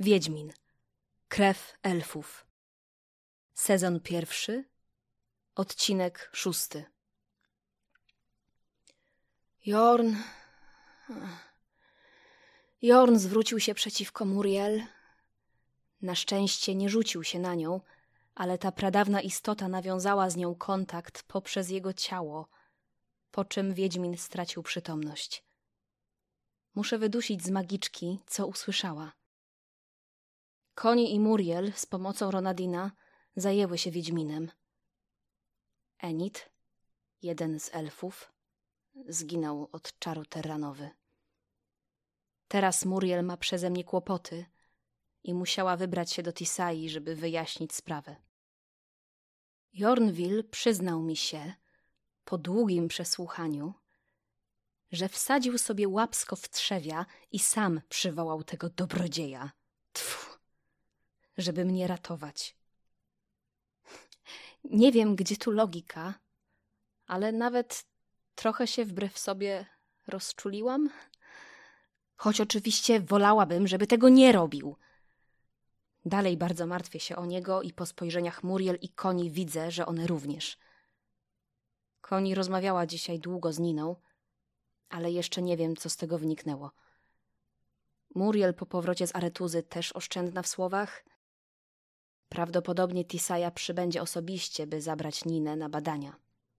Wiedźmin. Krew elfów. Sezon 1. Odcinek 6. Jorn zwrócił się przeciwko Muriel. Na szczęście nie rzucił się na nią, ale ta pradawna istota nawiązała z nią kontakt poprzez jego ciało, po czym Wiedźmin stracił przytomność. Muszę wydusić z magiczki, co usłyszała. Koni i Muriel z pomocą Ronadina zajęły się Wiedźminem. Enid, jeden z elfów, zginął od czaru terranowy. Teraz Muriel ma przeze mnie kłopoty i musiała wybrać się do Tisai, żeby wyjaśnić sprawę. Jornville przyznał mi się, po długim przesłuchaniu, że wsadził sobie łapsko w trzewia i sam przywołał tego dobrodzieja. Tfu, żeby mnie ratować. Nie wiem, gdzie tu logika, ale nawet trochę się wbrew sobie rozczuliłam. Choć oczywiście wolałabym, żeby tego nie robił. Dalej bardzo martwię się o niego i po spojrzeniach Muriel i Koni widzę, że one również. Koni rozmawiała dzisiaj długo z Niną, ale jeszcze nie wiem, co z tego wyniknęło. Muriel po powrocie z Aretuzy też oszczędna w słowach. Prawdopodobnie Tisaya przybędzie osobiście, by zabrać Ninę na badania.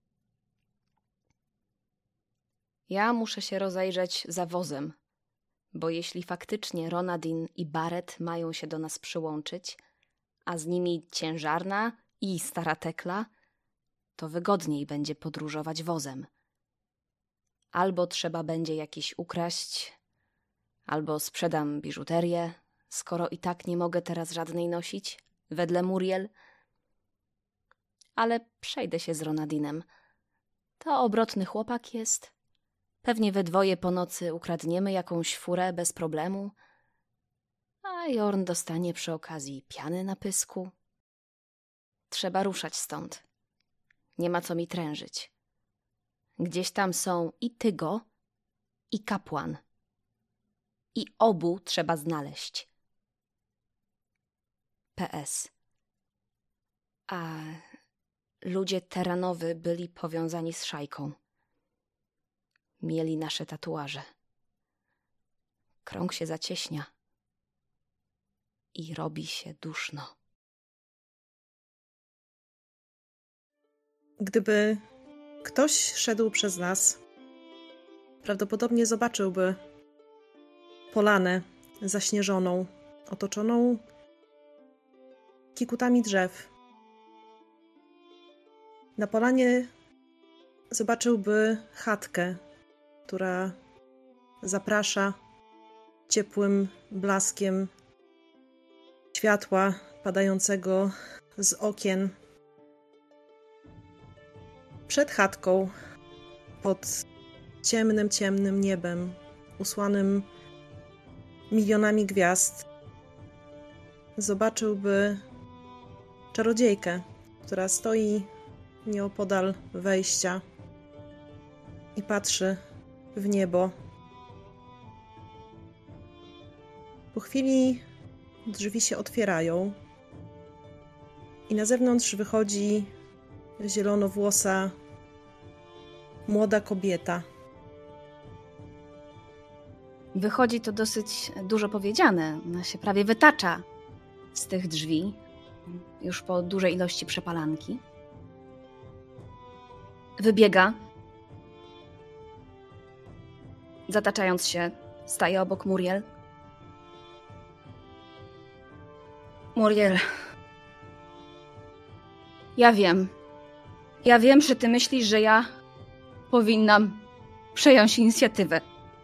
Ja muszę się rozejrzeć za wozem, bo jeśli faktycznie Ronadin i Barret mają się do nas przyłączyć, a z nimi Ciężarna i Stara Tekla, to wygodniej będzie podróżować wozem. Albo trzeba będzie jakiś ukraść, albo sprzedam biżuterię, skoro i tak nie mogę teraz żadnej nosić, wedle Muriel. Ale przejdę się z Ronadinem. To obrotny chłopak jest. Pewnie we dwoje po nocy ukradniemy jakąś furę bez problemu, a Jorn dostanie przy okazji piany na pysku. Trzeba ruszać stąd. Nie ma co mi trężyć. Gdzieś tam są i Tygo, i kapłan. I obu trzeba znaleźć. PS. A ludzie Terranowy byli powiązani z szajką. Mieli nasze tatuaże. Krąg się zacieśnia i robi się duszno. Gdyby ktoś szedł przez nas, prawdopodobnie zobaczyłby polanę zaśnieżoną, otoczoną kikutami drzew. Na polanie zobaczyłby chatkę, która zaprasza ciepłym blaskiem światła padającego z okien. Przed chatką, pod ciemnym niebem, usłanym milionami gwiazd, zobaczyłby czarodziejkę, która stoi nieopodal wejścia i patrzy w niebo. Po chwili drzwi się otwierają i na zewnątrz wychodzi zielonowłosa młoda kobieta. Wychodzi to dosyć dużo powiedziane. Ona się prawie wytacza z tych drzwi, już po dużej ilości przepalanki. Wybiega. Zataczając się, staje obok Muriel. Muriel. Ja wiem, że ty myślisz, że ja powinnam przejąć inicjatywę.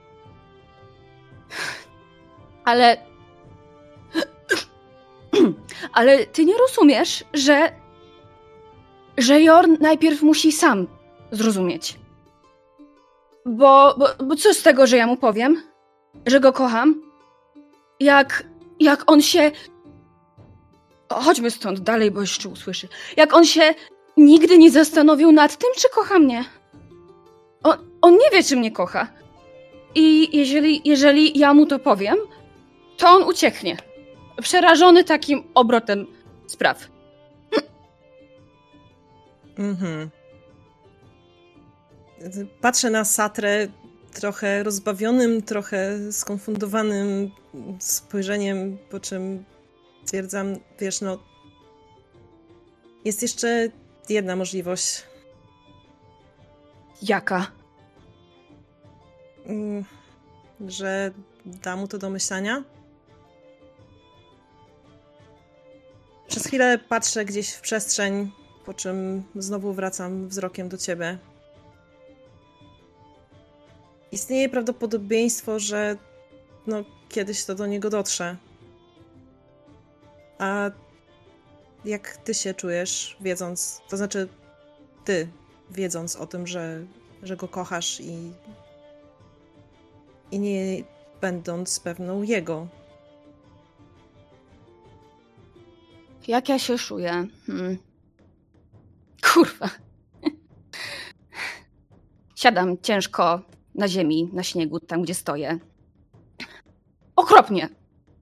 Ale ty nie rozumiesz, że Jorn najpierw musi sam zrozumieć. Bo co z tego, że ja mu powiem, że go kocham? Jak on się... Chodźmy stąd dalej, bo jeszcze usłyszy. Jak on się nigdy nie zastanowił nad tym, czy kocha mnie. On nie wie, czy mnie kocha. I jeżeli ja mu to powiem, to on ucieknie. przerażony takim obrotem spraw. Patrzę na Satrę trochę rozbawionym, trochę skonfundowanym spojrzeniem, po czym stwierdzam, wiesz, no, jest jeszcze jedna możliwość. Jaka? Że da mu to do myślenia? Przez chwilę patrzę gdzieś w przestrzeń, po czym znowu wracam wzrokiem do ciebie. Istnieje prawdopodobieństwo, że no, kiedyś to do niego dotrze. A jak ty się czujesz, wiedząc, to znaczy ty, wiedząc o tym, że go kochasz i nie będąc pewną jego? Jak ja się czuję? Kurwa. Siadam ciężko na ziemi, na śniegu, tam gdzie stoję. Okropnie.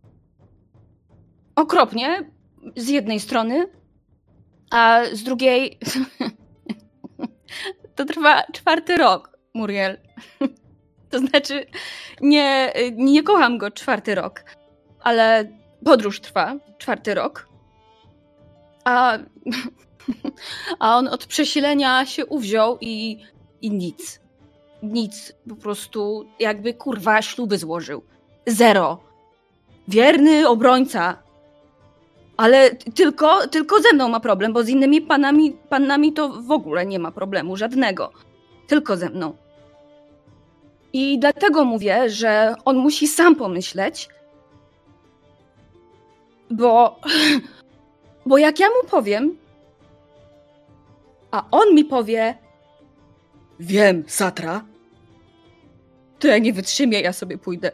Okropnie. Z jednej strony, a z drugiej to trwa 4. rok, Muriel. To znaczy, nie kocham go 4. rok, ale podróż trwa 4. rok. A on od przesilenia się uwziął i nic. Nic. Po prostu jakby kurwa śluby złożył. 0. Wierny obrońca. Ale tylko ze mną ma problem, bo z innymi pannami to w ogóle nie ma problemu, żadnego. Tylko ze mną. I dlatego mówię, że on musi sam pomyśleć, bo jak ja mu powiem, a on mi powie, wiem, Satra, to ja nie wytrzymię, ja sobie pójdę.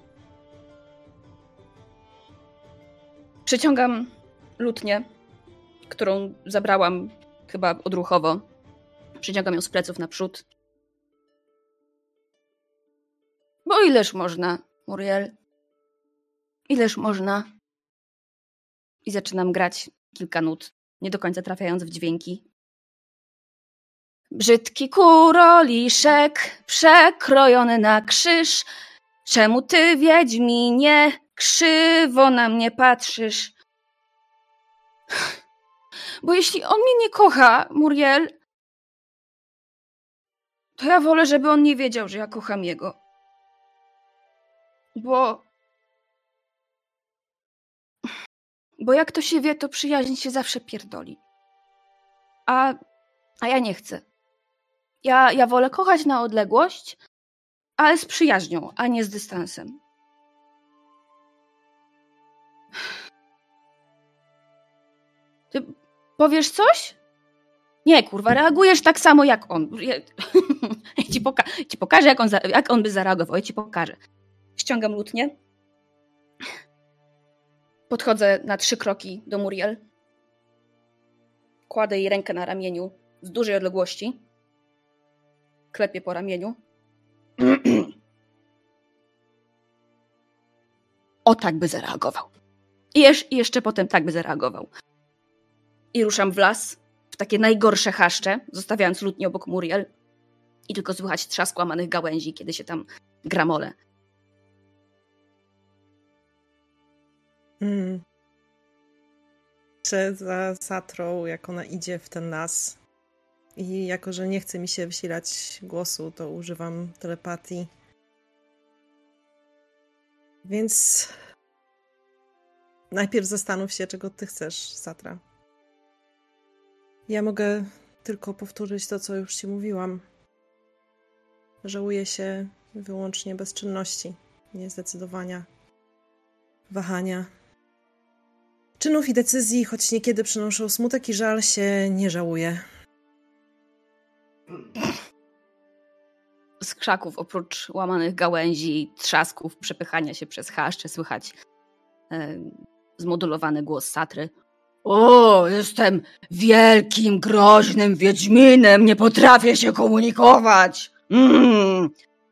Przeciągam lutnię, którą zabrałam chyba odruchowo. Przeciągam ją z pleców naprzód. Bo ileż można, Muriel? Ileż można? I zaczynam grać kilka nut, nie do końca trafiając w dźwięki. Brzydki kuroliszek, przekrojony na krzyż. Czemu ty, wiedźminie, krzywo na mnie patrzysz? Bo jeśli on mnie nie kocha, Muriel, to ja wolę, żeby on nie wiedział, że ja kocham jego. Bo jak to się wie, to przyjaźń się zawsze pierdoli. A ja nie chcę. Ja wolę kochać na odległość, ale z przyjaźnią, a nie z dystansem. Ty powiesz coś? Nie, kurwa, reagujesz tak samo jak on. Ja ci pokażę, jak on by zareagował. Ja ci pokażę. Ściągam lutnię. Podchodzę na 3 kroki do Muriel. Kładę jej rękę na ramieniu z dużej odległości. Klepię po ramieniu. O, tak by zareagował. I jeszcze potem tak by zareagował. I ruszam w las, w takie najgorsze chaszcze, zostawiając lutnię obok Muriel. I tylko słychać trzask łamanych gałęzi, kiedy się tam gramole. Patrzę za Satrą, jak ona idzie w ten las. I jako, że nie chce mi się wysilać głosu, to używam telepatii. Więc najpierw zastanów się, czego ty chcesz, Satra. Ja mogę tylko powtórzyć to, co już ci mówiłam. Żałuję się wyłącznie bezczynności, niezdecydowania, wahania. Czynów i decyzji, choć niekiedy przynoszą smutek i żal, się nie żałuje. Z krzaków, oprócz łamanych gałęzi, trzasków, przepychania się przez chaszcze, słychać zmodulowany głos Satry. O, jestem wielkim, groźnym wiedźminem, nie potrafię się komunikować.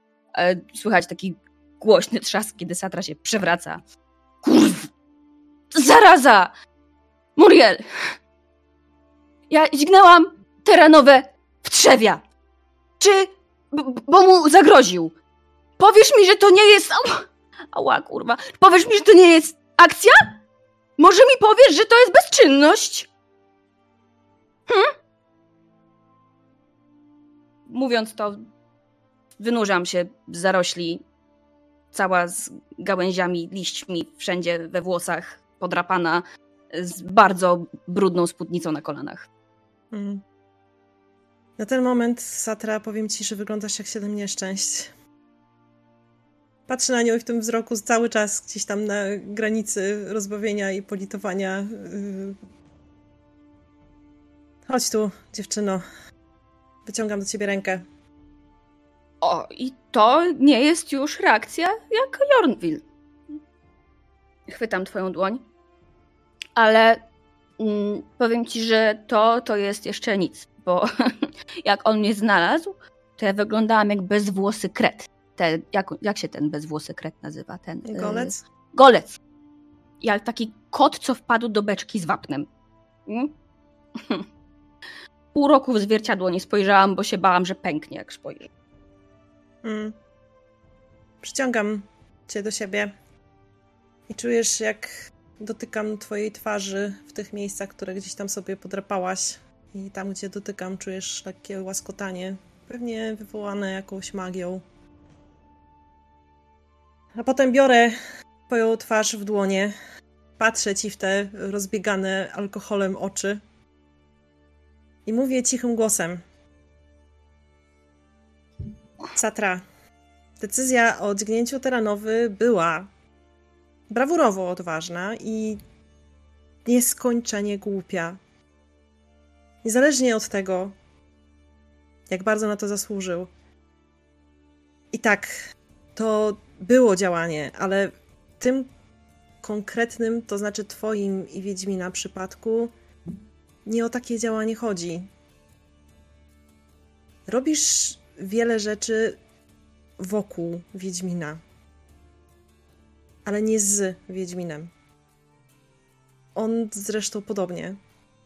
Słychać taki głośny trzask, kiedy Satra się przewraca. Kurw! Zaraza! Muriel! Ja dźgnęłam terenowe w trzewia. Czy... bo mu zagroził. Powiesz mi, że to nie jest... Ała, kurwa. Powiesz mi, że to nie jest akcja? Może mi powiesz, że to jest bezczynność? Mówiąc to, wynurzam się z zarośli, cała z gałęziami, liśćmi, wszędzie we włosach, podrapana, z bardzo brudną spódnicą na kolanach. Na ten moment, Satra, powiem ci, że wyglądasz jak 7 nieszczęść. Patrzę na nią i w tym wzroku cały czas gdzieś tam na granicy rozbawienia i politowania. Chodź tu, dziewczyno. Wyciągam do ciebie rękę. O, i to nie jest już reakcja jak Jornville. Chwytam twoją dłoń, ale powiem ci, że to jest jeszcze nic, bo jak on mnie znalazł, to ja wyglądałam jak bezwłosy kret. Jak się ten bezwłosy kret nazywa? Golec? Golec. Jak taki kot, co wpadł do beczki z wapnem. Pół roku w zwierciadło nie spojrzałam, bo się bałam, że pęknie, jak spojrzę. Przyciągam cię do siebie i czujesz, jak dotykam twojej twarzy w tych miejscach, które gdzieś tam sobie podrapałaś. I tam, gdzie dotykam, czujesz takie łaskotanie, pewnie wywołane jakąś magią. A potem biorę twoją twarz w dłonie, patrzę ci w te rozbiegane alkoholem oczy i mówię cichym głosem. Satra, decyzja o dźgnięciu Terranowy była brawurowo odważna i nieskończenie głupia. Niezależnie od tego, jak bardzo na to zasłużył. I tak, to było działanie, ale w tym konkretnym, to znaczy twoim i Wiedźmina przypadku, nie o takie działanie chodzi. Robisz wiele rzeczy wokół Wiedźmina, ale nie z Wiedźminem. On zresztą podobnie.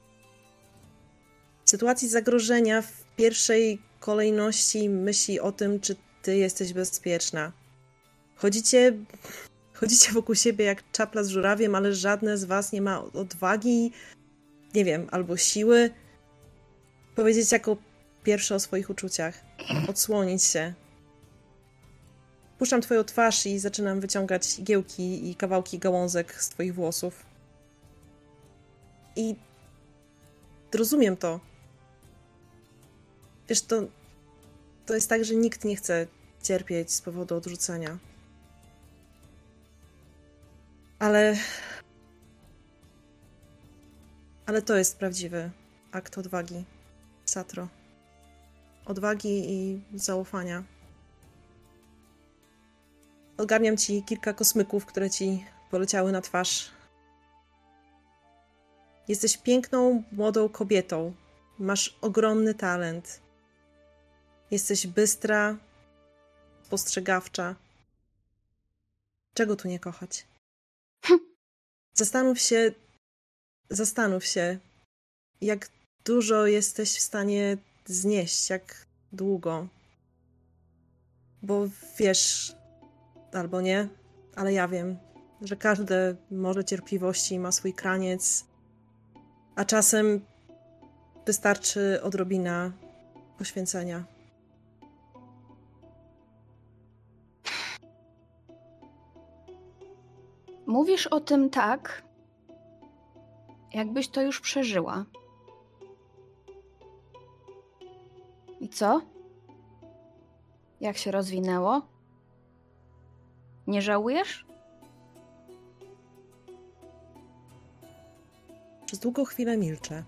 W sytuacji zagrożenia w pierwszej kolejności myśli o tym, czy ty jesteś bezpieczna. Chodzicie wokół siebie jak czapla z żurawiem, ale żadne z was nie ma odwagi, nie wiem, albo siły powiedzieć jako pierwsze o swoich uczuciach. Odsłonić się. Puszczam twoją twarz i zaczynam wyciągać igiełki i kawałki gałązek z twoich włosów. I rozumiem to. Wiesz, to jest tak, że nikt nie chce cierpieć z powodu odrzucenia. Ale to jest prawdziwy akt odwagi, Satro. Odwagi i zaufania. Ogarniam ci kilka kosmyków, które ci poleciały na twarz. Jesteś piękną, młodą kobietą. Masz ogromny talent. Jesteś bystra, spostrzegawcza. Czego tu nie kochać? Zastanów się, jak dużo jesteś w stanie znieść, jak długo. Bo wiesz, albo nie, ale ja wiem, że każde morze cierpliwości ma swój kraniec, a czasem wystarczy odrobina poświęcenia. Mówisz o tym tak, jakbyś to już przeżyła. I co? Jak się rozwinęło? Nie żałujesz? Przez długą chwilę milczę.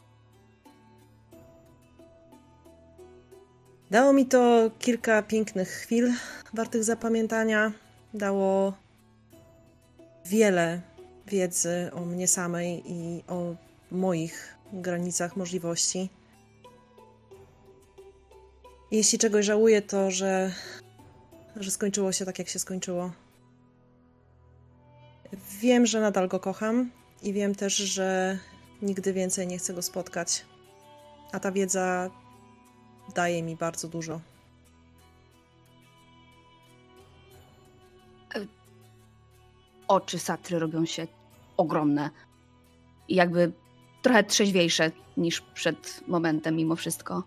Dało mi to kilka pięknych chwil, wartych zapamiętania. Dało wiele wiedzy o mnie samej i o moich granicach możliwości. Jeśli czegoś żałuję, to że skończyło się tak, jak się skończyło. Wiem, że nadal go kocham i wiem też, że nigdy więcej nie chcę go spotkać. A ta wiedza daje mi bardzo dużo. Oczy Satry robią się ogromne i jakby trochę trzeźwiejsze niż przed momentem mimo wszystko.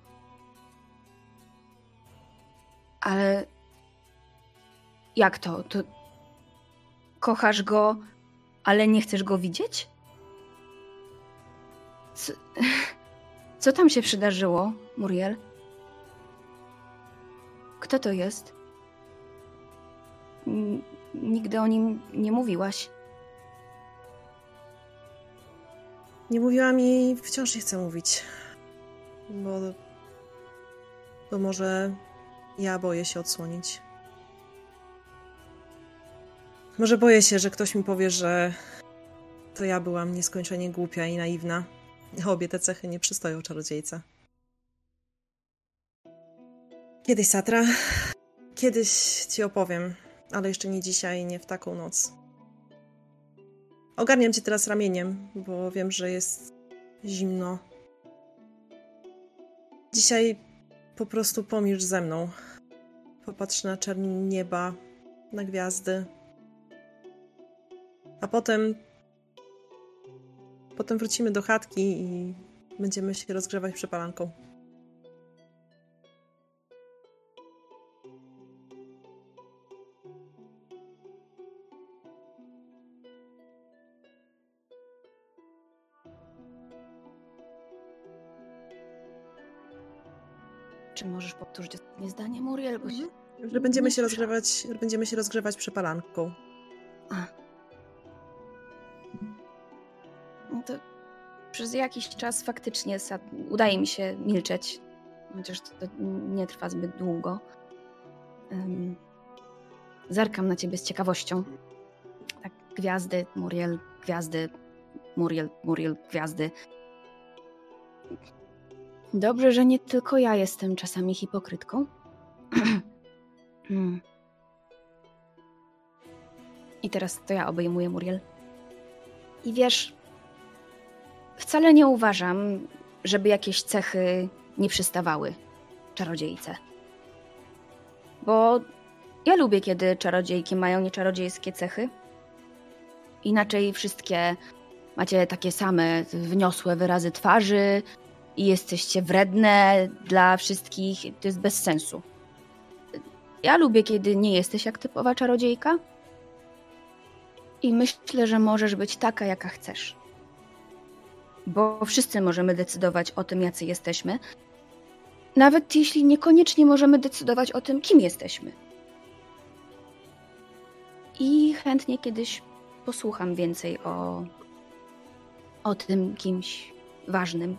Ale jak to? To kochasz go, ale nie chcesz go widzieć? Co tam się przydarzyło, Muriel? Kto to jest? Nigdy o nim nie mówiłaś. Nie mówiłam i wciąż nie chcę mówić. Bo może ja boję się odsłonić. Może boję się, że ktoś mi powie, że to ja byłam nieskończenie głupia i naiwna. Obie te cechy nie przystoją czarodziejce. Kiedyś, Satra. Kiedyś ci opowiem, ale jeszcze nie dzisiaj, nie w taką noc. Ogarniam cię teraz ramieniem, bo wiem, że jest zimno. Dzisiaj po prostu pomilcz ze mną. Popatrz na czerń nieba, na gwiazdy. A potem wrócimy do chatki i będziemy się rozgrzewać przepalanką. Czy możesz powtórzyć ostatnie zdanie, Muriel? Bo się... Że będziemy się rozgrzewać przepalanką. A. No to przez jakiś czas faktycznie udaje mi się milczeć, chociaż to nie trwa zbyt długo. Zerkam na ciebie z ciekawością. Tak, gwiazdy, Muriel, gwiazdy, Muriel, gwiazdy. Dobrze, że nie tylko ja jestem czasami hipokrytką. I teraz to ja obejmuję Muriel. I wiesz, wcale nie uważam, żeby jakieś cechy nie przystawały czarodziejce. Bo ja lubię, kiedy czarodziejki mają nieczarodziejskie cechy. Inaczej wszystkie macie takie same wyniosłe wyrazy twarzy i jesteście wredne dla wszystkich. To jest bez sensu. Ja lubię, kiedy nie jesteś jak typowa czarodziejka. I myślę, że możesz być taka, jaka chcesz. Bo wszyscy możemy decydować o tym, jacy jesteśmy. Nawet jeśli niekoniecznie możemy decydować o tym, kim jesteśmy. I chętnie kiedyś posłucham więcej o tym kimś ważnym.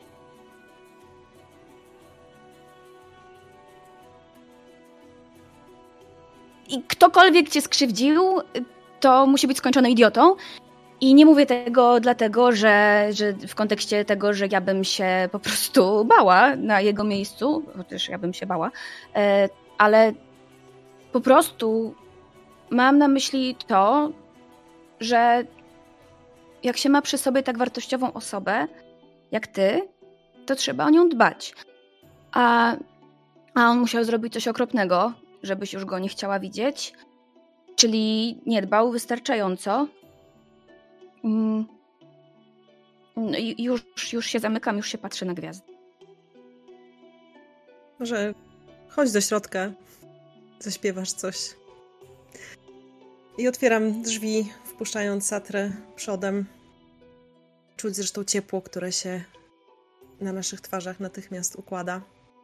I ktokolwiek cię skrzywdził, to musi być skończonym idiotą. I nie mówię tego dlatego, że w kontekście tego, że ja bym się po prostu bała na jego miejscu, chociaż ja bym się bała, ale po prostu mam na myśli to, że jak się ma przy sobie tak wartościową osobę jak ty, to trzeba o nią dbać. A on musiał zrobić coś okropnego, żebyś już go nie chciała widzieć, czyli nie dbał wystarczająco. Już się zamykam, już się patrzę na gwiazdy. Może chodź do środka, zaśpiewasz coś. I otwieram drzwi, wpuszczając Satrę przodem. Czuć zresztą ciepło, które się na naszych twarzach natychmiast układa.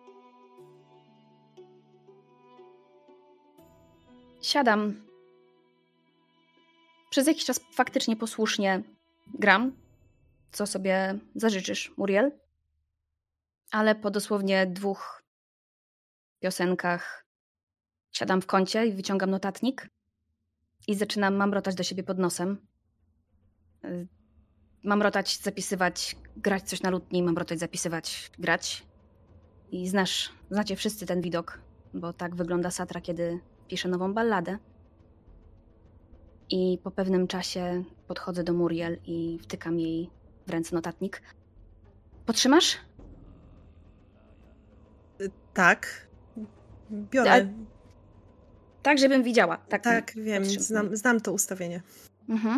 Siadam. Przez jakiś czas faktycznie posłusznie gram, co sobie zażyczysz, Muriel. Ale po dosłownie 2 piosenkach siadam w kącie i wyciągam notatnik i zaczynam mamrotać do siebie pod nosem. Mamrotać, zapisywać, grać coś na lutni, mamrotać, zapisywać, grać. I znacie wszyscy ten widok, bo tak wygląda Satra, kiedy pisze nową balladę. I po pewnym czasie podchodzę do Muriel i wtykam jej w ręce notatnik. Potrzymasz? Tak. Biorę. Tak, żebym widziała. Tak, wiem. Znam to ustawienie. Mhm.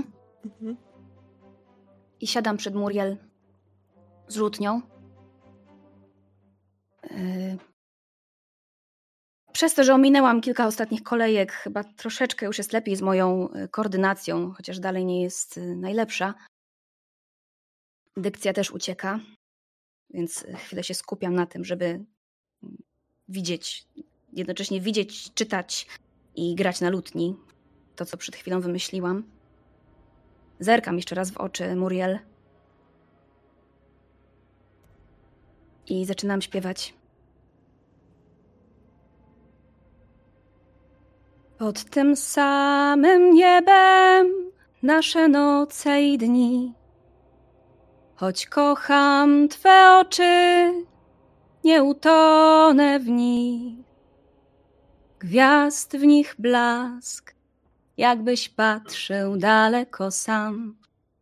I siadam przed Muriel z rzutnią. Przez to, że ominęłam kilka ostatnich kolejek, chyba troszeczkę już jest lepiej z moją koordynacją, chociaż dalej nie jest najlepsza. Dykcja też ucieka, więc chwilę się skupiam na tym, żeby jednocześnie widzieć, czytać i grać na lutni. To, co przed chwilą wymyśliłam. Zerkam jeszcze raz w oczy Muriel i zaczynam śpiewać. Pod tym samym niebem nasze noce i dni, choć kocham Twe oczy, nie utonę w nich. Gwiazd w nich blask, jakbyś patrzył daleko sam.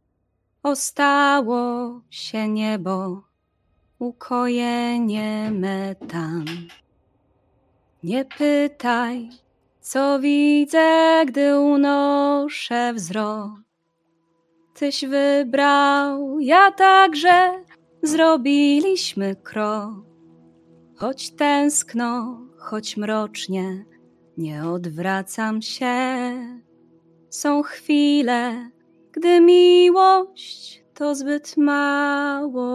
Ostało się niebo, ukojenie me tam. Nie pytaj, co widzę, gdy unoszę wzrok. Tyś wybrał, ja także, zrobiliśmy krok. Choć tęskno, choć mrocznie, nie odwracam się. Są chwile, gdy miłość to zbyt mało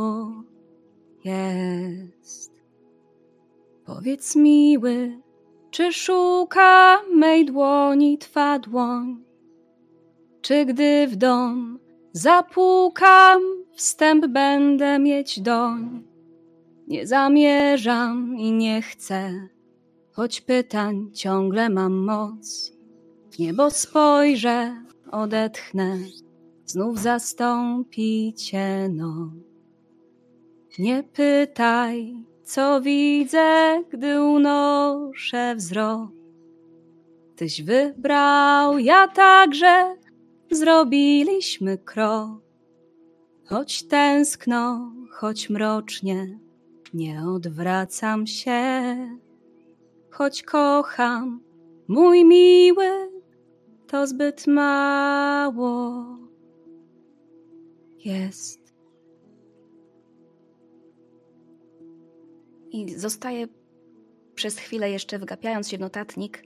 jest. Powiedz, miły, czy szuka mej dłoni Twa dłoń? Czy gdy w dom zapukam, wstęp będę mieć doń? Nie zamierzam i nie chcę, choć pytań ciągle mam moc. W niebo spojrzę, odetchnę, znów zastąpi Cię noc. Nie pytaj, co widzę, gdy unoszę wzrok. Tyś wybrał, ja także, zrobiliśmy krok. Choć tęskno, choć mrocznie, nie odwracam się. Choć kocham, mój miły, to zbyt mało jest. I zostaję przez chwilę jeszcze wgapiając się w notatnik,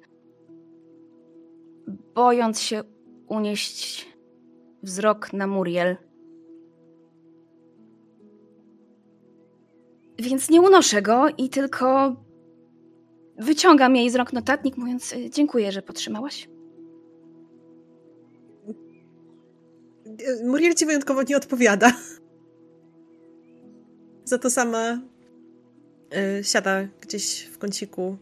bojąc się unieść wzrok na Muriel. Więc nie unoszę go i tylko wyciągam jej z rąk notatnik, mówiąc: dziękuję, że podtrzymałaś. Muriel ci wyjątkowo nie odpowiada. Za to sama siada gdzieś w kąciku.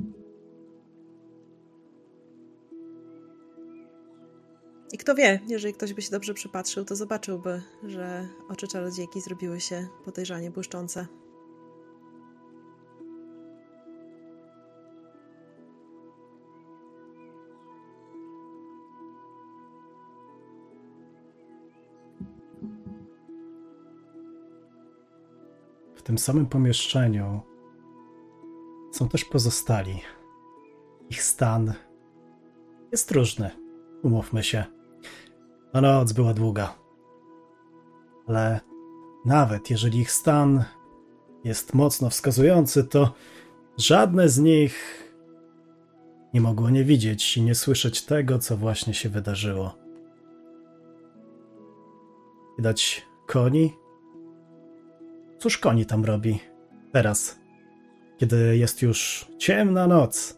I kto wie, jeżeli ktoś by się dobrze przypatrzył, to zobaczyłby, że oczy czarodziejki zrobiły się podejrzanie błyszczące. W tym samym pomieszczeniu są też pozostali. Ich stan jest różny, umówmy się. A noc była długa. Ale nawet jeżeli ich stan jest mocno wskazujący, to żadne z nich nie mogło nie widzieć i nie słyszeć tego, co właśnie się wydarzyło. Widać koni? Cóż koni tam robi teraz, kiedy jest już ciemna noc?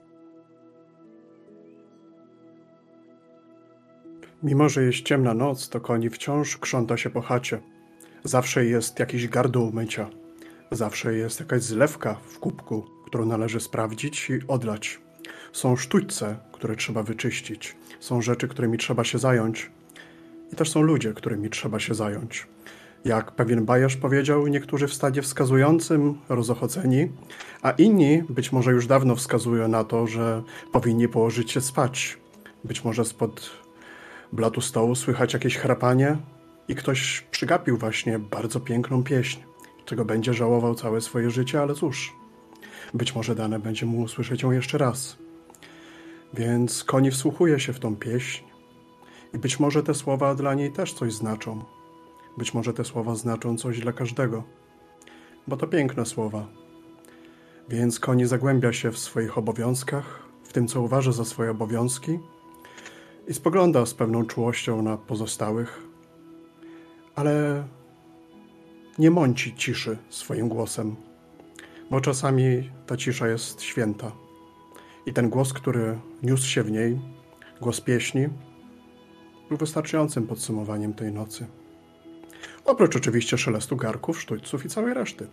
Mimo że jest ciemna noc, to koni wciąż krząta się po chacie. Zawsze jest jakiś gardło mycia. Zawsze jest jakaś zlewka w kubku, którą należy sprawdzić i odlać. Są sztućce, które trzeba wyczyścić. Są rzeczy, którymi trzeba się zająć. I też są ludzie, którymi trzeba się zająć. Jak pewien bajarz powiedział, niektórzy w stanie wskazującym rozochoceni, a inni być może już dawno wskazują na to, że powinni położyć się spać. Być może spod blatu stołu słychać jakieś chrapanie i ktoś przygapił właśnie bardzo piękną pieśń, czego będzie żałował całe swoje życie, ale cóż, być może dane będzie mu usłyszeć ją jeszcze raz. Więc Koni wsłuchuje się w tą pieśń i być może te słowa dla niej też coś znaczą. Być może te słowa znaczą coś dla każdego, bo to piękne słowa. Więc Koni zagłębia się w swoich obowiązkach, w tym, co uważa za swoje obowiązki i spogląda z pewną czułością na pozostałych, ale nie mąci ciszy swoim głosem, bo czasami ta cisza jest święta. I ten głos, który niósł się w niej, głos pieśni, był wystarczającym podsumowaniem tej nocy. Oprócz oczywiście szelestu garków, sztućców i całej reszty.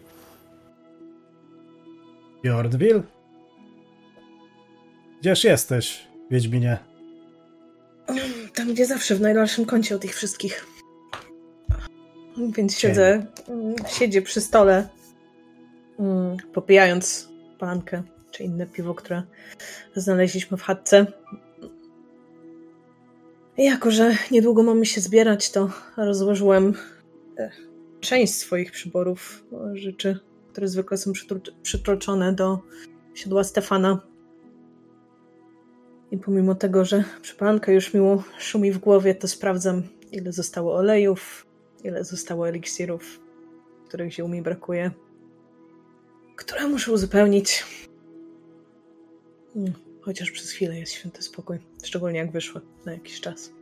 Fjordville? Gdzież jesteś, Wiedźminie? Tam, gdzie zawsze, w najdalszym kącie od ich wszystkich. Więc siedzę przy stole, popijając palankę, czy inne piwo, które znaleźliśmy w chatce. I jako, że niedługo mamy się zbierać, to rozłożyłem część swoich przyborów, rzeczy, które zwykle są przytroczone do siodła Stefana. I pomimo tego, że przypalanka już miło szumi w głowie, to sprawdzam, ile zostało olejów, ile zostało eliksirów, których ziół mi brakuje, które muszę uzupełnić. Chociaż przez chwilę jest święty spokój, szczególnie jak wyszły na jakiś czas.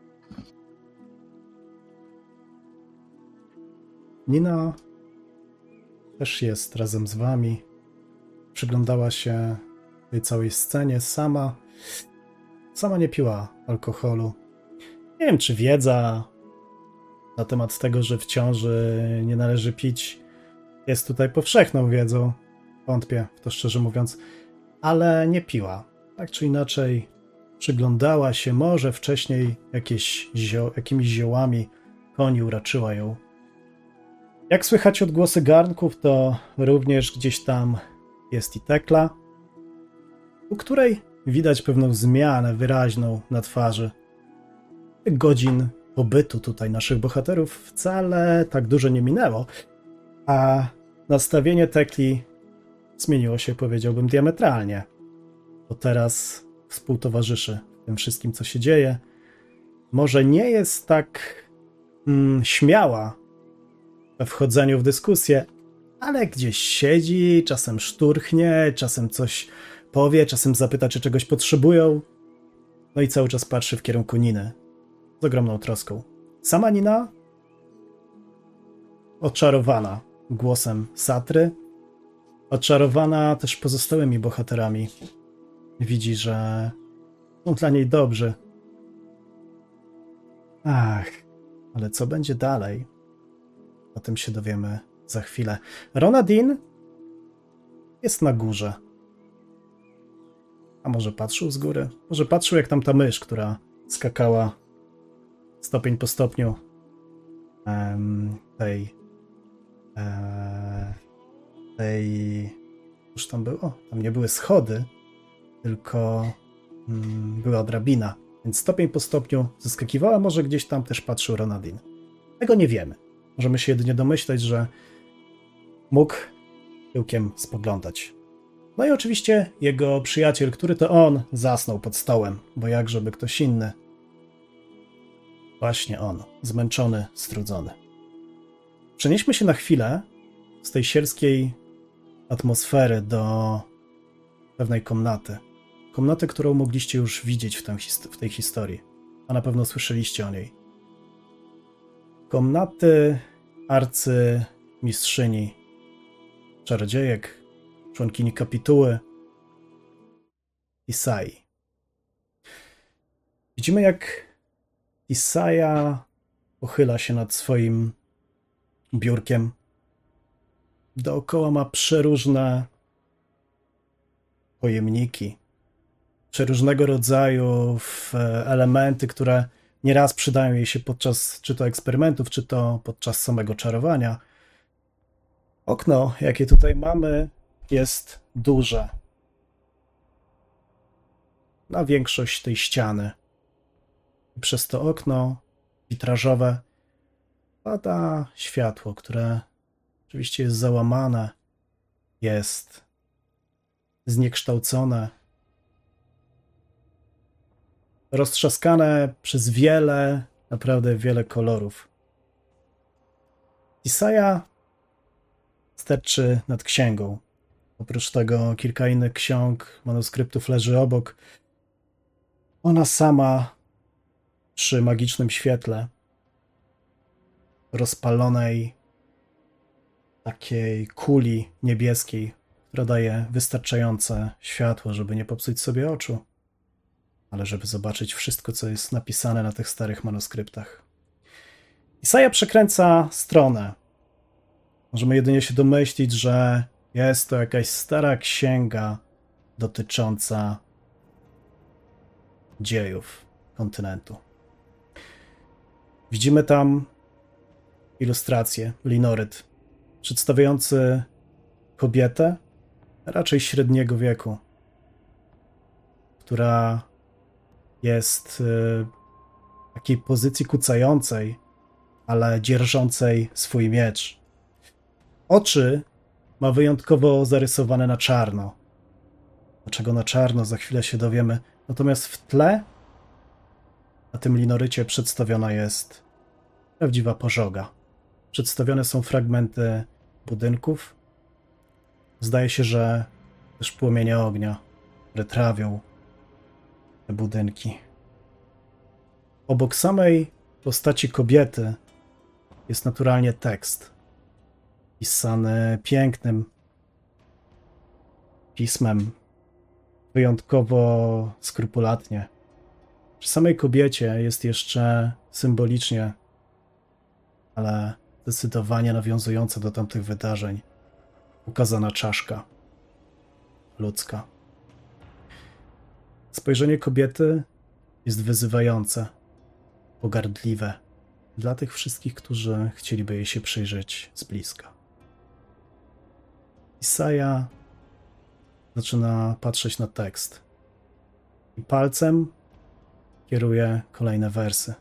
Nina też jest razem z wami. Przyglądała się tej całej scenie sama. Sama nie piła alkoholu. Nie wiem, czy wiedza na temat tego, że w ciąży nie należy pić, jest tutaj powszechną wiedzą. Wątpię w to, szczerze mówiąc. Ale nie piła. Tak czy inaczej przyglądała się, może wcześniej jakimiś ziołami Koni uraczyła ją. Jak słychać odgłosy garnków, to również gdzieś tam jest i Tekla, u której widać pewną zmianę wyraźną na twarzy. Godzin pobytu tutaj naszych bohaterów wcale tak dużo nie minęło, a nastawienie Tekli zmieniło się, powiedziałbym, diametralnie, bo teraz współtowarzyszy tym wszystkim, co się dzieje. Może nie jest tak śmiała we wchodzeniu w dyskusję, ale gdzieś siedzi, czasem szturchnie, czasem coś powie, czasem zapyta, czy czegoś potrzebują. No i cały czas patrzy w kierunku Niny z ogromną troską. Sama Nina, oczarowana głosem Satry, oczarowana też pozostałymi bohaterami. Widzi, że są dla niej dobrzy. Ach, ale co będzie dalej? O tym się dowiemy za chwilę. Ronadin jest na górze. A może patrzył z góry? Może patrzył jak tam ta mysz, która skakała stopień po stopniu cóż tam było? Tam nie były schody, tylko była drabina. Więc stopień po stopniu zeskakiwała, może gdzieś tam też patrzył Ronadin. Tego nie wiemy. Możemy się jedynie domyśleć, że mógł tyłkiem spoglądać. No i oczywiście jego przyjaciel, który to on zasnął pod stołem, bo jak żeby ktoś inny. Właśnie on, zmęczony, strudzony. Przenieśmy się na chwilę z tej sielskiej atmosfery do pewnej komnaty. Komnaty, którą mogliście już widzieć w tej historii, a na pewno słyszeliście o niej. Komnaty arcymistrzyni czarodziejek, członkini kapituły Tisai. Widzimy, jak Tisaia pochyla się nad swoim biurkiem. Dookoła ma przeróżne pojemniki, przeróżnego rodzaju elementy, które nieraz przydają jej się podczas czy to eksperymentów, czy to podczas samego czarowania. Okno, jakie tutaj mamy, jest duże. Na większość tej ściany. I przez to okno witrażowe pada światło, które oczywiście jest załamane, jest zniekształcone, roztrzaskane przez wiele, naprawdę wiele kolorów. Isaja sterczy nad księgą. Oprócz tego kilka innych ksiąg, manuskryptów leży obok. Ona sama przy magicznym świetle rozpalonej takiej kuli niebieskiej, która daje wystarczające światło, żeby nie popsuć sobie oczu, ale żeby zobaczyć wszystko, co jest napisane na tych starych manuskryptach. Isaja przekręca stronę. Możemy jedynie się domyślić, że jest to jakaś stara księga dotycząca dziejów kontynentu. Widzimy tam ilustrację, linoryt, przedstawiający kobietę raczej średniego wieku, która jest w takiej pozycji kucającej, ale dzierżącej swój miecz. Oczy ma wyjątkowo zarysowane na czarno. Dlaczego na czarno? Za chwilę się dowiemy. Natomiast w tle na tym linorycie przedstawiona jest prawdziwa pożoga. Przedstawione są fragmenty budynków. Zdaje się, że też płomienie ognia, które trawią te budynki. Obok samej postaci kobiety jest naturalnie tekst, pisany pięknym pismem, wyjątkowo skrupulatnie. Przy samej kobiecie jest jeszcze symbolicznie, ale zdecydowanie nawiązująca do tamtych wydarzeń, ukazana czaszka ludzka. Spojrzenie kobiety jest wyzywające, pogardliwe dla tych wszystkich, którzy chcieliby jej się przyjrzeć z bliska. Isaja zaczyna patrzeć na tekst i palcem kieruje kolejne wersy.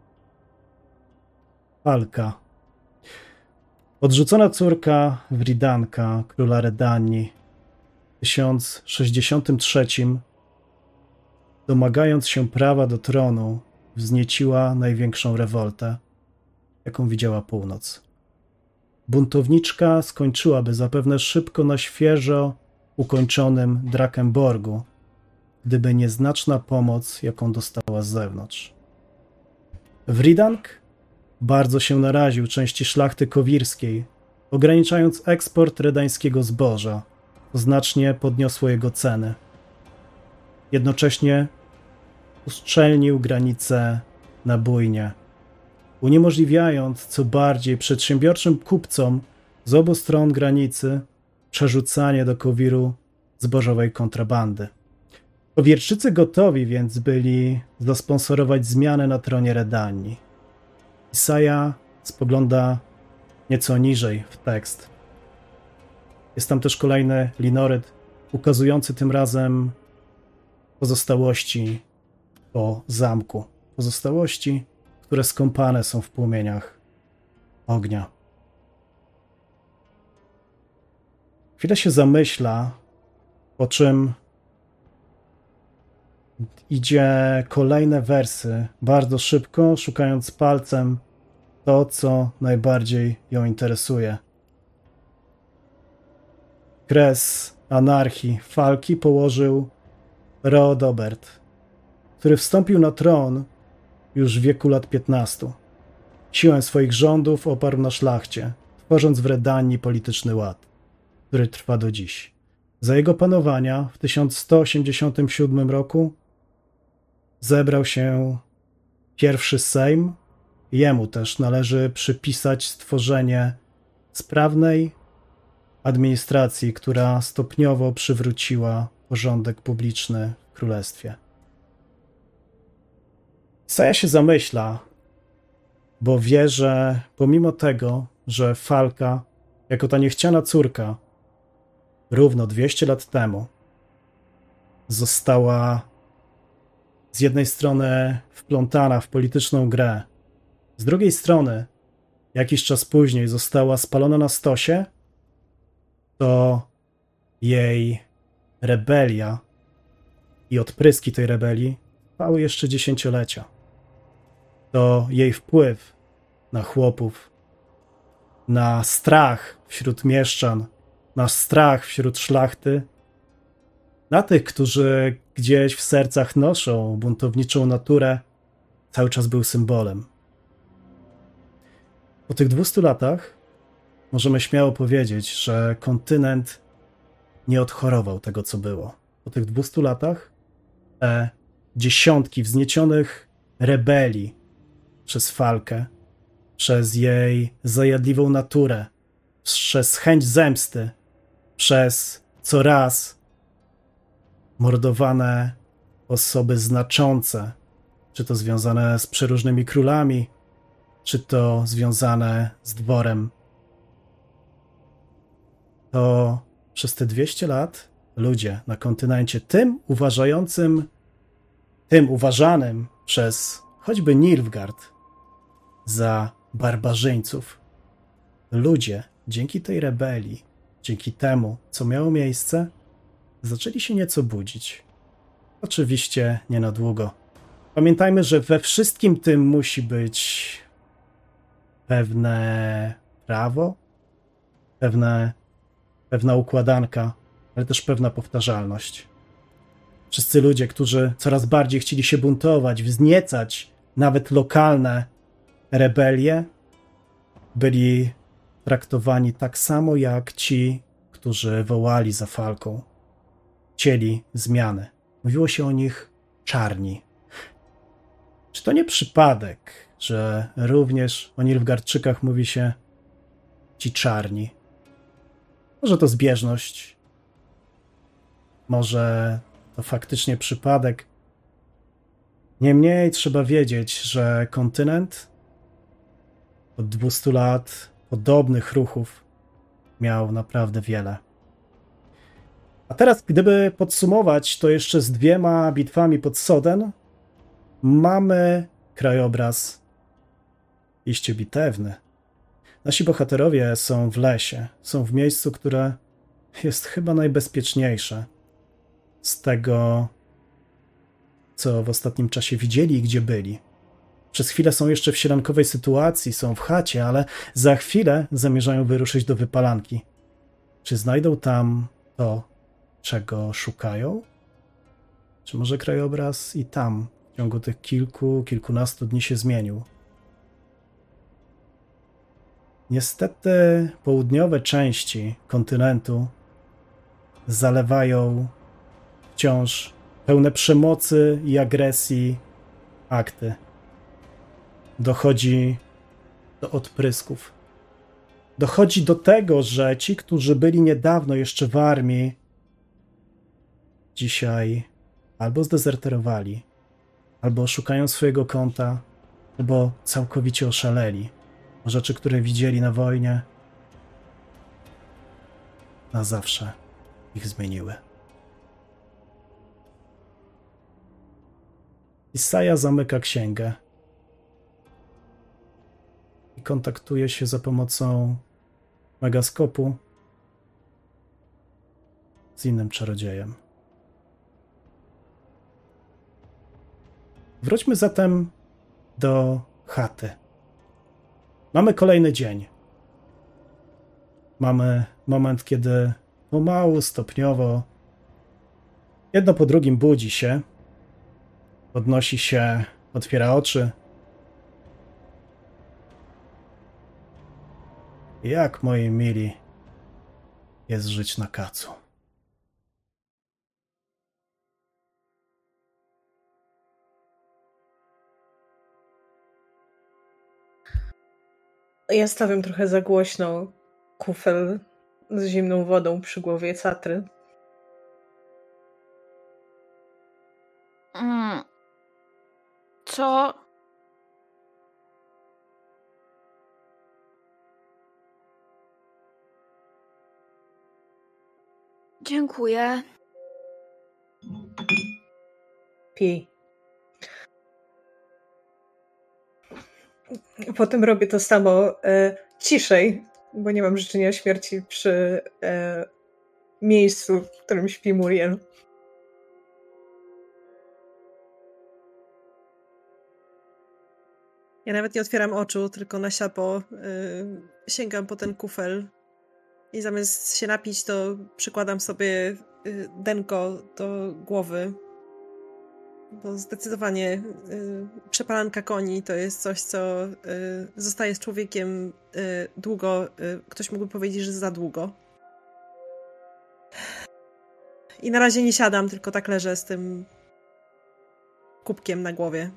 Falka. Odrzucona córka Wridanka, króla Redanii, w 1063, domagając się prawa do tronu, wznieciła największą rewoltę, jaką widziała północ. Buntowniczka skończyłaby zapewne szybko na świeżo ukończonym Drakemborgu, gdyby nieznaczna pomoc, jaką dostała z zewnątrz. Wridank bardzo się naraził części szlachty kowirskiej, ograniczając eksport redańskiego zboża, co znacznie podniosło jego ceny. Jednocześnie uszczelnił granice na bójnie, uniemożliwiając co bardziej przedsiębiorczym kupcom z obu stron granicy przerzucanie do Kowiru zbożowej kontrabandy. Kowirczycy gotowi więc byli zasponsorować zmianę na tronie Redanii. Isaja spogląda nieco niżej w tekst. Jest tam też kolejny linoryt, ukazujący tym razem pozostałości po zamku. Pozostałości, które skąpane są w płomieniach ognia. Chwilę się zamyśla, po czym idzie kolejne wersy, bardzo szybko, szukając palcem to, co najbardziej ją interesuje. Kres anarchii Falki położył Roodobert, który wstąpił na tron już w wieku lat 15. Siłę swoich rządów oparł na szlachcie, tworząc w Redanii polityczny ład, który trwa do dziś. Za jego panowania w 1187 roku zebrał się pierwszy Sejm. Jemu też należy przypisać stworzenie sprawnej administracji, która stopniowo przywróciła porządek publiczny w królestwie. Isaja się zamyśla, bo wie, że pomimo tego, że Falka, jako ta niechciana córka, równo 200 lat temu została z jednej strony wplątana w polityczną grę, z drugiej strony jakiś czas później została spalona na stosie, to jej rebelia i odpryski tej rebelii trwały jeszcze dziesięciolecia. To jej wpływ na chłopów, na strach wśród mieszczan, na strach wśród szlachty, na tych, którzy gdzieś w sercach noszą buntowniczą naturę, cały czas był symbolem. Po tych 200 latach możemy śmiało powiedzieć, że kontynent nie odchorował tego, co było. Po tych 200 latach te dziesiątki wzniecionych rebelii przez Falkę, przez jej zajadliwą naturę, przez chęć zemsty, przez coraz mordowane osoby znaczące, czy to związane z przeróżnymi królami, czy to związane z dworem. To przez te 200 lat ludzie na kontynencie, tym uważanym przez choćby Nilfgaard za barbarzyńców, ludzie dzięki tej rebelii, dzięki temu, co miało miejsce, zaczęli się nieco budzić. Oczywiście nie na długo. Pamiętajmy, że we wszystkim tym musi być pewne prawo, pewna układanka, ale też pewna powtarzalność. Wszyscy ludzie, którzy coraz bardziej chcieli się buntować, wzniecać nawet lokalne rebelie, byli traktowani tak samo jak ci, którzy wołali za Falką. Chcieli zmiany. Mówiło się o nich czarni. Czy to nie przypadek, że również o Nilfgaardczykach mówi się ci czarni? Może to zbieżność, może to faktycznie przypadek. Niemniej trzeba wiedzieć, że kontynent od 200 lat podobnych ruchów miał naprawdę wiele. A teraz, gdyby podsumować to jeszcze z 2 bitwami pod Soden, mamy krajobraz iście bitewny. Nasi bohaterowie są w lesie, są w miejscu, które jest chyba najbezpieczniejsze z tego, co w ostatnim czasie widzieli i gdzie byli. Przez chwilę są jeszcze w sielankowej sytuacji, są w chacie, ale za chwilę zamierzają wyruszyć do wypalanki. Czy znajdą tam to, czego szukają? Czy może krajobraz i tam w ciągu tych kilkunastu dni się zmienił? Niestety południowe części kontynentu zalewają wciąż pełne przemocy i agresji akty. Dochodzi do odprysków. Dochodzi do tego, że ci, którzy byli niedawno jeszcze w armii, dzisiaj albo zdezerterowali, albo szukają swojego kąta, albo całkowicie oszaleli. Rzeczy, które widzieli na wojnie, na zawsze ich zmieniły. Isaja zamyka księgę i kontaktuje się za pomocą megaskopu z innym czarodziejem. Wróćmy zatem do chaty. Mamy kolejny dzień. Mamy moment, kiedy pomału, stopniowo, jedno po drugim budzi się, podnosi się, otwiera oczy. Jak, moi mili, jest żyć na kacu. Ja stawiam trochę za głośno kufel z zimną wodą przy głowie Catry. Co? Dziękuję. Pij. Potem robię to samo ciszej, bo nie mam życzenia śmierci przy miejscu, w którym śpi Muriel. Ja nawet nie otwieram oczu, tylko na siapo sięgam po ten kufel i zamiast się napić, to przykładam sobie denko do głowy. Bo zdecydowanie przepalanka koni to jest coś, co zostaje z człowiekiem długo. Ktoś mógłby powiedzieć, że za długo. I na razie nie siadam, tylko tak leżę z tym kubkiem na głowie.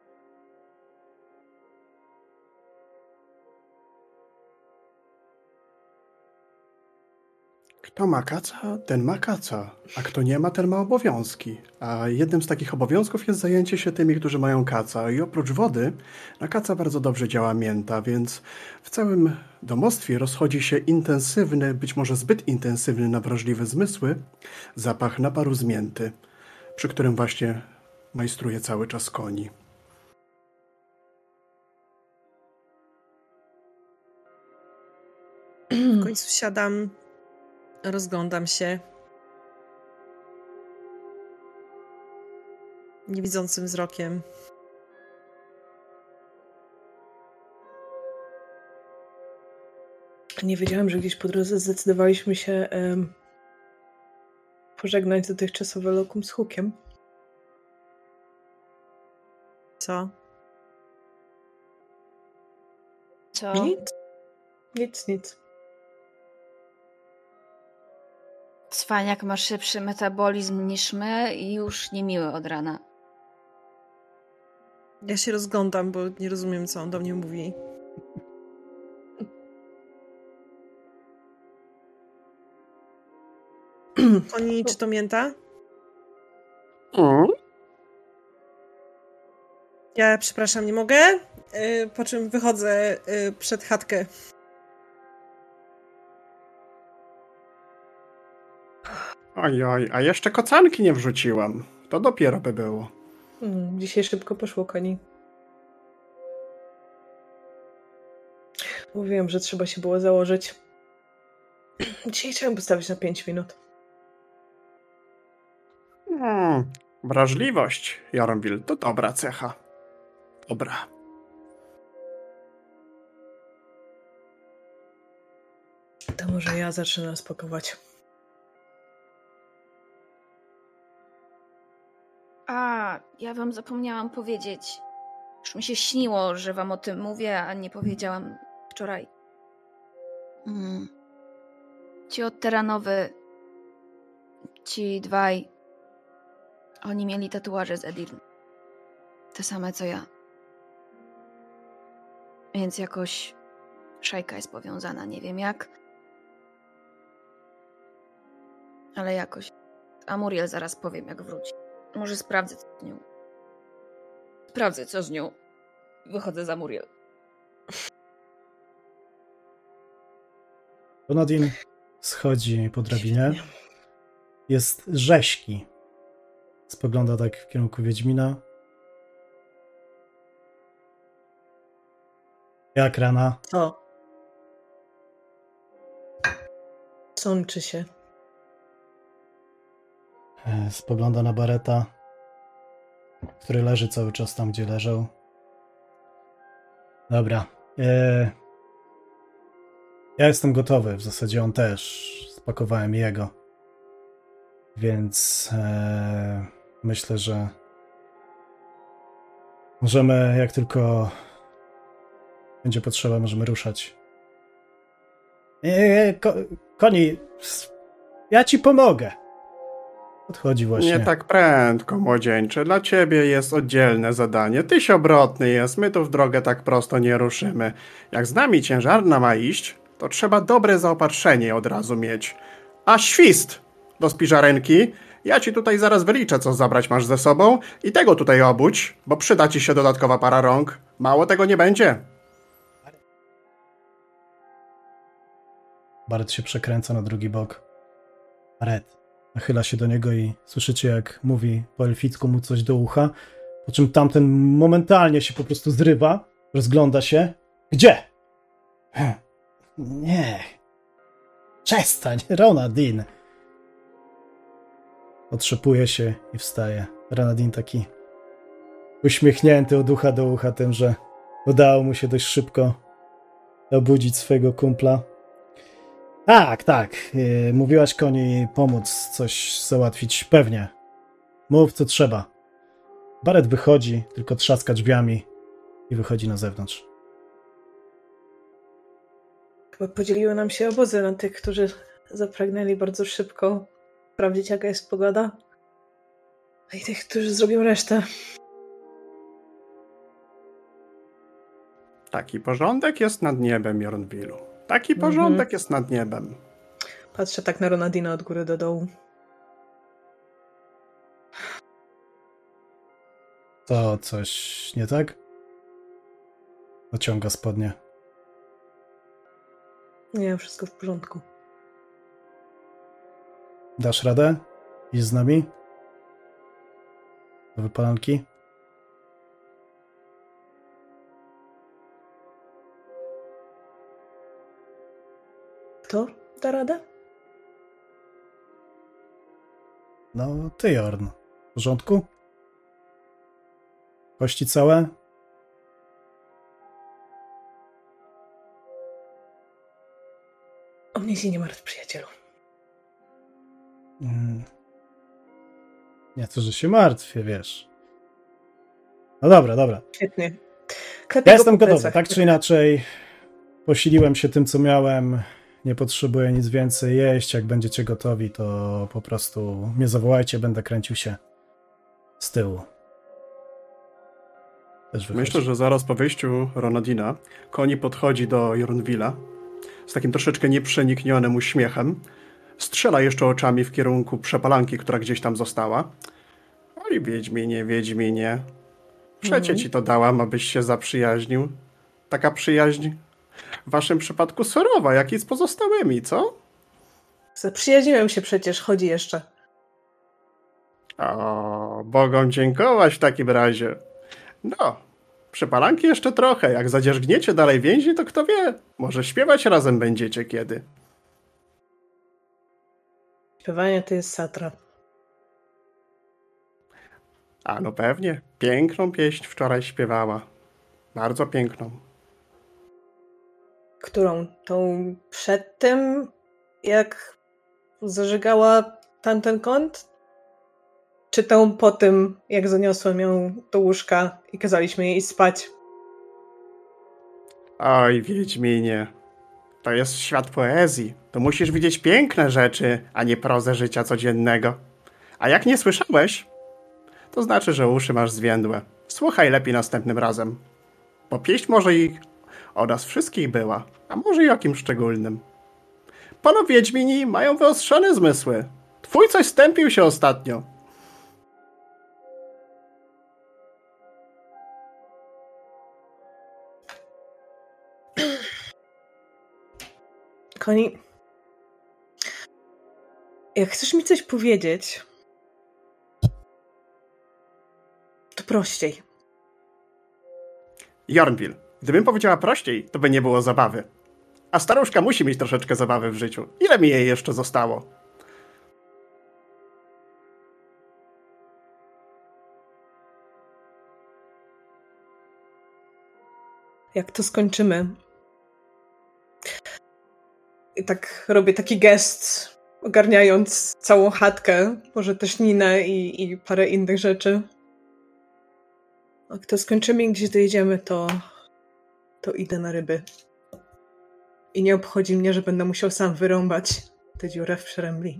Kto ma kaca, ten ma kaca, a kto nie ma, ten ma obowiązki. A jednym z takich obowiązków jest zajęcie się tymi, którzy mają kaca. I oprócz wody, na kaca bardzo dobrze działa mięta, więc w całym domostwie rozchodzi się intensywny, być może zbyt intensywny na wrażliwe zmysły, zapach naparu z mięty, przy którym właśnie majstruje cały czas koni. W końcu siadam, rozglądam się. Niewidzącym wzrokiem. Nie wiedziałam, że gdzieś po drodze zdecydowaliśmy się pożegnać dotychczasowe lokum z hukiem. Co? Co? Nic. Cwaniak ma szybszy metabolizm niż my i już niemiły od rana. Ja się rozglądam, bo nie rozumiem, co on do mnie mówi. Koni, czy to mięta? Ja, przepraszam, nie mogę. Po czym wychodzę przed chatkę. Ojoj, a jeszcze kocanki nie wrzuciłam. To dopiero by było. Dzisiaj szybko poszło, koni. Mówiłem, że trzeba się było założyć. Dzisiaj chciałem postawić na 5 minut. Wrażliwość, Jorunville, to dobra cecha. Dobra. To może ja zacznę nas pakować. A, ja wam zapomniałam powiedzieć. Już mi się śniło, że wam o tym mówię, a nie powiedziałam wczoraj. Ci od Terranowy, ci dwaj, oni mieli tatuaże z Edirn. Te same co ja. Więc jakoś szajka jest powiązana, nie wiem jak. Ale jakoś. A Muriel zaraz powiem, jak wróci. Może sprawdzę, co z nią. Sprawdzę, co z nią. Wychodzę za Muriel. Bonadin schodzi po drabinie. Jest rzeźki. Spogląda tak w kierunku Wiedźmina. Jak rana? O. Sączy się. Spogląda na Barreta, który leży cały czas tam, gdzie leżał. Dobra. Ja jestem gotowy. W zasadzie on też. Spakowałem jego. Więc myślę, że możemy, jak tylko będzie potrzeba, możemy ruszać. Koni, ja ci pomogę. Odchodzi właśnie. Nie tak prędko, młodzieńcze. Dla ciebie jest oddzielne zadanie. Tyś obrotny jest. My tu w drogę tak prosto nie ruszymy. Jak z nami ciężarna ma iść, to trzeba dobre zaopatrzenie od razu mieć. A świst do spiżarenki. Ja ci tutaj zaraz wyliczę, co zabrać masz ze sobą i tego tutaj obudź, bo przyda ci się dodatkowa para rąk. Mało tego nie będzie. Barret się przekręca na drugi bok. Barret nachyla się do niego i słyszycie, jak mówi po elficku mu coś do ucha, po czym tamten momentalnie się po prostu zrywa Rozgląda się. Gdzie? Nie. Przestań, Ronadin. Otrzepuje się i wstaje. Ronadin taki uśmiechnięty od ucha do ucha tym, że udało mu się dość szybko obudzić swojego kumpla. Tak. Mówiłaś Koni pomóc coś załatwić. Pewnie. Mów co trzeba. Barret wychodzi, tylko trzaska drzwiami i wychodzi na zewnątrz. Chyba podzieliły nam się obozy na tych, którzy zapragnęli bardzo szybko sprawdzić, jaka jest pogoda, a i tych, którzy zrobią resztę. Taki porządek jest nad niebem, Jornwilu. Taki porządek jest nad niebem. Patrzę tak na Ronadina od góry do dołu. To coś nie tak? Naciąga spodnie. Nie, wszystko w porządku. Dasz radę? Idź z nami? Do wypalanki? Kto da radę? No, ty, Jorn. W porządku? Kości całe? O mnie się nie martw, przyjacielu. Nie to, że się martwię, wiesz. No dobra. Świetnie. Ja jestem gotowy, tak czy inaczej. Posiliłem się tym, co miałem. Nie potrzebuję nic więcej jeść. Jak będziecie gotowi, to po prostu mnie zawołajcie, będę kręcił się z tyłu. Myślę, że zaraz po wyjściu Ronadina Koni podchodzi do Jornwila z takim troszeczkę nieprzeniknionym uśmiechem. Strzela jeszcze oczami w kierunku przepalanki, która gdzieś tam została. Oj, Wiedźminie. Przecie ci to dałam, abyś się zaprzyjaźnił. Taka przyjaźń w waszym przypadku surowa, jak i z pozostałymi, co? Zaprzyjaźniłem się przecież, chodzi jeszcze. O, Bogom dziękować w takim razie. No, przepalanki jeszcze trochę. Jak zadzierzgniecie dalej więzi, to kto wie, może śpiewać razem będziecie kiedy. Śpiewanie to jest satra. A no pewnie. Piękną pieśń wczoraj śpiewała. Bardzo piękną. Którą? Tą przed tym, jak zażygała tamten kąt? Czy tą po tym, jak zaniosłem ją do łóżka i kazaliśmy jej spać? Oj, Wiedźminie. To jest świat poezji. To musisz widzieć piękne rzeczy, a nie prozę życia codziennego. A jak nie słyszałeś, to znaczy, że uszy masz zwiędłe. Słuchaj lepiej następnym razem. Bo pieśń może i o nas wszystkich była, a może i o kim szczególnym. Panowie Wiedźmini mają wyostrzone zmysły. Twój coś stępił się ostatnio. Koni, jak chcesz mi coś powiedzieć, to prościej. Jornwil, gdybym powiedziała prościej, to by nie było zabawy. A staruszka musi mieć troszeczkę zabawy w życiu. Ile mi jej jeszcze zostało? Jak to skończymy? I tak robię taki gest, ogarniając całą chatkę, może też Ninę i parę innych rzeczy. Jak to skończymy i gdzieś dojedziemy, to idę na ryby. I nie obchodzi mnie, że będę musiał sam wyrąbać tę dziurę w przerębli.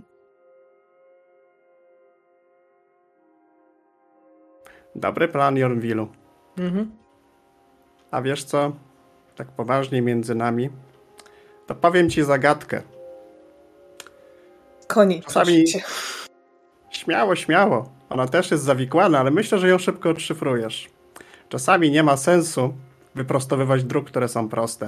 Dobry plan, Jornwilu. A wiesz co? Tak poważnie między nami, to powiem ci zagadkę. Koni, czasami śmiało. Ona też jest zawikłana, ale myślę, że ją szybko odszyfrujesz. Czasami nie ma sensu wyprostowywać dróg, które są proste.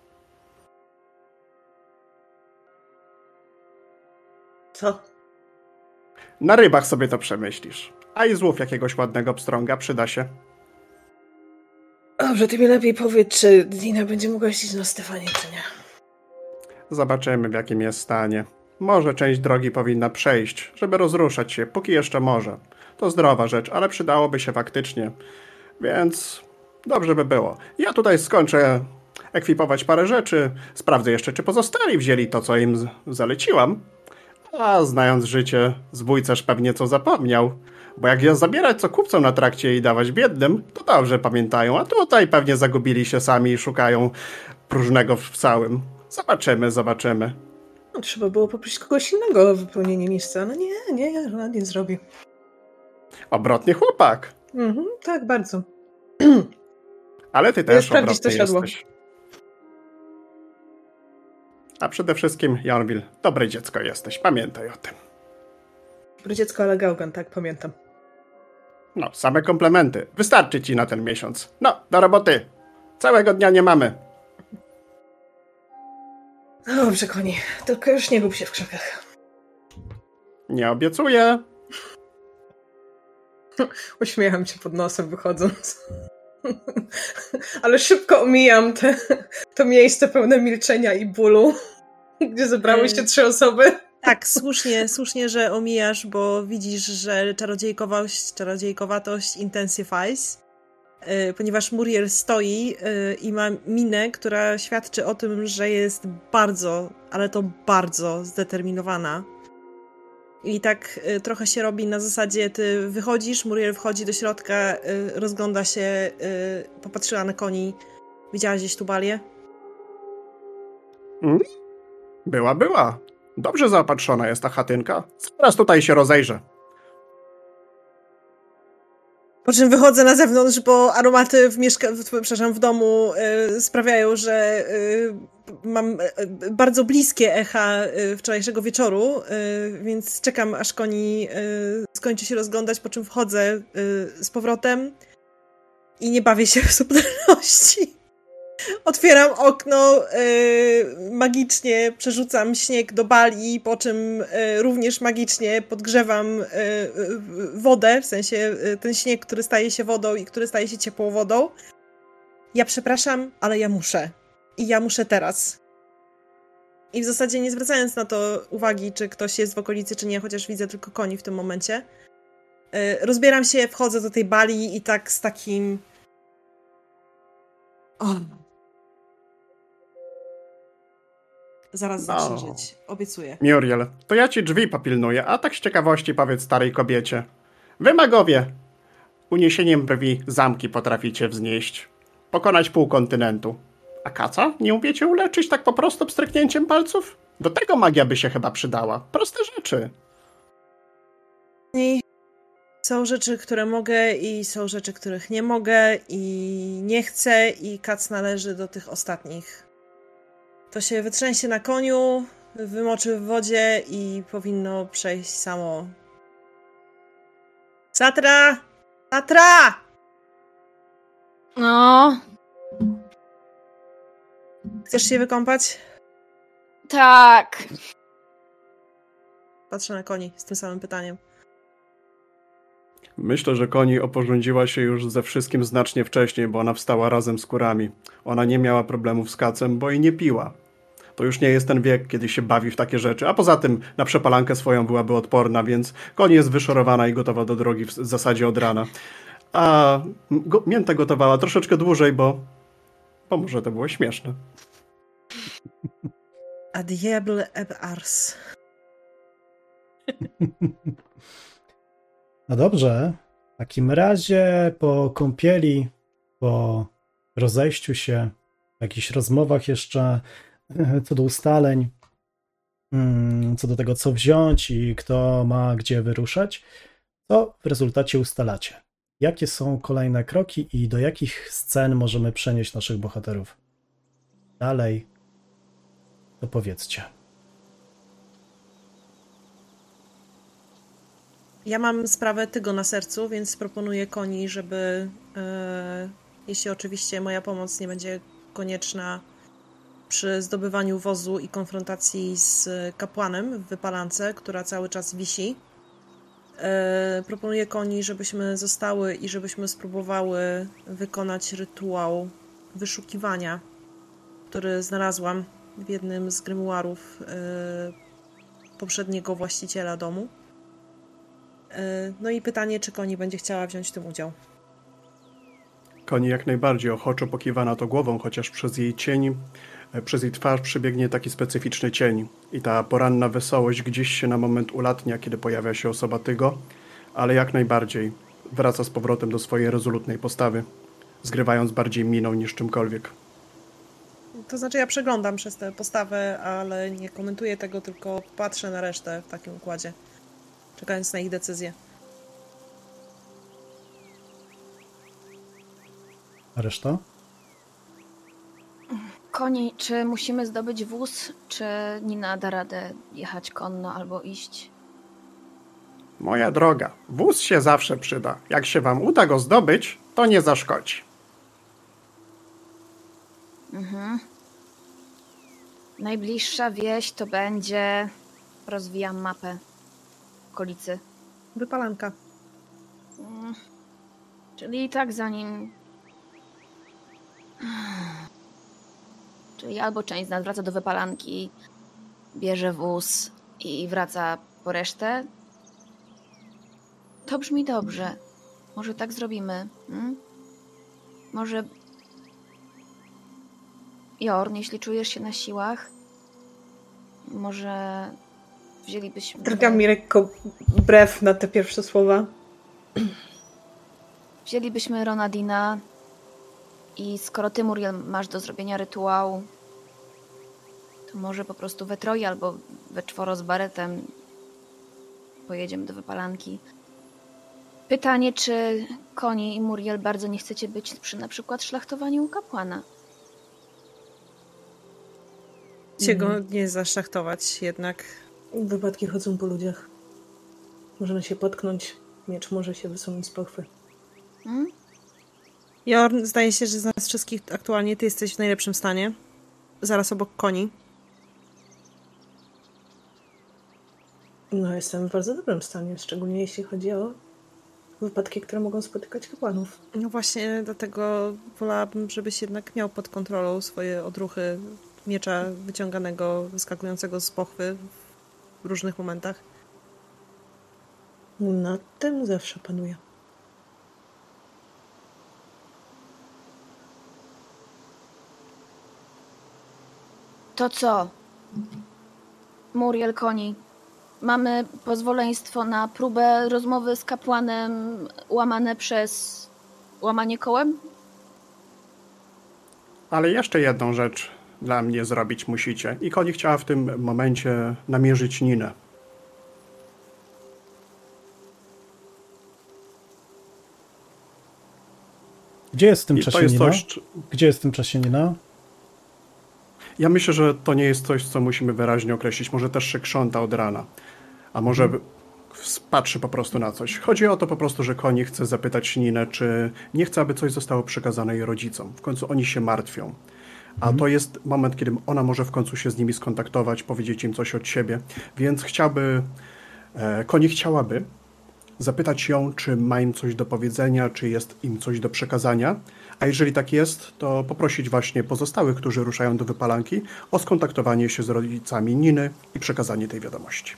Co? Na rybach sobie to przemyślisz. A i złów jakiegoś ładnego pstrąga, przyda się. Dobrze, ty mi lepiej powiedz, czy Dina będzie mogła jeździć na Stefanie, czy nie. Zobaczymy, w jakim jest stanie. Może część drogi powinna przejść, żeby rozruszać się, póki jeszcze może. To zdrowa rzecz, ale przydałoby się faktycznie. Więc dobrze by było. Ja tutaj skończę ekwipować parę rzeczy. Sprawdzę jeszcze, czy pozostali wzięli to, co im zaleciłam. A znając życie, zbójcarz pewnie co zapomniał. Bo jak ja zabierać co kupcom na trakcie i dawać biednym, to dobrze pamiętają. A tutaj pewnie zagubili się sami i szukają próżnego w całym. Zobaczymy. No, trzeba było poprosić kogoś innego o wypełnienie miejsca. No nie, ona nie zrobi. Obrotny chłopak. Tak, bardzo. Ale ty też sprawdzić obrotny to siodło. jesteś. A przede wszystkim, Jornville, dobre dziecko jesteś. Pamiętaj o tym. Dobre dziecko, ale gałgan, tak, pamiętam. No, same komplementy. Wystarczy ci na ten miesiąc. No, do roboty. Całego dnia nie mamy. Dobrze, koni. Tylko już nie gub się w krzakach. Nie obiecuję. Uśmiecham się pod nosem wychodząc. Ale szybko omijam to miejsce pełne milczenia i bólu, gdzie zebrały się 3 osoby. Tak, słusznie, że omijasz, bo widzisz, że czarodziejkowatość intensifies, ponieważ Muriel stoi i ma minę, która świadczy o tym, że jest bardzo, ale to bardzo zdeterminowana. I tak trochę się robi na zasadzie, ty wychodzisz, Muriel wchodzi do środka, rozgląda się, popatrzyła na koni. Widziałaś gdzieś tu balię? Była. Dobrze zaopatrzona jest ta chatynka. Zaraz tutaj się rozejrzę. Po czym wychodzę na zewnątrz, bo aromaty w domu sprawiają, że mam bardzo bliskie echa wczorajszego wieczoru, więc czekam, aż koni skończy się rozglądać, po czym wchodzę z powrotem i nie bawię się w subtelności. Otwieram okno, magicznie przerzucam śnieg do bali, po czym również magicznie podgrzewam wodę, w sensie ten śnieg, który staje się wodą i który staje się ciepłą wodą. Ja przepraszam, ale ja muszę. I ja muszę teraz. I w zasadzie nie zwracając na to uwagi, czy ktoś jest w okolicy, czy nie, chociaż widzę tylko koni w tym momencie, rozbieram się, wchodzę do tej bali i tak z takim... Zaraz zacznę żyć. Obiecuję. Muriel, to ja ci drzwi popilnuję, a tak z ciekawości powiedz starej kobiecie. Wy, magowie, uniesieniem brwi zamki potraficie wznieść. Pokonać pół kontynentu. A kaca? Nie umiecie uleczyć tak po prostu pstryknięciem palców? Do tego magia by się chyba przydała. Proste rzeczy. I są rzeczy, które mogę i są rzeczy, których nie mogę i nie chcę i kac należy do tych ostatnich. To się wytrzęsie na koniu, wymoczy w wodzie i powinno przejść samo. Satra! Satra! No, Chcesz się wykąpać? tak. Patrzę na koni z tym samym pytaniem. Myślę, że koni oporządziła się już ze wszystkim znacznie wcześniej, bo ona wstała razem z kurami. Ona nie miała problemów z kacem, bo i nie piła. To już nie jest ten wiek, kiedy się bawi w takie rzeczy, a poza tym na przepalankę swoją byłaby odporna, więc koni jest wyszorowana i gotowa do drogi w zasadzie od rana. A miętę gotowała troszeczkę dłużej, bo może to było śmieszne. A diable eb ars. No dobrze. W takim razie po kąpieli, po rozejściu się, w jakichś rozmowach jeszcze co do ustaleń, co do tego, co wziąć i kto ma gdzie wyruszać, to w rezultacie ustalacie. Jakie są kolejne kroki i do jakich scen możemy przenieść naszych bohaterów? Dalej, to powiedzcie. Ja mam sprawę Tygo na sercu, więc proponuję koni, żeby jeśli oczywiście moja pomoc nie będzie konieczna przy zdobywaniu wozu i konfrontacji z kapłanem w wypalance, która cały czas wisi, Proponuję Koni, żebyśmy zostały i żebyśmy spróbowały wykonać rytuał wyszukiwania, który znalazłam w jednym z grymuarów poprzedniego właściciela domu. No i pytanie, czy Koni będzie chciała wziąć w tym udział. Koni jak najbardziej ochoczo pokiwa na to głową, chociaż przez jej twarz przebiegnie taki specyficzny cień i ta poranna wesołość gdzieś się na moment ulatnia, kiedy pojawia się osoba Tygo, ale jak najbardziej wraca z powrotem do swojej rezolutnej postawy, zgrywając bardziej miną niż czymkolwiek. To znaczy ja przeglądam przez tę postawę, ale nie komentuję tego, tylko patrzę na resztę w takim układzie, czekając na ich decyzję. A reszta? Koni, czy musimy zdobyć wóz, czy Nina da radę jechać konno albo iść? Moja droga, wóz się zawsze przyda. Jak się wam uda go zdobyć, to nie zaszkodzi. Najbliższa wieś to będzie... Rozwijam mapę okolicy. Wypalanka. Czyli tak zanim... Czyli albo część z nas wraca do wypalanki, bierze wóz i wraca po resztę. To brzmi dobrze. Może tak zrobimy. Może... Jorn, jeśli czujesz się na siłach, może wzięlibyśmy... Drga mi lekko brew na te pierwsze słowa. Wzięlibyśmy Ronadina i skoro ty, Muriel, masz do zrobienia rytuał, to może po prostu we troje albo we czworo z Baretem pojedziemy do wypalanki. Pytanie, czy Koni i Muriel bardzo nie chcecie być przy na przykład szlachtowaniu u kapłana? Cię go nie zaszlachtować jednak. Wypadki chodzą po ludziach. Możemy się potknąć, miecz może się wysunąć z pochwy. Jorn, zdaje się, że z nas wszystkich aktualnie ty jesteś w najlepszym stanie. Zaraz obok Koni. No, jestem w bardzo dobrym stanie, szczególnie jeśli chodzi o wypadki, które mogą spotykać kapłanów. No właśnie, dlatego wolałabym, żebyś jednak miał pod kontrolą swoje odruchy miecza wyciąganego, wyskakującego z pochwy w różnych momentach. Nad tym zawsze panuję. To co? Muriel, Koni. Mamy pozwoleństwo na próbę rozmowy z kapłanem łamane przez łamanie kołem? Ale jeszcze jedną rzecz dla mnie zrobić musicie. I Koni chciała w tym momencie namierzyć Ninę. Gdzie jest w tym czasie Nina? Coś... Gdzie jest w tym czasie Nina? Ja myślę, że to nie jest coś, co musimy wyraźnie określić. Może też się krząta od rana. A może patrzy po prostu na coś. Chodzi o to po prostu, że Koni chce zapytać Ninę, czy nie chce, aby coś zostało przekazane jej rodzicom. W końcu oni się martwią. A to jest moment, kiedy ona może w końcu się z nimi skontaktować, powiedzieć im coś od siebie. Więc Koni chciałaby zapytać ją, czy ma im coś do powiedzenia, czy jest im coś do przekazania. A jeżeli tak jest, to poprosić właśnie pozostałych, którzy ruszają do wypalanki, o skontaktowanie się z rodzicami Niny i przekazanie tej wiadomości.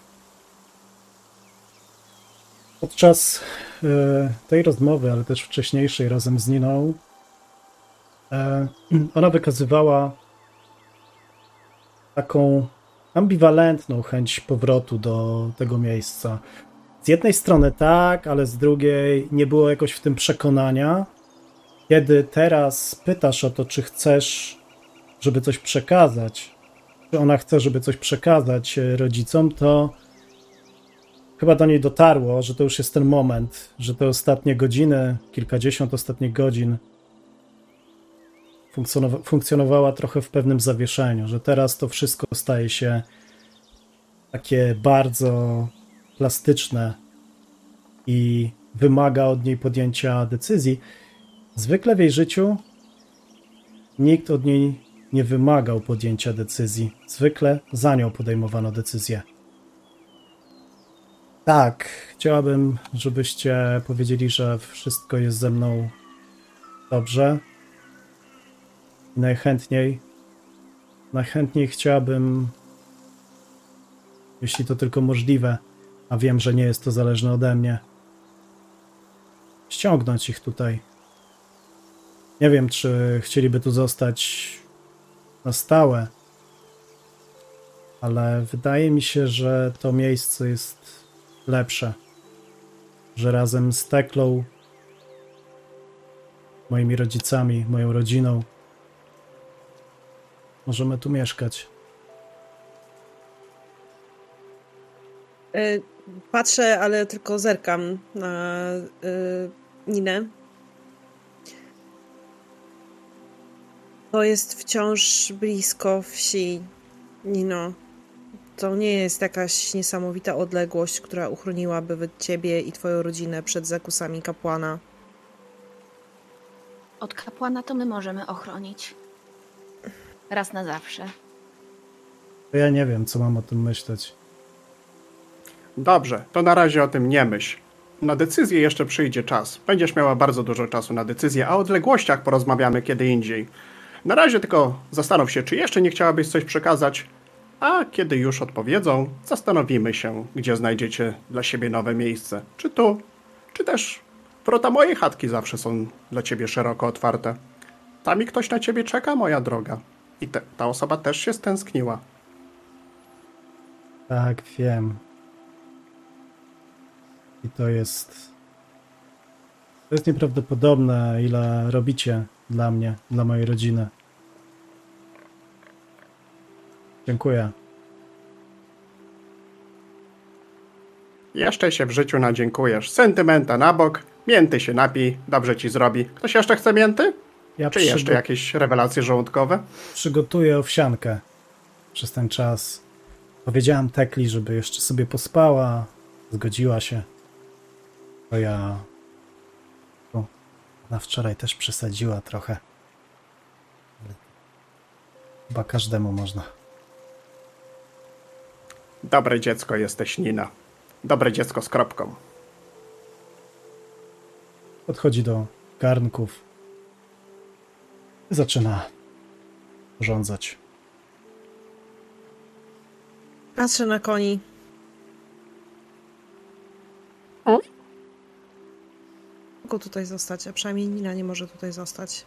Podczas tej rozmowy, ale też wcześniejszej razem z Niną, ona wykazywała taką ambiwalentną chęć powrotu do tego miejsca. Z jednej strony tak, ale z drugiej nie było jakoś w tym przekonania. Kiedy teraz pytasz o to, czy chcesz, żeby coś przekazać, czy ona chce, żeby coś przekazać rodzicom, to chyba do niej dotarło, że to już jest ten moment, że te ostatnie godziny, kilkadziesiąt ostatnich godzin funkcjonowała trochę w pewnym zawieszeniu, że teraz to wszystko staje się takie bardzo plastyczne i wymaga od niej podjęcia decyzji. Zwykle w jej życiu nikt od niej nie wymagał podjęcia decyzji. Zwykle za nią podejmowano decyzję. Tak, chciałabym, żebyście powiedzieli, że wszystko jest ze mną dobrze. I najchętniej chciałabym, jeśli to tylko możliwe, a wiem, że nie jest to zależne ode mnie, ściągnąć ich tutaj. Nie wiem, czy chcieliby tu zostać na stałe, ale wydaje mi się, że to miejsce jest lepsze, że razem z Teklą, moimi rodzicami, moją rodziną możemy tu mieszkać. Patrzę, ale tylko zerkam na Ninę. To jest wciąż blisko wsi, Nino. To nie jest jakaś niesamowita odległość, która uchroniłaby ciebie i twoją rodzinę przed zakusami kapłana. Od kapłana to my możemy ochronić. Raz na zawsze. To ja nie wiem, co mam o tym myśleć. Dobrze, to na razie o tym nie myśl. Na decyzję jeszcze przyjdzie czas. Będziesz miała bardzo dużo czasu na decyzję, a o odległościach porozmawiamy kiedy indziej. Na razie tylko zastanów się, czy jeszcze nie chciałabyś coś przekazać, a kiedy już odpowiedzą, zastanowimy się, gdzie znajdziecie dla siebie nowe miejsce. Czy tu, czy też wrota mojej chatki zawsze są dla ciebie szeroko otwarte. Tam i ktoś na ciebie czeka, moja droga. I ta osoba też się stęskniła. Tak, wiem. I to jest nieprawdopodobne, ile robicie dla mnie, dla mojej rodziny. Dziękuję. Jeszcze się w życiu nadziękujesz. Sentymenta na bok, mięty się napij, dobrze ci zrobi. Ktoś jeszcze chce mięty? Ja Czy jeszcze jakieś rewelacje żołądkowe? przygotuję owsiankę przez ten czas. Powiedziałam Tekli, żeby jeszcze sobie pospała. Zgodziła się. To ja... Ona wczoraj też przesadziła trochę. Chyba każdemu można. Dobre dziecko jesteś, Nina. Dobre dziecko z kropką. Podchodzi do garnków. Zaczyna urządzać. Patrzę na koni. Mogą tutaj zostać, a przynajmniej Nina nie może tutaj zostać.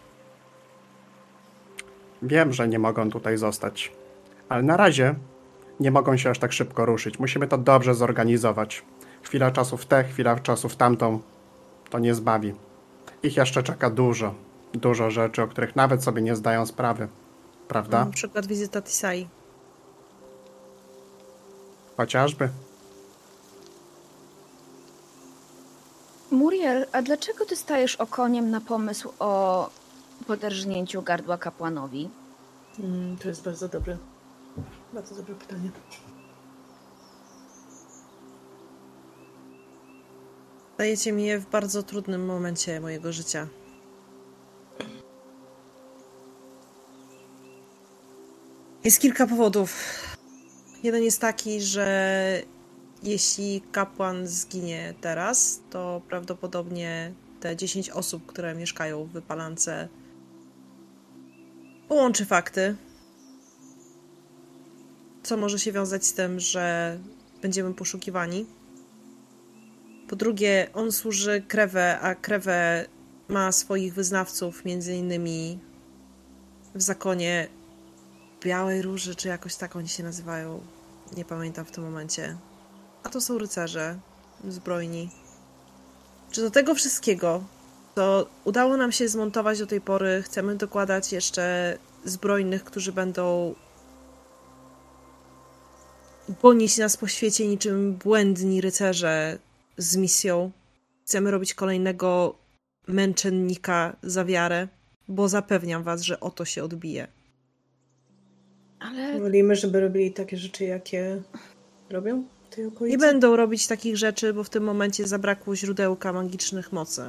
Wiem, że nie mogą tutaj zostać. Ale na razie nie mogą się aż tak szybko ruszyć. Musimy to dobrze zorganizować. Chwila czasu w tę, chwila czasu w tamtą. To nie zbawi. Ich jeszcze czeka dużo rzeczy, o których nawet sobie nie zdają sprawy. Prawda? Na przykład wizyta Tisai. Chociażby. Muriel, a dlaczego ty stajesz okoniem na pomysł o poderżnięciu gardła kapłanowi? To jest bardzo dobre pytanie. Dajecie mi je w bardzo trudnym momencie mojego życia. Jest kilka powodów. Jeden jest taki, że jeśli kapłan zginie teraz, to prawdopodobnie te 10 osób, które mieszkają w Wypalance, połączy fakty, co może się wiązać z tym, że będziemy poszukiwani. Po drugie, on służy Krewę, a Krewę ma swoich wyznawców, między innymi w zakonie Białej Róży, czy jakoś tak oni się nazywają. Nie pamiętam w tym momencie. A to są rycerze zbrojni. Czy do tego wszystkiego, co udało nam się zmontować do tej pory, chcemy dokładać jeszcze zbrojnych, którzy będą gonić nas po świecie niczym błędni rycerze z misją. Chcemy robić kolejnego męczennika za wiarę, bo zapewniam was, że o to się odbije. Ale Wolimy, żeby robili takie rzeczy, jakie robią w tej okolicy? Nie będą robić takich rzeczy, bo w tym momencie zabrakło źródełka magicznych mocy.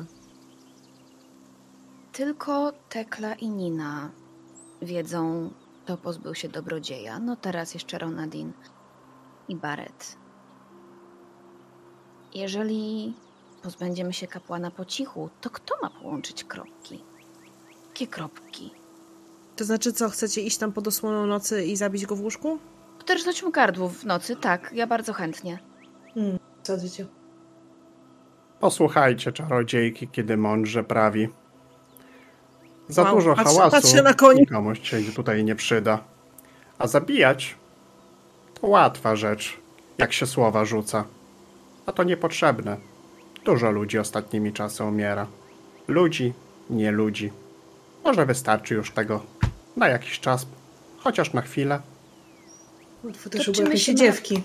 tylko Tekla i Nina wiedzą, kto pozbył się dobrodzieja. No teraz jeszcze Ronadin i Barret. Jeżeli pozbędziemy się kapłana po cichu, to kto ma połączyć kropki? Jakie kropki? To znaczy co, chcecie iść tam pod osłoną nocy i zabić go w łóżku? Poderżnąć mu gardło w nocy? Tak, ja bardzo chętnie. Co życie? Posłuchajcie czarodziejki, kiedy mądrze prawi. Za Wow, dużo patrzę hałasu na koni. nikomu się tutaj nie przyda. A zabijać to łatwa rzecz, jak się słowa rzuca. A to niepotrzebne. Dużo ludzi ostatnimi czasy umiera. Ludzi, nie ludzi. Może wystarczy już tego na jakiś czas, chociaż na chwilę. Łatwo też czy były my jakieś się dziewki.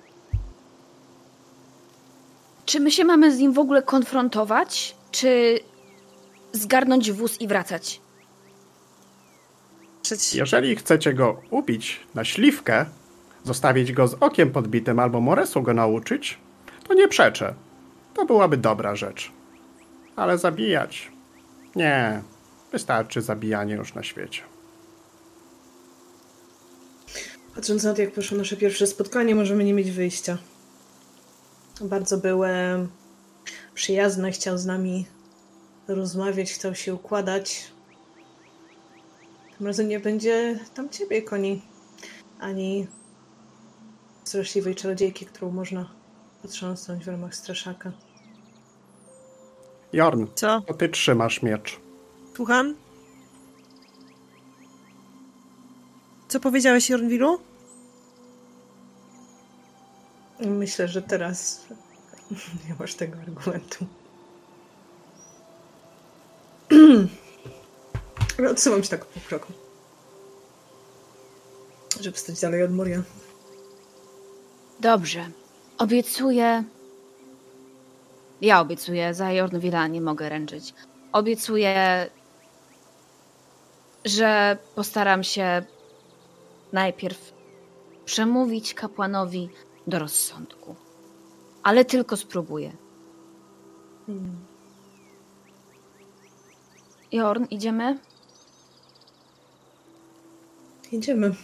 Czy my się mamy z nim w ogóle konfrontować? Czy zgarnąć wóz i wracać? Jeżeli chcecie go ubić na śliwkę, zostawić go z okiem podbitym albo Moresu go nauczyć, to nie przeczę. To byłaby dobra rzecz. Ale zabijać? Nie. Wystarczy zabijanie już na świecie. Patrząc na to, jak poszło nasze pierwsze spotkanie, możemy nie mieć wyjścia. Bardzo były przyjazne, chciał z nami rozmawiać, chciał się układać. Tym razem nie będzie tam ciebie, koni, ani straszliwej czarodziejki, którą można potrząsnąć w ramach straszaka. Jorn, Co? to ty trzymasz miecz. Słucham? Co powiedziałeś, Jornwilu? Myślę, że teraz nie masz tego argumentu. Odsuwam się tak po kroku, żeby stać dalej od Moria. Dobrze. Obiecuję... Ja obiecuję, za Jornwila nie mogę ręczyć. Obiecuję, że postaram się najpierw przemówić kapłanowi do rozsądku. Ale tylko spróbuję. Jorn, idziemy? Idziemy.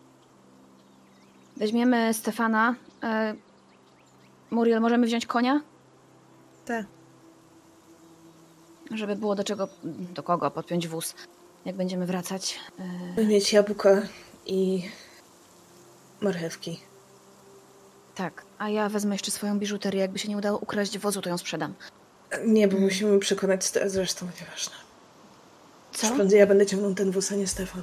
Weźmiemy Stefana. Muriel, możemy wziąć konia? Te. Żeby było do kogo podpiąć wóz, jak będziemy wracać. Mieć jabłka i marchewki. Tak, a ja wezmę jeszcze swoją biżuterię. Jakby się nie udało ukraść wozu, to ją sprzedam. Nie, bo musimy przekonać zresztą, nieważne. Co? Prędzej ja będę ciągnął ten wóz, a nie Stefan.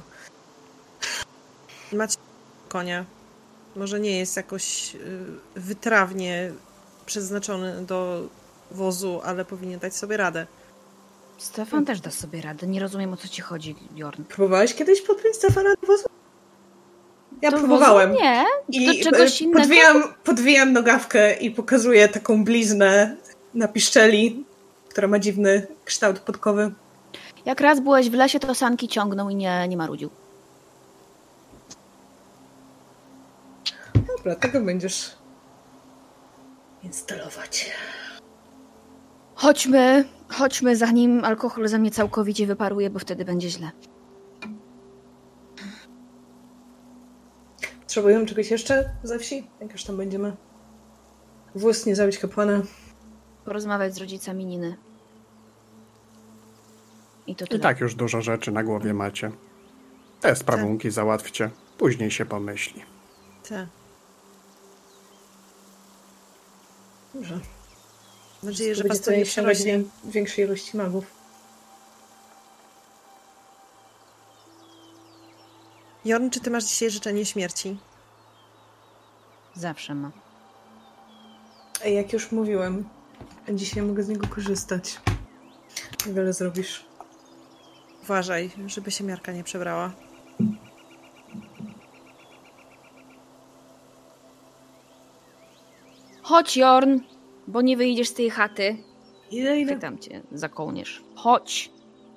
Macie konia. Może nie jest jakoś wytrawnie przeznaczony do wozu, ale powinien dać sobie radę. Stefan też da sobie radę. Nie rozumiem, o co ci chodzi, Jorn. Próbowałeś kiedyś podpiąć Stefana do wozu? Ja Do próbowałem. wozu? Nie, I do czegoś innego. podwijam nogawkę i pokazuję taką bliznę na piszczeli, która ma dziwny kształt podkowy. Jak raz byłeś w lesie, to sanki ciągnął i nie marudził. Dobra, tego będziesz instalować. Chodźmy, zanim alkohol ze mnie całkowicie wyparuje, bo wtedy będzie źle. Potrzebujemy czegoś jeszcze ze wsi? Jak już tam będziemy? Wóz, nie zabić kapłana. Porozmawiać z rodzicami Niny. I to I tyle. tak już dużo rzeczy na głowie macie. Te sprawunki załatwcie. Później się pomyśli. Tak. Dobrze. Mam nadzieję, że Będzie was to nie ściągać przerośnie. większej ilości magów. Jorn, czy ty masz dzisiaj życzenie śmierci? Zawsze ma. Jak już mówiłem, dzisiaj mogę z niego korzystać. Wiele zrobisz. Uważaj, żeby się miarka nie przebrała. Chodź, Jorn, bo nie wyjdziesz z tej chaty. Ile? Chwytam cię za kołnierz. Chodź.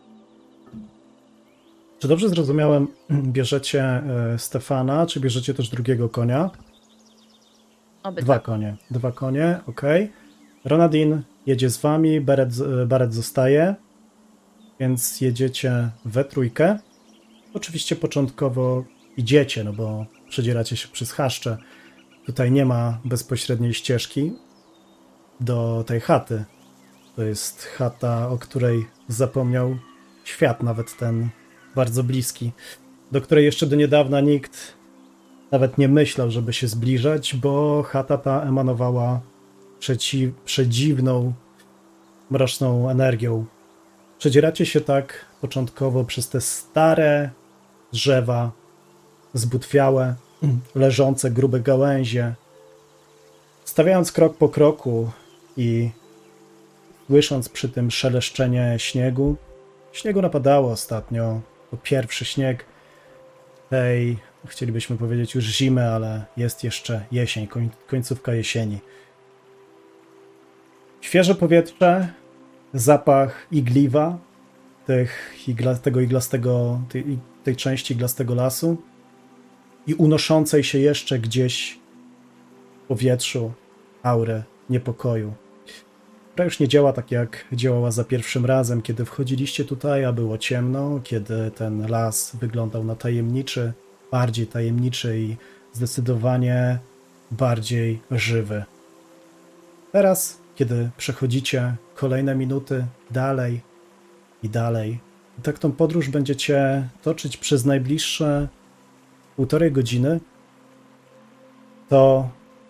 Czy dobrze zrozumiałem, bierzecie Stefana, czy bierzecie też drugiego konia? Obydwa. Dwa konie, okej. Ronadin jedzie z wami, Beret zostaje, więc jedziecie we trójkę. Oczywiście początkowo idziecie, no bo przedzieracie się przez chaszcze. Tutaj nie ma bezpośredniej ścieżki. do tej chaty. To jest chata, o której zapomniał świat, nawet ten bardzo bliski, do której jeszcze do niedawna nikt nawet nie myślał, żeby się zbliżać, bo chata ta emanowała przedziwną, mroczną energią. Przedzieracie się tak początkowo przez te stare drzewa, zbutwiałe, leżące grube gałęzie, stawiając krok po kroku i słysząc przy tym szeleszczenie śniegu. Śniegu napadało ostatnio, to pierwszy śnieg tej, chcielibyśmy powiedzieć już zimy, ale jest jeszcze jesień, końcówka jesieni. Świeże powietrze, zapach igliwa, tej części iglastego lasu i unoszącej się jeszcze gdzieś w powietrzu aurę niepokoju, która już nie działa tak, jak działała za pierwszym razem, kiedy wchodziliście tutaj, a było ciemno, kiedy ten las wyglądał na tajemniczy, bardziej tajemniczy i zdecydowanie bardziej żywy. Teraz, kiedy przechodzicie kolejne minuty dalej i dalej, i tak tą podróż będziecie toczyć przez najbliższe 1,5 godziny, to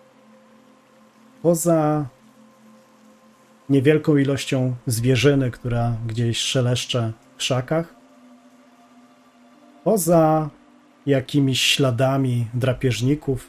poza niewielką ilością zwierzyny, która gdzieś szeleszcze w krzakach, poza jakimiś śladami drapieżników,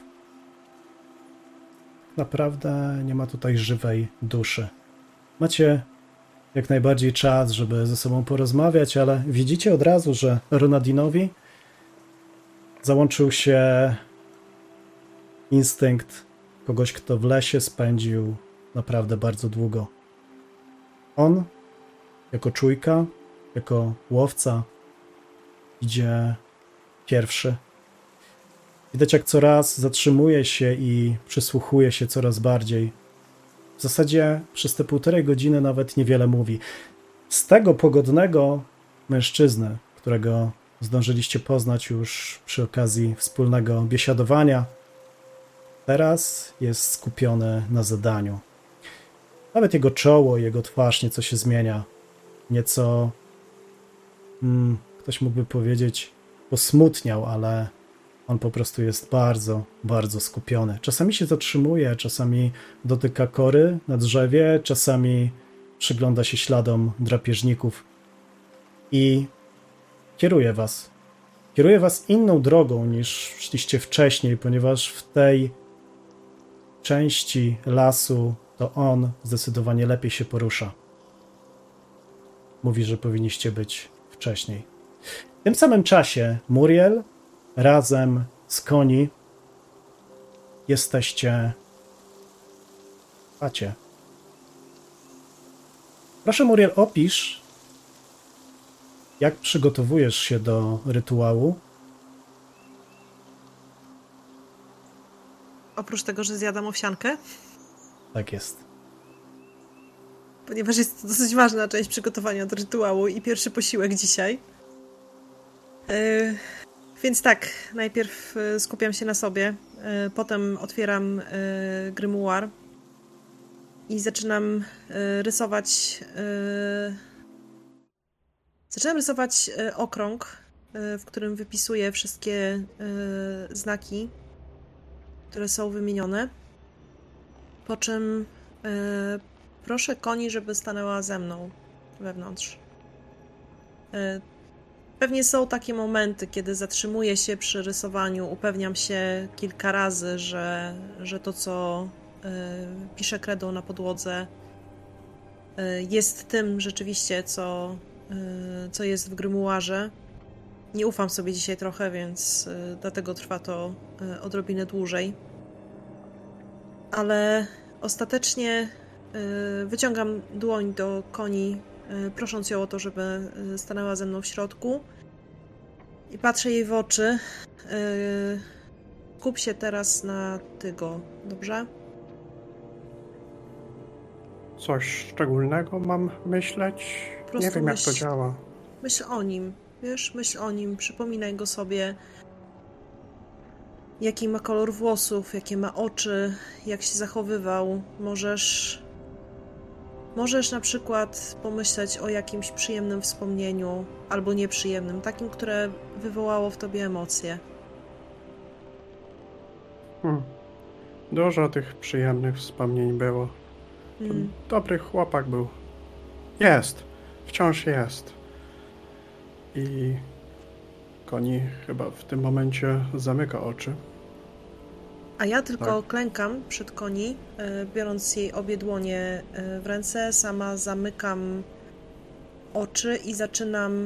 naprawdę nie ma tutaj żywej duszy. Macie jak najbardziej czas, żeby ze sobą porozmawiać, ale widzicie od razu, że Runadinowi załączył się instynkt kogoś, kto w lesie spędził naprawdę bardzo długo. On, jako czujka, jako łowca, idzie pierwszy. Widać, jak coraz zatrzymuje się i przysłuchuje się coraz bardziej. W zasadzie przez te 1,5 godziny nawet niewiele mówi. Z tego pogodnego mężczyzny, którego zdążyliście poznać już przy okazji wspólnego biesiadowania, teraz jest skupiony na zadaniu. Nawet jego czoło, jego twarz nieco się zmienia. Nieco, ktoś mógłby powiedzieć, posmutniał, ale on po prostu jest bardzo, bardzo skupiony. Czasami się zatrzymuje, czasami dotyka kory na drzewie, czasami przygląda się śladom drapieżników i kieruje was. Kieruje was inną drogą niż szliście wcześniej, ponieważ w tej części lasu to on zdecydowanie lepiej się porusza. Mówi, że powinniście być wcześniej. W tym samym czasie Muriel razem z Koni jesteście w chacie. Proszę, Muriel, opisz, jak przygotowujesz się do rytuału. Oprócz tego, że zjadam owsiankę? Tak jest. Ponieważ jest to dosyć ważna część przygotowania do rytuału i pierwszy posiłek dzisiaj. Więc tak, najpierw skupiam się na sobie, potem otwieram grimoire i zaczynam rysować. Zaczynam rysować okrąg, w którym wypisuję wszystkie znaki, które są wymienione. Po czym proszę Koni, żeby stanęła ze mną wewnątrz. Pewnie są takie momenty, kiedy zatrzymuję się przy rysowaniu, upewniam się kilka razy, że to, co piszę kredą na podłodze, jest tym rzeczywiście, co jest w grymuarze. Nie ufam sobie dzisiaj trochę, więc dlatego trwa to odrobinę dłużej. Ale ostatecznie wyciągam dłoń do Koni, prosząc ją o to, żeby stanęła ze mną w środku i patrzę jej w oczy. Skup się teraz na Tygo, dobrze? Coś szczególnego mam myśleć? Nie wiem, jak to działa. Myśl o nim, wiesz? Myśl o nim, przypominaj go sobie. Jaki ma kolor włosów, jakie ma oczy, jak się zachowywał. Możesz Możesz na przykład pomyśleć o jakimś przyjemnym wspomnieniu albo nieprzyjemnym, takim, które wywołało w tobie emocje. Dużo tych przyjemnych wspomnień było. Dobry chłopak był. Jest. Wciąż jest. I Koni chyba w tym momencie zamyka oczy. A ja tylko klękam przed Koni, biorąc jej obie dłonie w ręce, sama zamykam oczy i zaczynam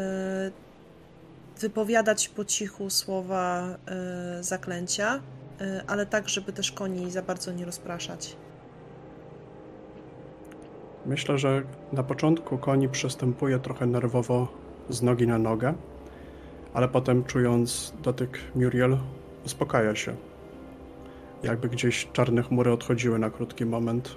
wypowiadać po cichu słowa zaklęcia, ale tak, żeby też Koni za bardzo nie rozpraszać. Myślę, że na początku Koni przestępuje trochę nerwowo z nogi na nogę, ale potem, czując dotyk Muriel, uspokaja się. Jakby gdzieś czarne chmury odchodziły na krótki moment.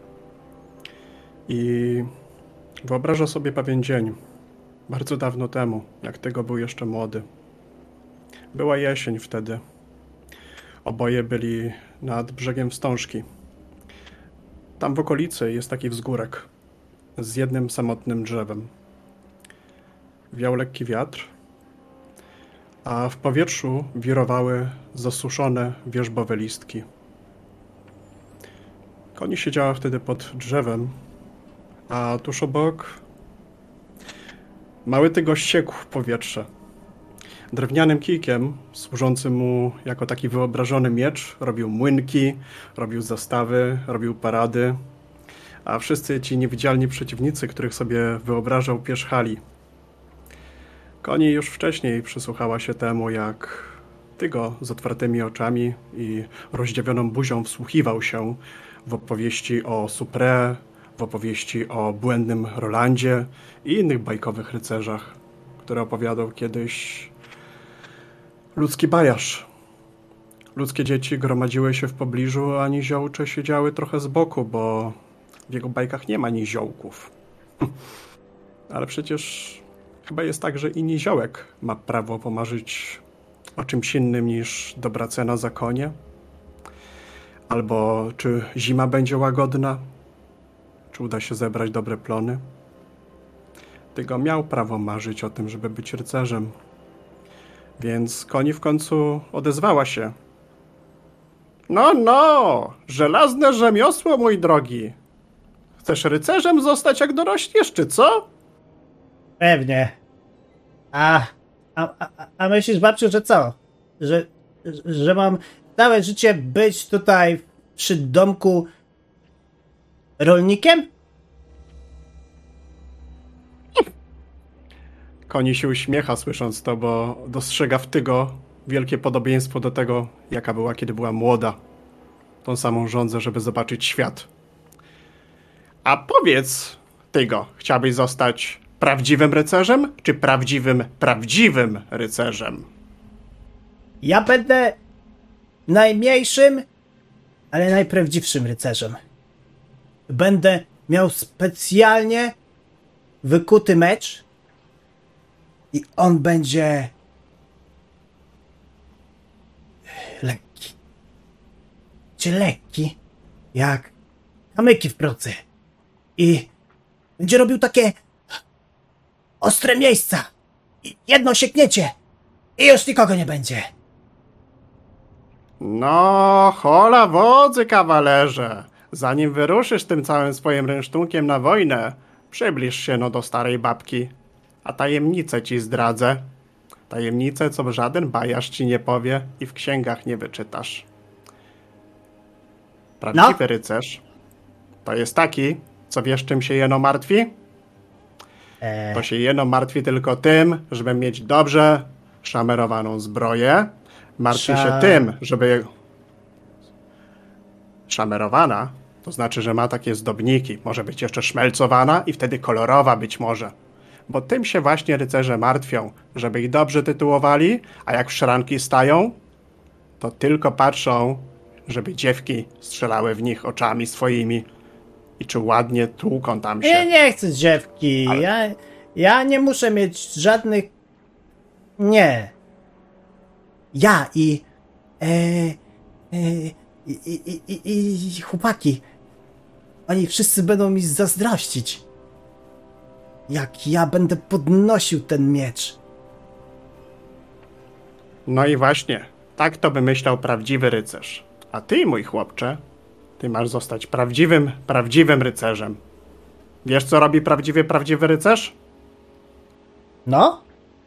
I wyobraża sobie pewien dzień, bardzo dawno temu, jak tego był jeszcze młody. Była jesień wtedy. Oboje byli nad brzegiem wstążki. Tam w okolicy jest taki wzgórek z jednym samotnym drzewem. Wiał lekki wiatr, a w powietrzu wirowały zasuszone wierzbowe listki. Koni siedziała wtedy pod drzewem, a tuż obok mały tygo ściekł w powietrze. Drewnianym kijkiem, służącym mu jako taki wyobrażony miecz, robił młynki, robił zastawy, robił parady, a wszyscy ci niewidzialni przeciwnicy, których sobie wyobrażał, pierzchali. Koni już wcześniej przysłuchała się temu, jak Tygo z otwartymi oczami i rozdziawioną buzią wsłuchiwał się w opowieści o Supré, w opowieści o błędnym Rolandzie i innych bajkowych rycerzach, które opowiadał kiedyś ludzki bajarz. Ludzkie dzieci gromadziły się w pobliżu, a niziołcze siedziały trochę z boku, bo w jego bajkach nie ma niziołków. Ale przecież chyba jest tak, że i niziołek ma prawo pomarzyć o czymś innym niż dobra cena za konie? Albo czy zima będzie łagodna? Czy uda się zebrać dobre plony? Tygo miał prawo marzyć o tym, żeby być rycerzem. Więc Koni w końcu odezwała się. No, żelazne rzemiosło, mój drogi. Chcesz rycerzem zostać, jak dorośniesz, czy co? Pewnie. A myślisz, babciu, że co? Że mam całe życie być tutaj przy domku rolnikiem? Koni się uśmiecha, słysząc to, bo dostrzega w Tygo wielkie podobieństwo do tego, jaka była, kiedy była młoda. Tą samą żądzę, żeby zobaczyć świat. A powiedz, Tygo, chciałbyś zostać prawdziwym rycerzem, czy prawdziwym rycerzem? Ja będę najmniejszym, ale najprawdziwszym rycerzem. Będę miał specjalnie wykuty mecz i on będzie lekki. Czy lekki, jak kamyki w procy. I będzie robił takie ostre miejsca. I jedno siekniecie i już nikogo nie będzie. No, hola wodzy, kawalerze. Zanim wyruszysz tym całym swoim rynsztunkiem na wojnę, przybliż się no do starej babki. A tajemnicę ci zdradzę. Tajemnicę, co żaden bajarz ci nie powie i w księgach nie wyczytasz. Prawdziwy rycerz to jest taki, co wiesz, czym się jeno martwi? To się jeno martwi tylko tym, żeby mieć dobrze szamerowaną zbroję. Martwi się tym, żeby... Szamerowana to znaczy, że ma takie zdobniki. Może być jeszcze szmelcowana i wtedy kolorowa być może. Bo tym się właśnie rycerze martwią, żeby ich dobrze tytułowali, a jak w szranki stają, to tylko patrzą, żeby dziewki strzelały w nich oczami swoimi i czy ładnie tłuką tam się. Ja nie chcę dziewki. Ale... Ja nie muszę mieć żadnych... Nie. Ja i chłopaki. Oni wszyscy będą mi zazdrościć. Jak ja będę podnosił ten miecz. No i właśnie, tak to by myślał prawdziwy rycerz. A ty, mój chłopcze, ty masz zostać prawdziwym rycerzem. Wiesz, co robi prawdziwy rycerz? No?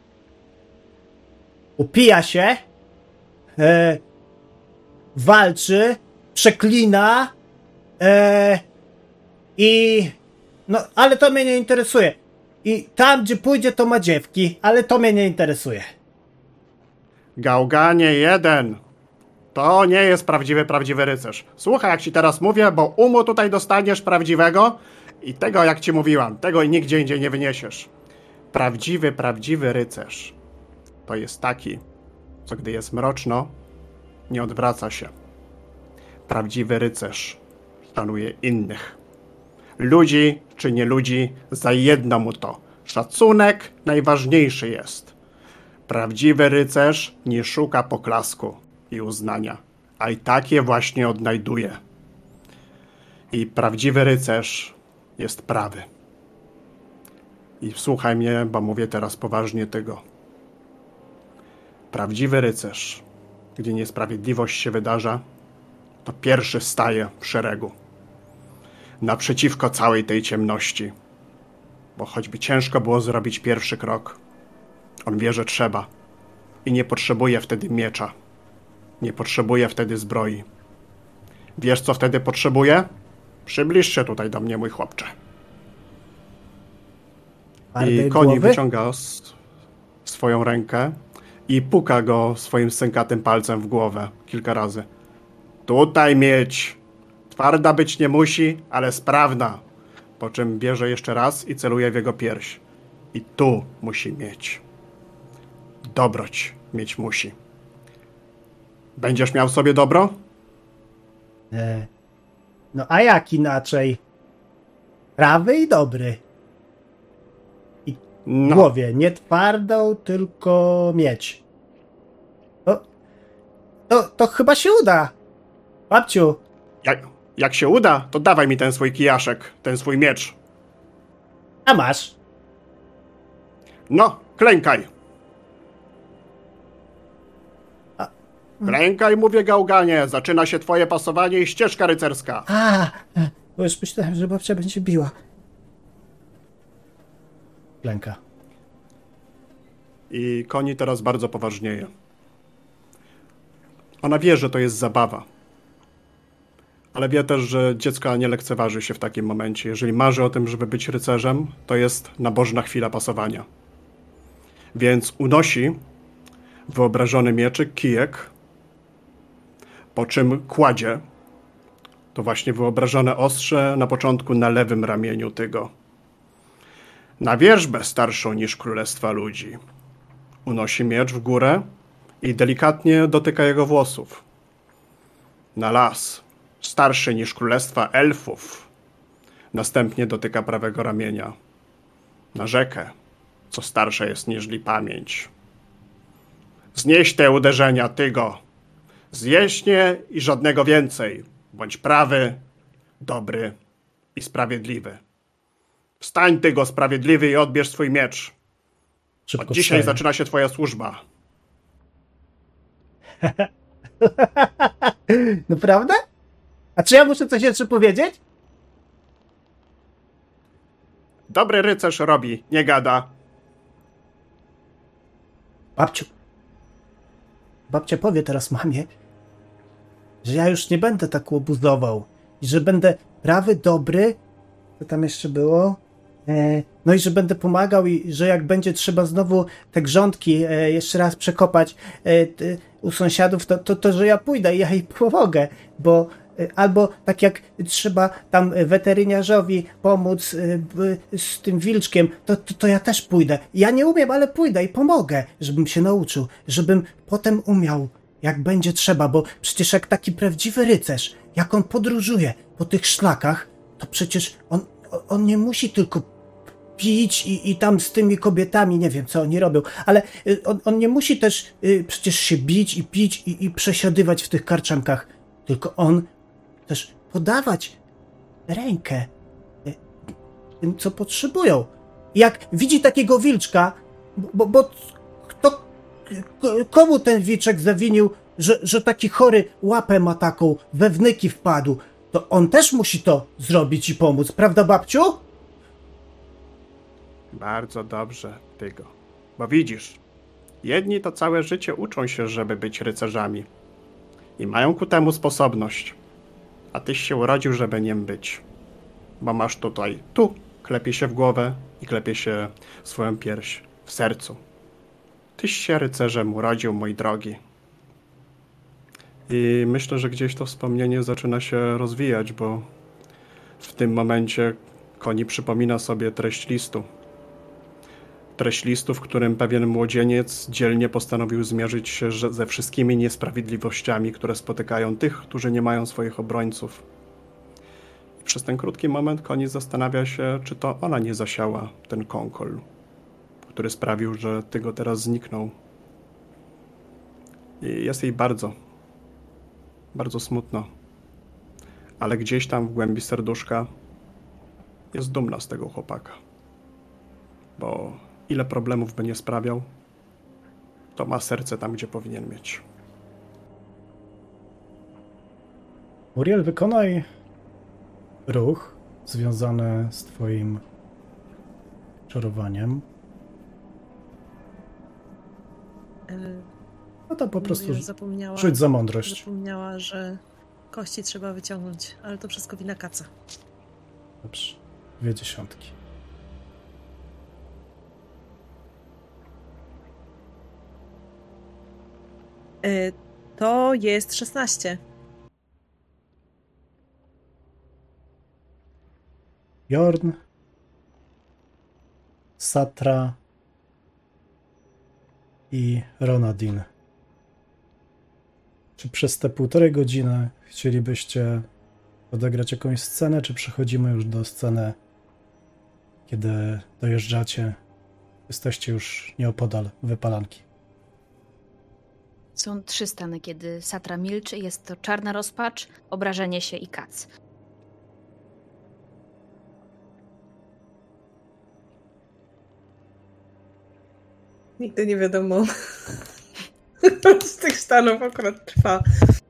Upija się, walczy, przeklina i... No, ale to mnie nie interesuje. I tam, gdzie pójdzie, to ma dziewki, ale to mnie nie interesuje. Gałganie jeden. To nie jest prawdziwy rycerz. Słuchaj, jak ci teraz mówię, bo umu tutaj dostaniesz prawdziwego i tego, jak ci mówiłam, tego nigdzie indziej nie wyniesiesz. Prawdziwy rycerz to jest taki, co gdy jest mroczno, nie odwraca się. Prawdziwy rycerz szanuje innych. Ludzi czy nie ludzi, za jedno mu to. Szacunek najważniejszy jest. Prawdziwy rycerz nie szuka poklasku i uznania, a i takie właśnie odnajduje. I prawdziwy rycerz jest prawy. I słuchaj mnie, bo mówię teraz poważnie tego. Prawdziwy rycerz, gdy niesprawiedliwość się wydarza, to pierwszy staje w szeregu. Naprzeciwko całej tej ciemności. Bo choćby ciężko było zrobić pierwszy krok, on wie, że trzeba. I nie potrzebuje wtedy miecza. Nie potrzebuje wtedy zbroi. Wiesz, co wtedy potrzebuje? Przybliż się tutaj do mnie, mój chłopcze. I Koni wyciąga swoją rękę i puka go swoim sękatym palcem w głowę kilka razy. Tutaj mieć. Twarda być nie musi, ale sprawna. Po czym bierze jeszcze raz i celuje w jego pierś. I tu musi mieć. Dobroć mieć musi. Będziesz miał sobie dobro? No a jak inaczej? Prawy i dobry. I w głowie, nie twardą, tylko mieć. To chyba się uda. Babciu. Jak się uda, to dawaj mi ten swój kijaszek, ten swój miecz. A masz. No, klękaj. Klękaj, mówię, gałganie. Zaczyna się twoje pasowanie i ścieżka rycerska. Bo już myślałem, że babcia będzie biła. Klęka. I Koni teraz bardzo poważnieje. Ona wie, że to jest zabawa. Ale wie też, że dziecko nie lekceważy się w takim momencie. Jeżeli marzy o tym, żeby być rycerzem, to jest nabożna chwila pasowania. Więc unosi wyobrażony mieczyk, kijek, po czym kładzie to właśnie wyobrażone ostrze na początku na lewym ramieniu tego. Na wierzbę starszą niż królestwa ludzi. Unosi miecz w górę i delikatnie dotyka jego włosów. Na las, starszy niż królestwa elfów. Następnie dotyka prawego ramienia. Na rzekę, co starsze jest niżli pamięć. Znieś te uderzenia, ty go. Zjeśnie i żadnego więcej. Bądź prawy, dobry i sprawiedliwy. Wstań, ty go sprawiedliwy, i odbierz swój miecz. Od dzisiaj zaczyna się twoja służba. Naprawdę? A czy ja muszę coś jeszcze powiedzieć? Dobry rycerz robi, nie gada. Babciu. Babcia powie teraz mamie, że ja już nie będę tak łobuzował. I że będę prawy, dobry. Co tam jeszcze było? No i że będę pomagał i że jak będzie trzeba znowu te grządki jeszcze raz przekopać u sąsiadów, to że ja pójdę i ja jej pomogę, bo albo tak jak trzeba tam weteryniarzowi pomóc z tym wilczkiem, to ja też pójdę. Ja nie umiem, ale pójdę i pomogę, żebym się nauczył, żebym potem umiał, jak będzie trzeba, bo przecież jak taki prawdziwy rycerz, jak on podróżuje po tych szlakach, to przecież on nie musi tylko pić i tam z tymi kobietami, nie wiem co oni robią, ale on nie musi też przecież się bić i pić i przesiadywać w tych karczamkach, tylko on też podawać rękę tym, co potrzebują. Jak widzi takiego wilczka, bo komu ten wilczek zawinił, że taki chory łapę ma taką, we wnyki wpadł, to on też musi to zrobić i pomóc, prawda, babciu? Bardzo dobrze, Tygo. Bo widzisz, jedni to całe życie uczą się, żeby być rycerzami. I mają ku temu sposobność. A tyś się urodził, żeby nim być. Bo masz tutaj, tu, klepie się w głowę i klepie się w swoją pierś, w sercu. Tyś się rycerzem urodził, mój drogi. I myślę, że gdzieś to wspomnienie zaczyna się rozwijać, bo w tym momencie Koni przypomina sobie treść listu. Treść listu, w którym pewien młodzieniec dzielnie postanowił zmierzyć się ze wszystkimi niesprawiedliwościami, które spotykają tych, którzy nie mają swoich obrońców. I przez ten krótki moment Koni zastanawia się, czy to ona nie zasiała ten konkol, który sprawił, że Tygo teraz zniknął. I jest jej bardzo, bardzo smutno. Ale gdzieś tam w głębi serduszka jest dumna z tego chłopaka. Bo ile problemów by nie sprawiał, to ma serce tam, gdzie powinien mieć. Muriel, wykonaj ruch związany z twoim czarowaniem. No to po prostu rzuć za mądrość. Zapomniała, że kości trzeba wyciągnąć, ale to wszystko wina kaca. Dobrze, 2 10. To jest 16. Jorn, Satra i Ronadin. Czy przez te 1,5 godziny chcielibyście odegrać jakąś scenę, czy przechodzimy już do sceny, kiedy dojeżdżacie, jesteście już nieopodal wypalanki? Są 3 stany, kiedy Satra milczy. Jest to czarna rozpacz, obrażenie się i kac. Nigdy nie wiadomo. Z tych stanów akurat trwa.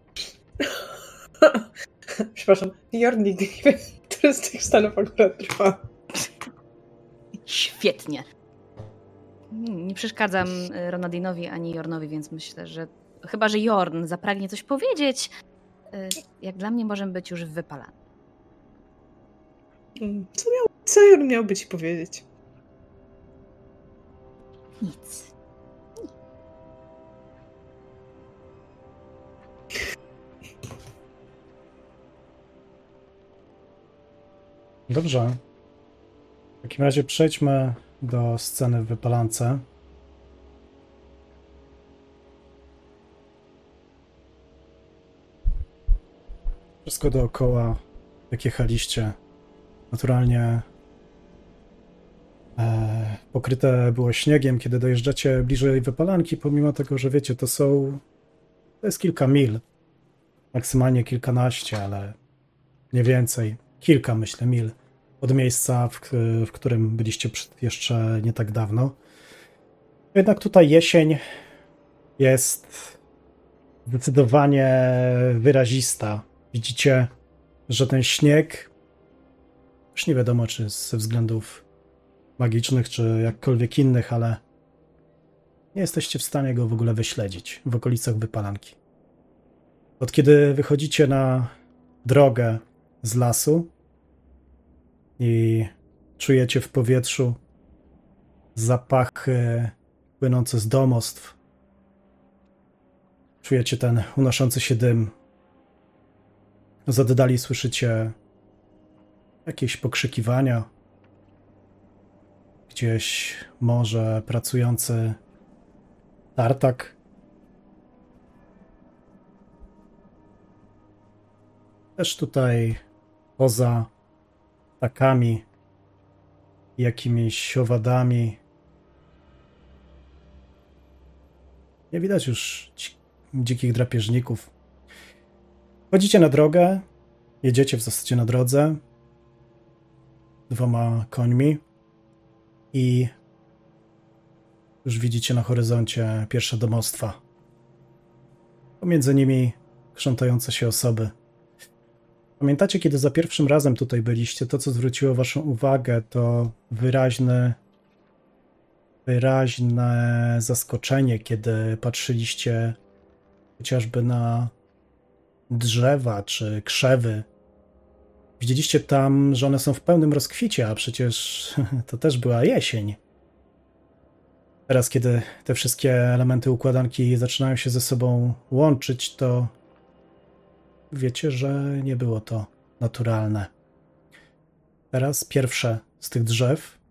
Przepraszam, Jorn nigdy nie wie, który z tych stanów akurat trwa. Świetnie. Nie przeszkadzam Ronadinowi ani Jornowi, więc myślę, że chyba, że Jorn zapragnie coś powiedzieć, jak dla mnie możemy być już w wypalaniu. Co Jorn miałby ci powiedzieć? Nic. Dobrze. W takim razie przejdźmy do sceny w wypalance. Wszystko dookoła, jak jechaliście, naturalnie pokryte było śniegiem, kiedy dojeżdżacie bliżej wypalanki, pomimo tego, że wiecie, to jest kilka mil, maksymalnie kilkanaście, ale nie więcej, kilka, myślę, mil od miejsca, w którym byliście jeszcze nie tak dawno. Jednak tutaj jesień jest zdecydowanie wyrazista. Widzicie, że ten śnieg, już nie wiadomo, czy ze względów magicznych, czy jakkolwiek innych, ale nie jesteście w stanie go w ogóle wyśledzić w okolicach wypalanki. Od kiedy wychodzicie na drogę z lasu i czujecie w powietrzu zapachy płynące z domostw, czujecie ten unoszący się dym, z oddali słyszycie jakieś pokrzykiwania, gdzieś może pracujący tartak. Też tutaj poza ptakami, jakimiś owadami nie widać już dzikich drapieżników. Chodzicie na drogę, jedziecie w zasadzie na drodze 2 końmi i już widzicie na horyzoncie pierwsze domostwa. Pomiędzy nimi krzątające się osoby. Pamiętacie, kiedy za pierwszym razem tutaj byliście, to co zwróciło waszą uwagę, to wyraźne zaskoczenie, kiedy patrzyliście chociażby na drzewa czy krzewy. Widzieliście tam, że one są w pełnym rozkwicie, a przecież to też była jesień. Teraz, kiedy te wszystkie elementy układanki zaczynają się ze sobą łączyć, to wiecie, że nie było to naturalne. Teraz pierwsze z tych drzew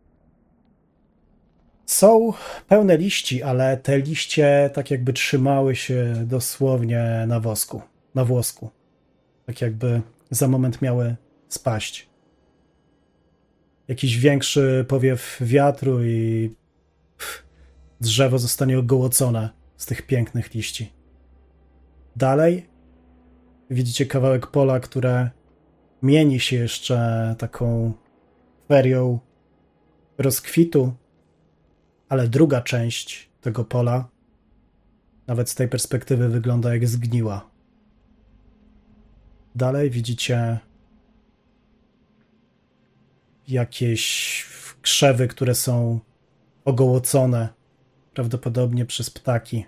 są pełne liści, ale te liście tak jakby trzymały się dosłownie na włosku. Tak jakby za moment miały spaść. Jakiś większy powiew wiatru i drzewo zostanie ogołocone z tych pięknych liści. Dalej widzicie kawałek pola, które mieni się jeszcze taką ferią rozkwitu, ale druga część tego pola nawet z tej perspektywy wygląda jak zgniła. Dalej widzicie jakieś krzewy, które są ogołocone, prawdopodobnie przez ptaki.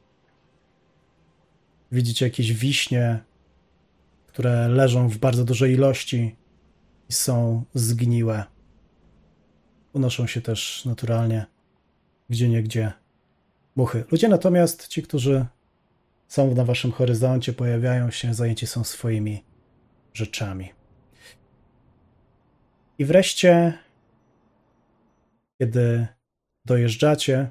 Widzicie jakieś wiśnie, które leżą w bardzo dużej ilości i są zgniłe. Unoszą się też naturalnie gdzieniegdzie muchy. Ludzie natomiast, ci, którzy są na waszym horyzoncie, pojawiają się, zajęci są swoimi rzeczami. I wreszcie, kiedy dojeżdżacie,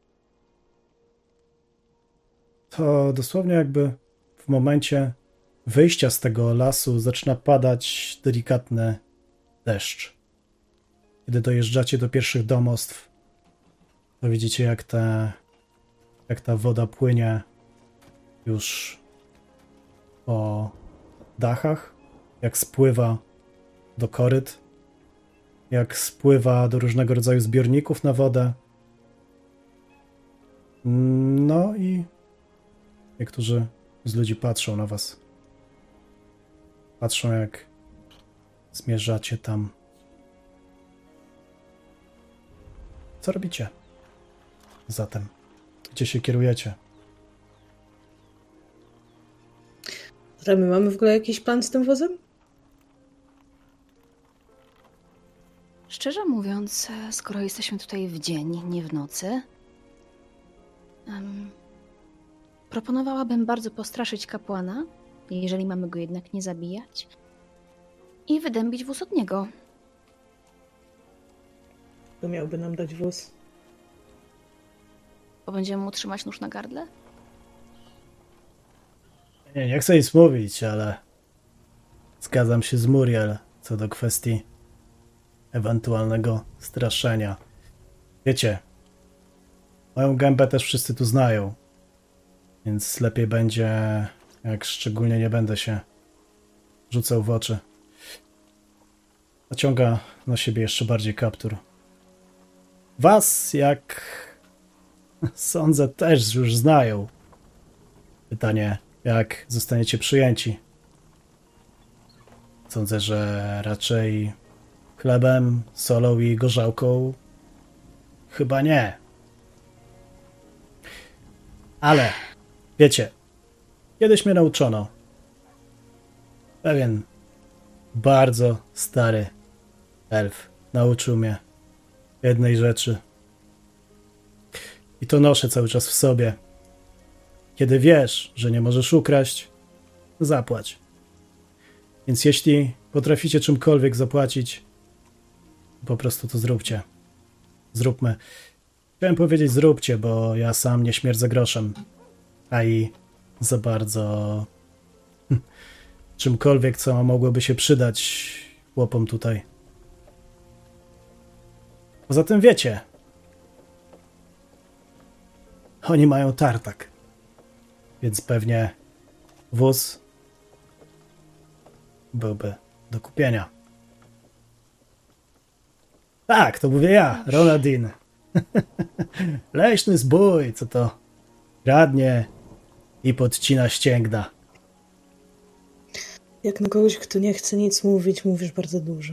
to dosłownie jakby w momencie wyjścia z tego lasu zaczyna padać delikatny deszcz. Kiedy dojeżdżacie do pierwszych domostw, to widzicie, jak ta woda płynie już po dachach, jak spływa do koryt, jak spływa do różnego rodzaju zbiorników na wodę. No i niektórzy z ludzi patrzą na was. Patrzą, jak zmierzacie tam. Co robicie? Zatem, gdzie się kierujecie? My mamy w ogóle jakiś plan z tym wozem? Szczerze mówiąc, skoro jesteśmy tutaj w dzień, nie w nocy, proponowałabym bardzo postraszyć kapłana, jeżeli mamy go jednak nie zabijać, i wydębić wóz od niego. To miałby nam dać wóz. Bo będziemy mu trzymać nóż na gardle? Nie chcę nic mówić, ale zgadzam się z Muriel co do kwestii ewentualnego straszenia. Wiecie, moją gębę też wszyscy tu znają, więc lepiej będzie, jak szczególnie nie będę się rzucał w oczy. Naciąga na siebie jeszcze bardziej kaptur. Was, jak sądzę, też już znają. Pytanie, jak zostaniecie przyjęci? Sądzę, że raczej chlebem, solą i gorzałką chyba nie. Ale, wiecie, kiedyś mnie nauczono. Pewien bardzo stary elf nauczył mnie jednej rzeczy. I to noszę cały czas w sobie. Kiedy wiesz, że nie możesz ukraść, zapłać. Więc jeśli potraficie czymkolwiek zapłacić, po prostu to zróbcie. Zróbmy. Chciałem powiedzieć zróbcie, bo ja sam nie śmierdzę groszem. A i za bardzo czymkolwiek, co mogłoby się przydać chłopom tutaj. Poza tym wiecie, oni mają tartak, więc pewnie wóz byłby do kupienia. Tak, to mówię ja, Ronaldin. Leśny zbój, co to kradnie i podcina ścięgna. Jak na kogoś, kto nie chce nic mówić, mówisz bardzo dużo.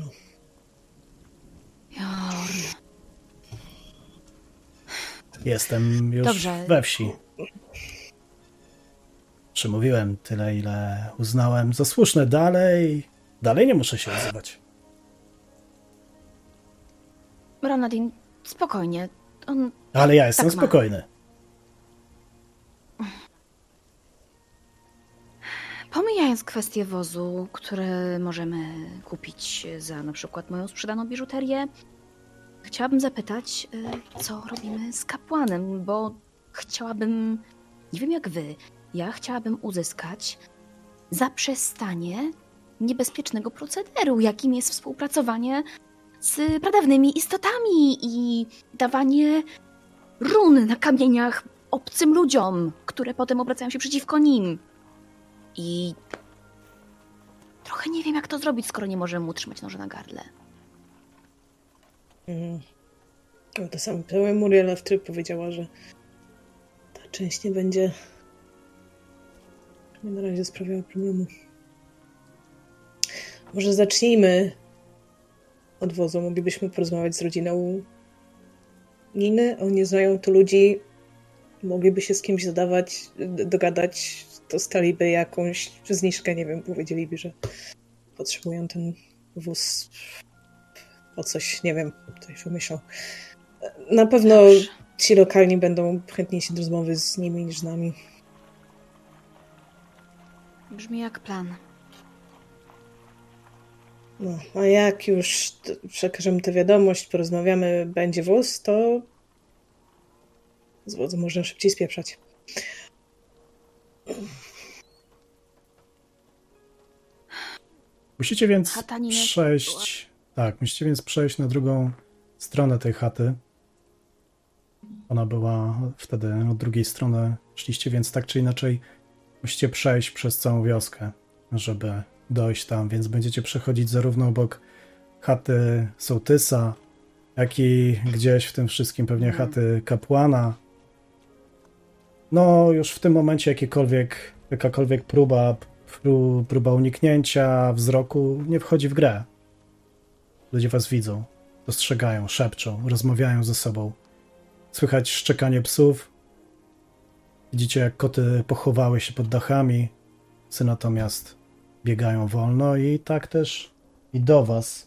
Jorn. Jestem już Dobrze. we wsi. Przemówiłem tyle, ile uznałem za słuszne. Dalej nie muszę się odzywać. Ronaldin, spokojnie. On Ale ja jestem tak ma. spokojny. Pomijając kwestię wozu, który możemy kupić za na przykład moją sprzedaną biżuterię, chciałabym zapytać, co robimy z kapłanem, bo chciałabym, nie wiem jak wy, ja chciałabym uzyskać zaprzestanie niebezpiecznego procederu, jakim jest współpracowanie z pradawnymi istotami i dawanie run na kamieniach obcym ludziom, które potem obracają się przeciwko nim. I trochę nie wiem, jak to zrobić, skoro nie możemy utrzymać noża na gardle. To samo pytałem Muriela, który powiedziała, że ta część nie będzie na razie sprawiała problemu. Może zacznijmy od wozu. Moglibyśmy porozmawiać z rodziną Niny. Oni znają tu ludzi. Mogliby się z kimś dogadać. Dostaliby jakąś zniżkę, nie wiem, powiedzieliby, że potrzebują ten wóz o coś, nie wiem, coś wymyślą. Na pewno Dobrze. ci lokalni będą chętniejsi do rozmowy z nimi niż z nami. Brzmi jak plan. No, a jak już przekażemy tę wiadomość, porozmawiamy, będzie wóz, to z wozu można szybciej spieprzać. Musicie więc Chata nie jest- przejść. Tak, musicie więc przejść na drugą stronę tej chaty. Ona była wtedy od drugiej strony. Szliście więc tak czy inaczej. Musicie przejść przez całą wioskę, żeby dojść tam, więc będziecie przechodzić zarówno obok chaty sołtysa, jak i gdzieś w tym wszystkim pewnie chaty kapłana. No, już w tym momencie jakakolwiek próba uniknięcia wzroku nie wchodzi w grę. Ludzie was widzą, dostrzegają, szepczą, rozmawiają ze sobą. Słychać szczekanie psów. Widzicie, jak koty pochowały się pod dachami. Psy natomiast biegają wolno i tak też i do was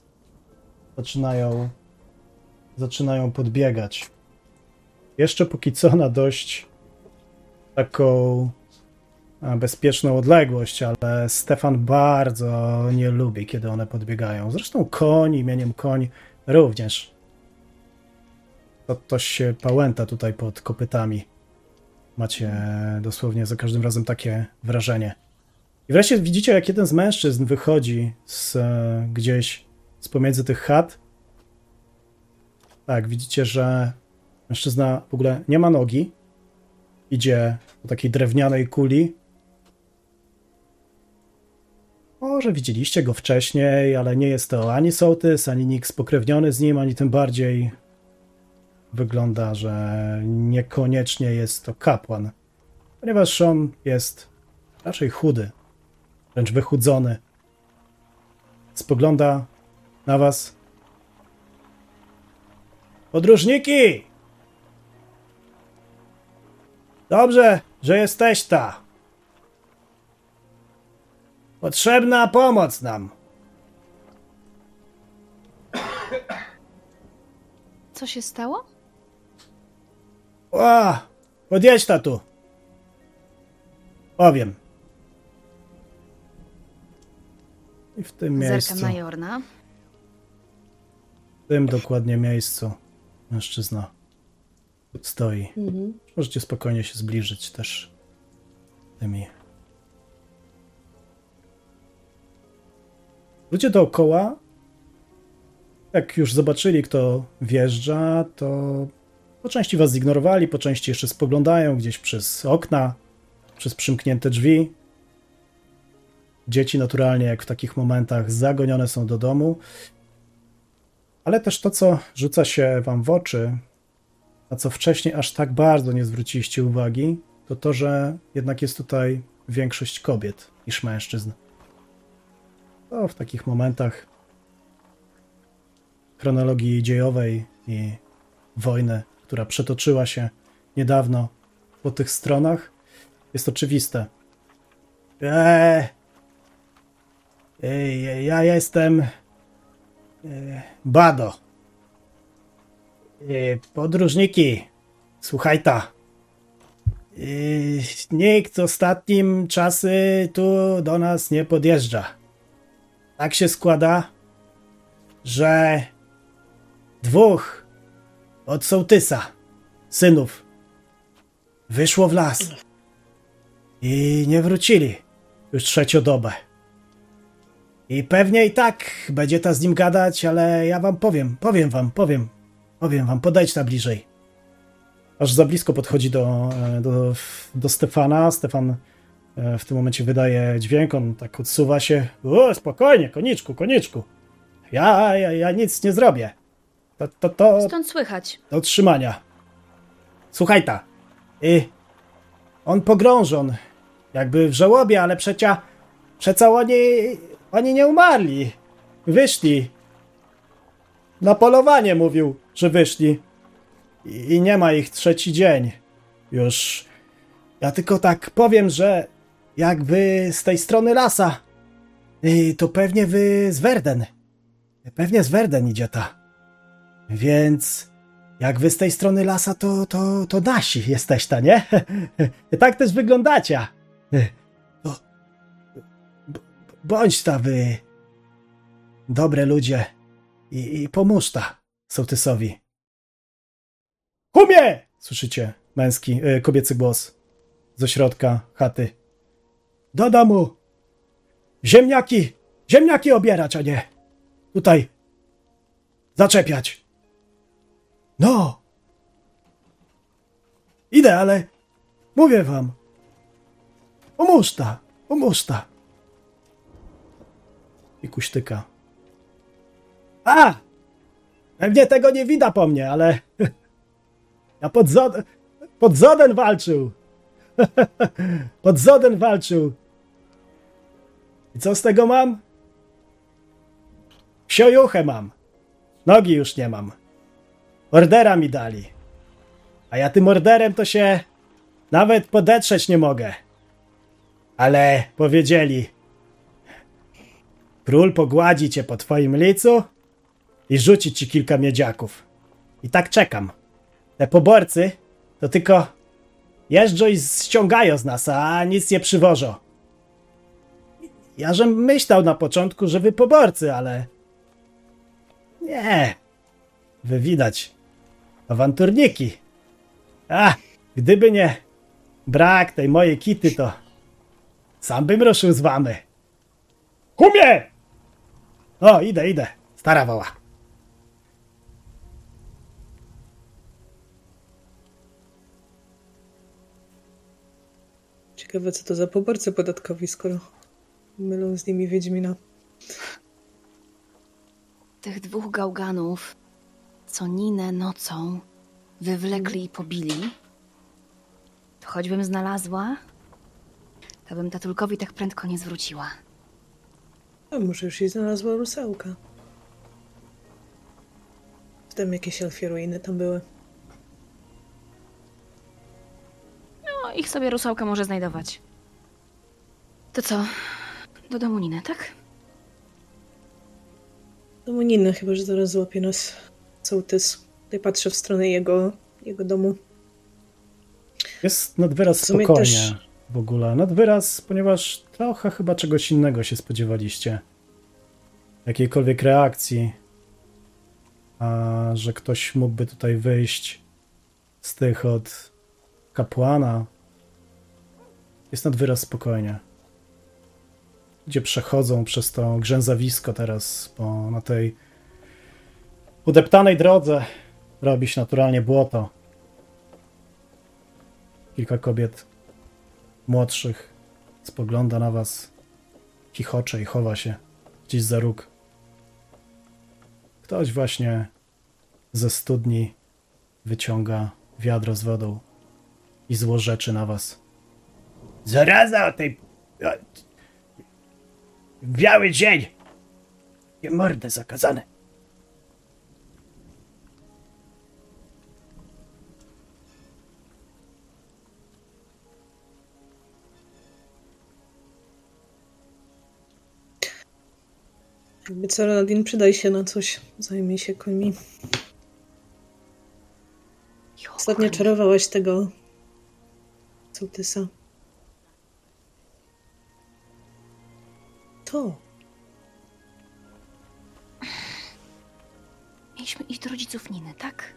zaczynają podbiegać. Jeszcze póki co na dość taką bezpieczną odległość, ale Stefan bardzo nie lubi, kiedy one podbiegają. Zresztą koń imieniem koń również. To się pałęta tutaj pod kopytami. Macie dosłownie za każdym razem takie wrażenie. I wreszcie widzicie, jak jeden z mężczyzn wychodzi gdzieś z pomiędzy tych chat. Tak, widzicie, że mężczyzna w ogóle nie ma nogi. Idzie po takiej drewnianej kuli. Może widzieliście go wcześniej, ale nie jest to ani sołtys, ani nikt spokrewniony z nim, ani tym bardziej wygląda, że niekoniecznie jest to kapłan, ponieważ on jest raczej chudy, wręcz wychudzony. Spogląda na was. Podróżniki! Dobrze, że jesteś ta. Potrzebna pomoc nam. Co się stało? Podjedź ta tu. Powiem. I w tym miejscu, Zerkam na Jorna. w tym dokładnie miejscu mężczyzna stoi. Możecie spokojnie się zbliżyć też tymi. Ludzie dookoła, jak już zobaczyli, kto wjeżdża, to po części was zignorowali, po części jeszcze spoglądają gdzieś przez okna, przez przymknięte drzwi. Dzieci naturalnie, jak w takich momentach, zagonione są do domu. Ale też to, co rzuca się wam w oczy, na co wcześniej aż tak bardzo nie zwróciliście uwagi, to to, że jednak jest tutaj większość kobiet niż mężczyzn. To w takich momentach chronologii dziejowej i wojny, która przetoczyła się niedawno po tych stronach, jest oczywiste. Ja jestem Bado. Podróżniki, słuchaj ta. Nikt ostatnim czasy tu do nas nie podjeżdża. Tak się składa, że 2 od sołtysa, synów, wyszło w las i nie wrócili już 3. dobę. I pewnie i tak będzie ta z nim gadać, ale ja wam powiem wam, podejdź ta bliżej. Aż za blisko podchodzi do Stefana. Stefan w tym momencie wydaje dźwięk, on tak odsuwa się. Spokojnie, koniczku. Ja nic nie zrobię. To Stąd słychać. do trzymania. Słuchaj ta. On pogrążon. Jakby w żałobie, ale przeca oni nie umarli. Wyszli. Na polowanie mówił, że wyszli. I nie ma ich 3. dzień. Już. Ja tylko tak powiem, że jak wy z tej strony lasa, to pewnie wy z Werden. Pewnie z Werden idzie ta. Więc jak wy z tej strony lasa, to nasi jesteś ta, nie? Tak też wyglądacie. Bądź ta wy dobre ludzie i pomóż ta sołtysowi. Humie! Słyszycie kobiecy głos ze środka chaty. Do domu! Ziemniaki obierać, a nie tutaj zaczepiać. No! Idę, ale mówię wam. Pomóż ta. I kuśtyka. Pewnie tego nie widać po mnie, ale ja pod Zoden walczył. Pod Zoden walczył. I co z tego mam? Siojuchę mam. Nogi już nie mam. Ordera mi dali. A ja tym orderem to się nawet podetrzeć nie mogę. Ale powiedzieli: król pogładzi cię po twoim licu i rzuci ci kilka miedziaków. I tak czekam. Te poborcy to tylko jeżdżą i ściągają z nas, a nic nie przywożą. Ja żem myślał na początku, że wy poborcy, ale nie. Wy widać awanturniki. Gdyby nie brak tej mojej kity, to sam bym ruszył z wami. Humie! O, idę. Stara woła. Ciekawe, co to za poborcy podatkowi, skoro mylą z nimi Wiedźmina. Tych 2 gałganów, co Ninę nocą wywlekli i pobili, to choćbym znalazła, to bym Tatulkowi tak prędko nie zwróciła. A może już jej znalazła rusałka? Tam jakieś elfie ruiny tam były. No, ich sobie rusałka może znajdować. To co? Do domu Niny, tak? Domu Niny, chyba że zaraz złapie nas sołtys. Tutaj patrzę w stronę jego domu. Jest nad wyraz spokojnie w ogóle. Nad wyraz, ponieważ trochę chyba czegoś innego się spodziewaliście. Jakiejkolwiek reakcji. A że ktoś mógłby tutaj wyjść z tych od kapłana. Jest nad wyraz spokojnie. Ludzie przechodzą przez to grzęzawisko teraz, bo na tej udeptanej drodze robi się naturalnie błoto. Kilka kobiet młodszych spogląda na was, chichocze i chowa się gdzieś za róg. Ktoś właśnie ze studni wyciąga wiadro z wodą i złorzeczy na was. Zaraza o tej... Biały dzień! Nie mordę zakazane. Jakby co, Nadine, przydaj się na coś. Zajmij się końmi. Ostatnio czarowałaś tego sołtysa. To. Mieliśmy iść do rodziców Niny, tak?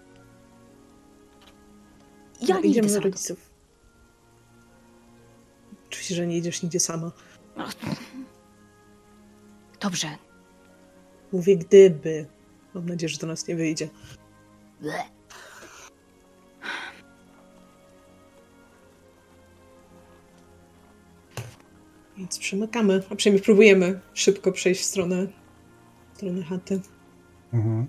Ja No, nigdy idziemy do sama. rodziców. Oczywiście, że nie idziesz nigdzie sama. Dobrze. Mówię gdyby. Mam nadzieję, że do nas nie wyjdzie. Ble. Więc przemykamy, a przynajmniej próbujemy szybko przejść w stronę chaty. Mhm.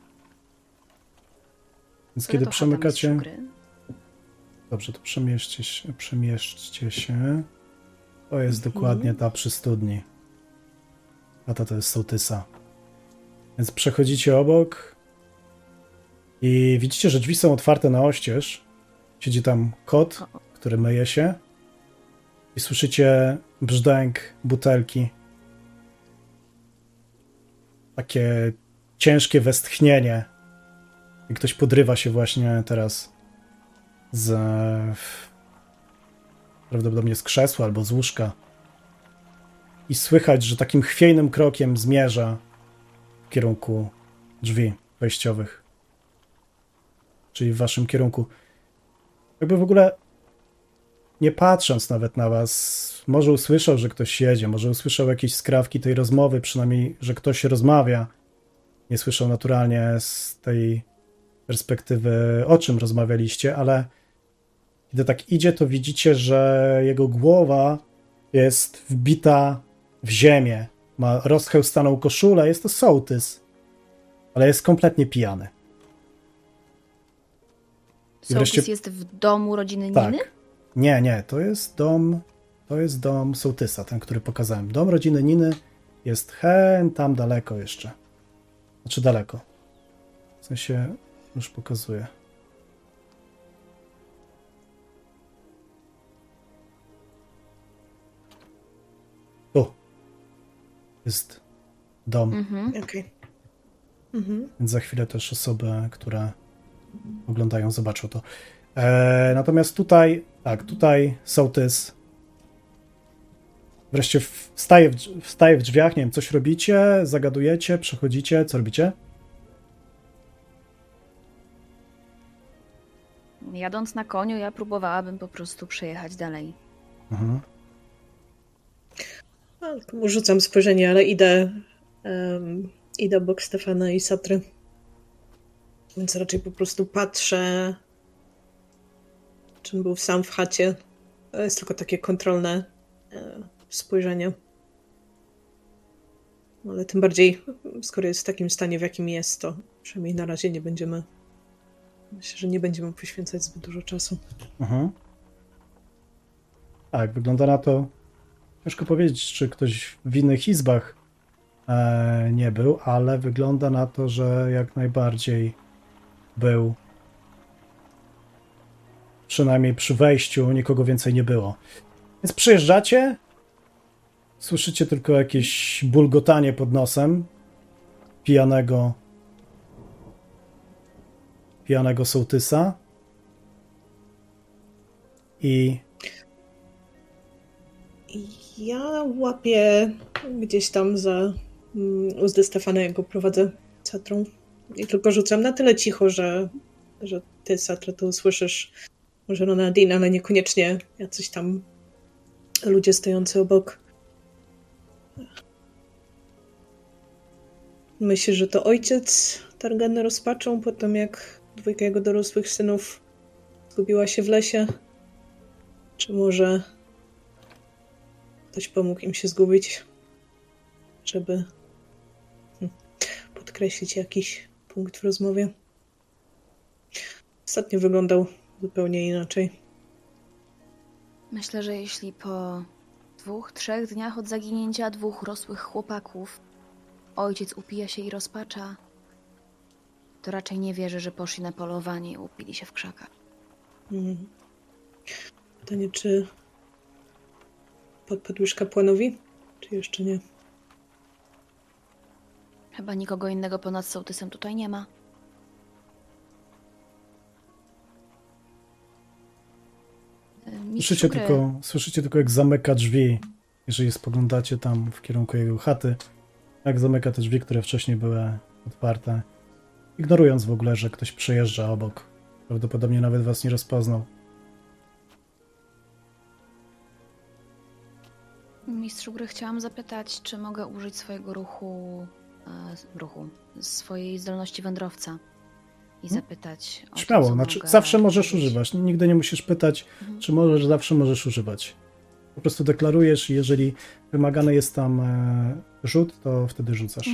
Więc Która kiedy to chata, przemykacie... mistrzu gry? Dobrze, to przemieszczcie się. To jest dokładnie ta przy studni. A to jest sołtysa. Więc przechodzicie obok i widzicie, że drzwi są otwarte na oścież. Siedzi tam kot, który myje się. I słyszycie brzdęk butelki. Takie ciężkie westchnienie. I ktoś podrywa się właśnie teraz prawdopodobnie z krzesła albo z łóżka. I słychać, że takim chwiejnym krokiem zmierza w kierunku drzwi wejściowych. Czyli w waszym kierunku. Jakby w ogóle nie patrząc nawet na was, może usłyszał, że ktoś jedzie, może usłyszał jakieś skrawki tej rozmowy, przynajmniej, że ktoś rozmawia. Nie słyszał naturalnie z tej perspektywy, o czym rozmawialiście, ale kiedy tak idzie, to widzicie, że jego głowa jest wbita w ziemię. Ma rozchełstaną koszulę, jest to sołtys, ale jest kompletnie pijany. Sołtys jest w domu rodziny tak. Niny? Nie, to jest dom sołtysa, ten, który pokazałem. Dom rodziny Niny jest tam daleko jeszcze. Znaczy daleko. W sensie już pokazuję. Tu jest dom. Okej. Więc za chwilę też osoby, które oglądają, zobaczą to. Natomiast tutaj sołtys wreszcie wstaje w drzwiach, nie wiem, coś robicie, zagadujecie, przechodzicie, co robicie? Jadąc na koniu, ja próbowałabym po prostu przejechać dalej. Mhm. Rzucam spojrzenie, ale idę obok Stefana i Satry. Więc raczej po prostu patrzę, czym był sam w chacie. To jest tylko takie kontrolne spojrzenie. Ale tym bardziej, skoro jest w takim stanie, w jakim jest, to przynajmniej na razie nie będziemy... Myślę, że nie będziemy poświęcać zbyt dużo czasu. Mhm. Tak, wygląda na to... Ciężko powiedzieć, czy ktoś w innych izbach nie był, ale wygląda na to, że jak najbardziej był. Przynajmniej przy wejściu nikogo więcej nie było. Więc przyjeżdżacie, słyszycie tylko jakieś bulgotanie pod nosem pijanego sołtysa i ja łapię gdzieś tam za uzdę Stefana, jak go prowadzę Satrą. I tylko rzucam na tyle cicho, że ty, Satra, to usłyszysz. Może Nadine, ale niekoniecznie jacyś tam ludzie stojący obok. Myślę, że to ojciec targany rozpaczą po tym, jak dwójka jego dorosłych synów zgubiła się w lesie. Czy może ktoś pomógł im się zgubić, żeby podkreślić jakiś punkt w rozmowie. Ostatnio wyglądał zupełnie inaczej. Myślę, że jeśli po 2-3 dniach od zaginięcia 2 rosłych chłopaków ojciec upija się i rozpacza, to raczej nie wierzy, że poszli na polowanie i upili się w krzakach. Pytanie, czy podpadł już kapłanowi, czy jeszcze nie? Chyba nikogo innego ponad sołtysem tutaj nie ma. Słyszycie tylko, jak zamyka drzwi, jeżeli spoglądacie tam w kierunku jego chaty, jak zamyka te drzwi, które wcześniej były otwarte, ignorując w ogóle, że ktoś przejeżdża obok. Prawdopodobnie nawet was nie rozpoznał. Mistrzu gry, chciałam zapytać, czy mogę użyć swojego swojej zdolności wędrowca i zapytać o Śmiało, to, znaczy mogę zawsze możesz robić. używać. Nigdy nie musisz pytać, czy możesz, zawsze możesz używać. Po prostu deklarujesz i jeżeli wymagany jest tam rzut, to wtedy rzucasz.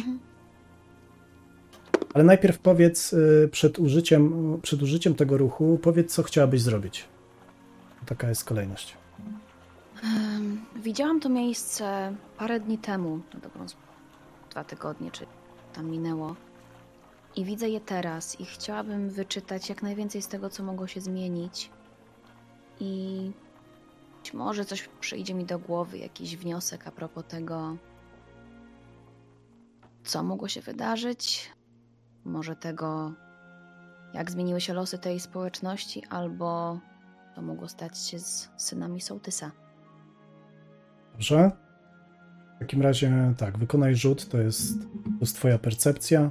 Ale najpierw powiedz przed użyciem tego ruchu, powiedz, co chciałabyś zrobić. Taka jest kolejność. Widziałam to miejsce parę dni temu, no dobrą 2 tygodnie, czy tam minęło. I widzę je teraz i chciałabym wyczytać jak najwięcej z tego, co mogło się zmienić. I być może coś przyjdzie mi do głowy, jakiś wniosek a propos tego, co mogło się wydarzyć. Może tego, jak zmieniły się losy tej społeczności, albo co mogło stać się z synami sołtysa. Dobrze? W takim razie tak, wykonaj rzut, to jest twoja percepcja.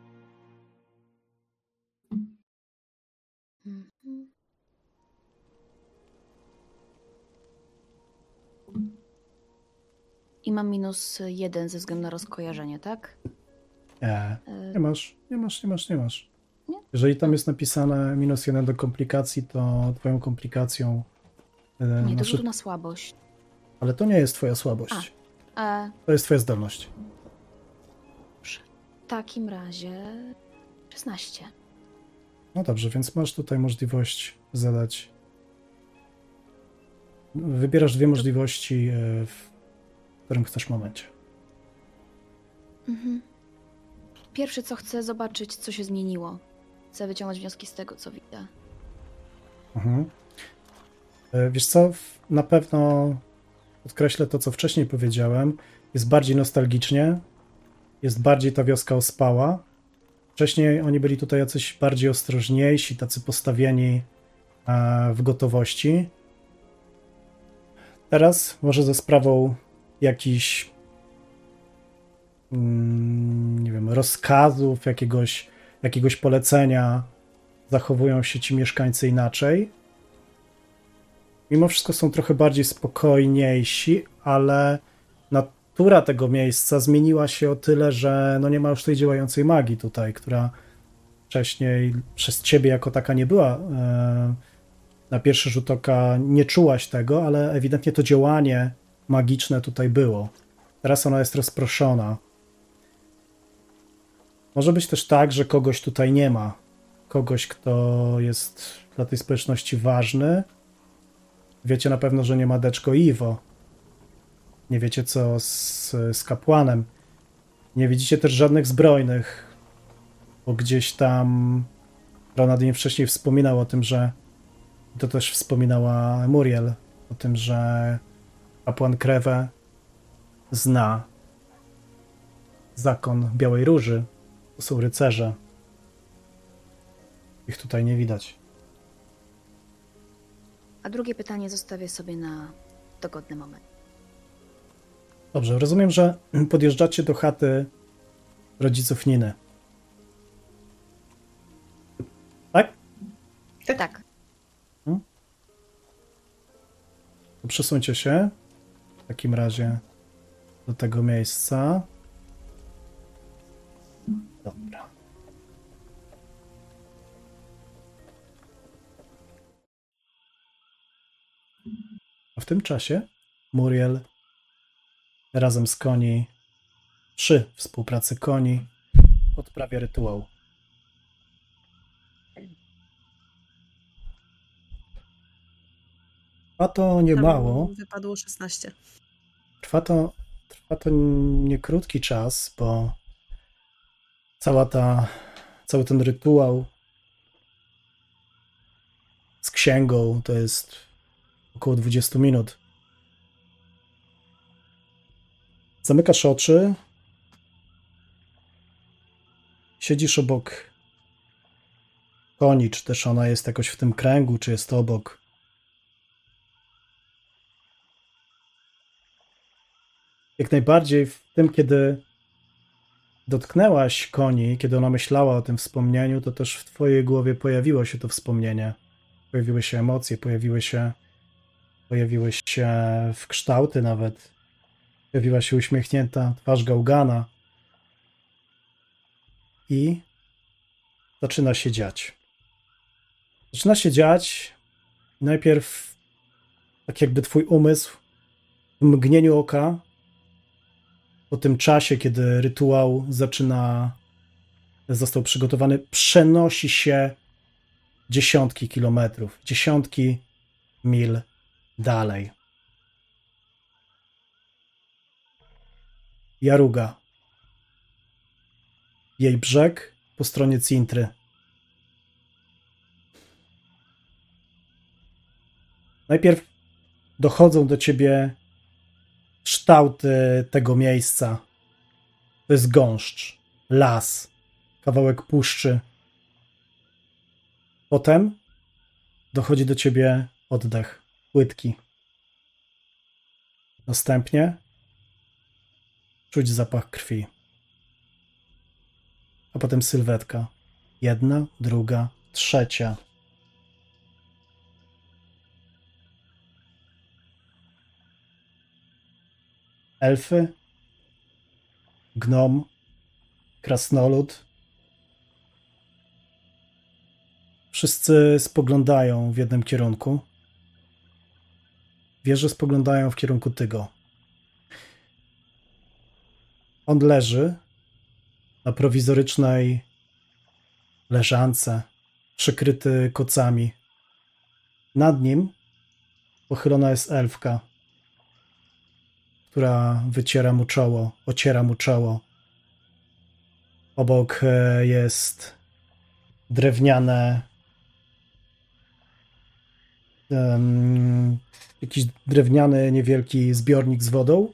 I mam -1 ze względu na rozkojarzenie, tak? Nie masz. Nie? Jeżeli tam jest napisane -1 do komplikacji, to twoją komplikacją... Nie, to rzutu na słabość. Ale to nie jest twoja słabość. To jest twoja zdolność. W takim razie 16. No dobrze, więc masz tutaj możliwość zadać... Wybierasz 2 możliwości, w którym chcesz momencie. Pierwsze, co chcę zobaczyć, co się zmieniło. Chcę wyciągnąć wnioski z tego, co widzę. Wiesz co, na pewno podkreślę to, co wcześniej powiedziałem. Jest bardziej nostalgicznie, jest bardziej ta wioska ospała. Wcześniej oni byli tutaj jacyś bardziej ostrożniejsi, tacy postawieni w gotowości. Teraz może ze sprawą jakichś nie wiem, rozkazów, jakiegoś polecenia zachowują się ci mieszkańcy inaczej. Mimo wszystko są trochę bardziej spokojniejsi, ale natura tego miejsca zmieniła się o tyle, że no nie ma już tej działającej magii tutaj, która wcześniej przez ciebie jako taka nie była. Na pierwszy rzut oka nie czułaś tego, ale ewidentnie to działanie magiczne tutaj było. Teraz ona jest rozproszona. Może być też tak, że kogoś tutaj nie ma. Kogoś, kto jest dla tej społeczności ważny. Wiecie na pewno, że nie ma Deczko i Iwo. Nie wiecie, co z kapłanem. Nie widzicie też żadnych zbrojnych, bo gdzieś tam Ronaldin wcześniej wspominał o tym, że to też wspominała Muriel, o tym, że kapłan Krewę zna zakon Białej Róży. To są rycerze. Ich tutaj nie widać. A drugie pytanie zostawię sobie na dogodny moment. Dobrze, rozumiem, że podjeżdżacie do chaty rodziców Niny. Tak? Tak. To przesuńcie się w takim razie do tego miejsca. Dobra. A w tym czasie Muriel razem z koni, przy współpracy koni odprawia rytuał. Trwa to niemało. Wypadło 16. Trwa to nie krótki czas, bo cały ten rytuał z księgą to jest około 20 minut. Zamykasz oczy. Siedzisz obok koni, czy też ona jest jakoś w tym kręgu, czy jest obok. Jak najbardziej w tym, kiedy dotknęłaś koni, kiedy ona myślała o tym wspomnieniu, to też w twojej głowie pojawiło się to wspomnienie. Pojawiły się emocje, pojawiły się w kształty nawet. Pojawiła się uśmiechnięta twarz Gałgana. I zaczyna się dziać. Zaczyna się dziać najpierw tak jakby twój umysł w mgnieniu oka, po tym czasie, kiedy rytuał został przygotowany, przenosi się dziesiątki kilometrów, dziesiątki mil dalej. Jaruga. Jej brzeg po stronie Cintry. Najpierw dochodzą do ciebie kształty tego miejsca. To jest gąszcz, las, kawałek puszczy. Potem dochodzi do ciebie oddech, płytki. Następnie czuć zapach krwi. A potem sylwetka. Jedna, druga, trzecia. Elfy, gnom, krasnolud. Wszyscy spoglądają w jednym kierunku. Wieże spoglądają w kierunku Tygo. On leży na prowizorycznej leżance, przykryty kocami. Nad nim pochylona jest elfka, która ociera mu czoło. Obok jest jakiś drewniany, niewielki zbiornik z wodą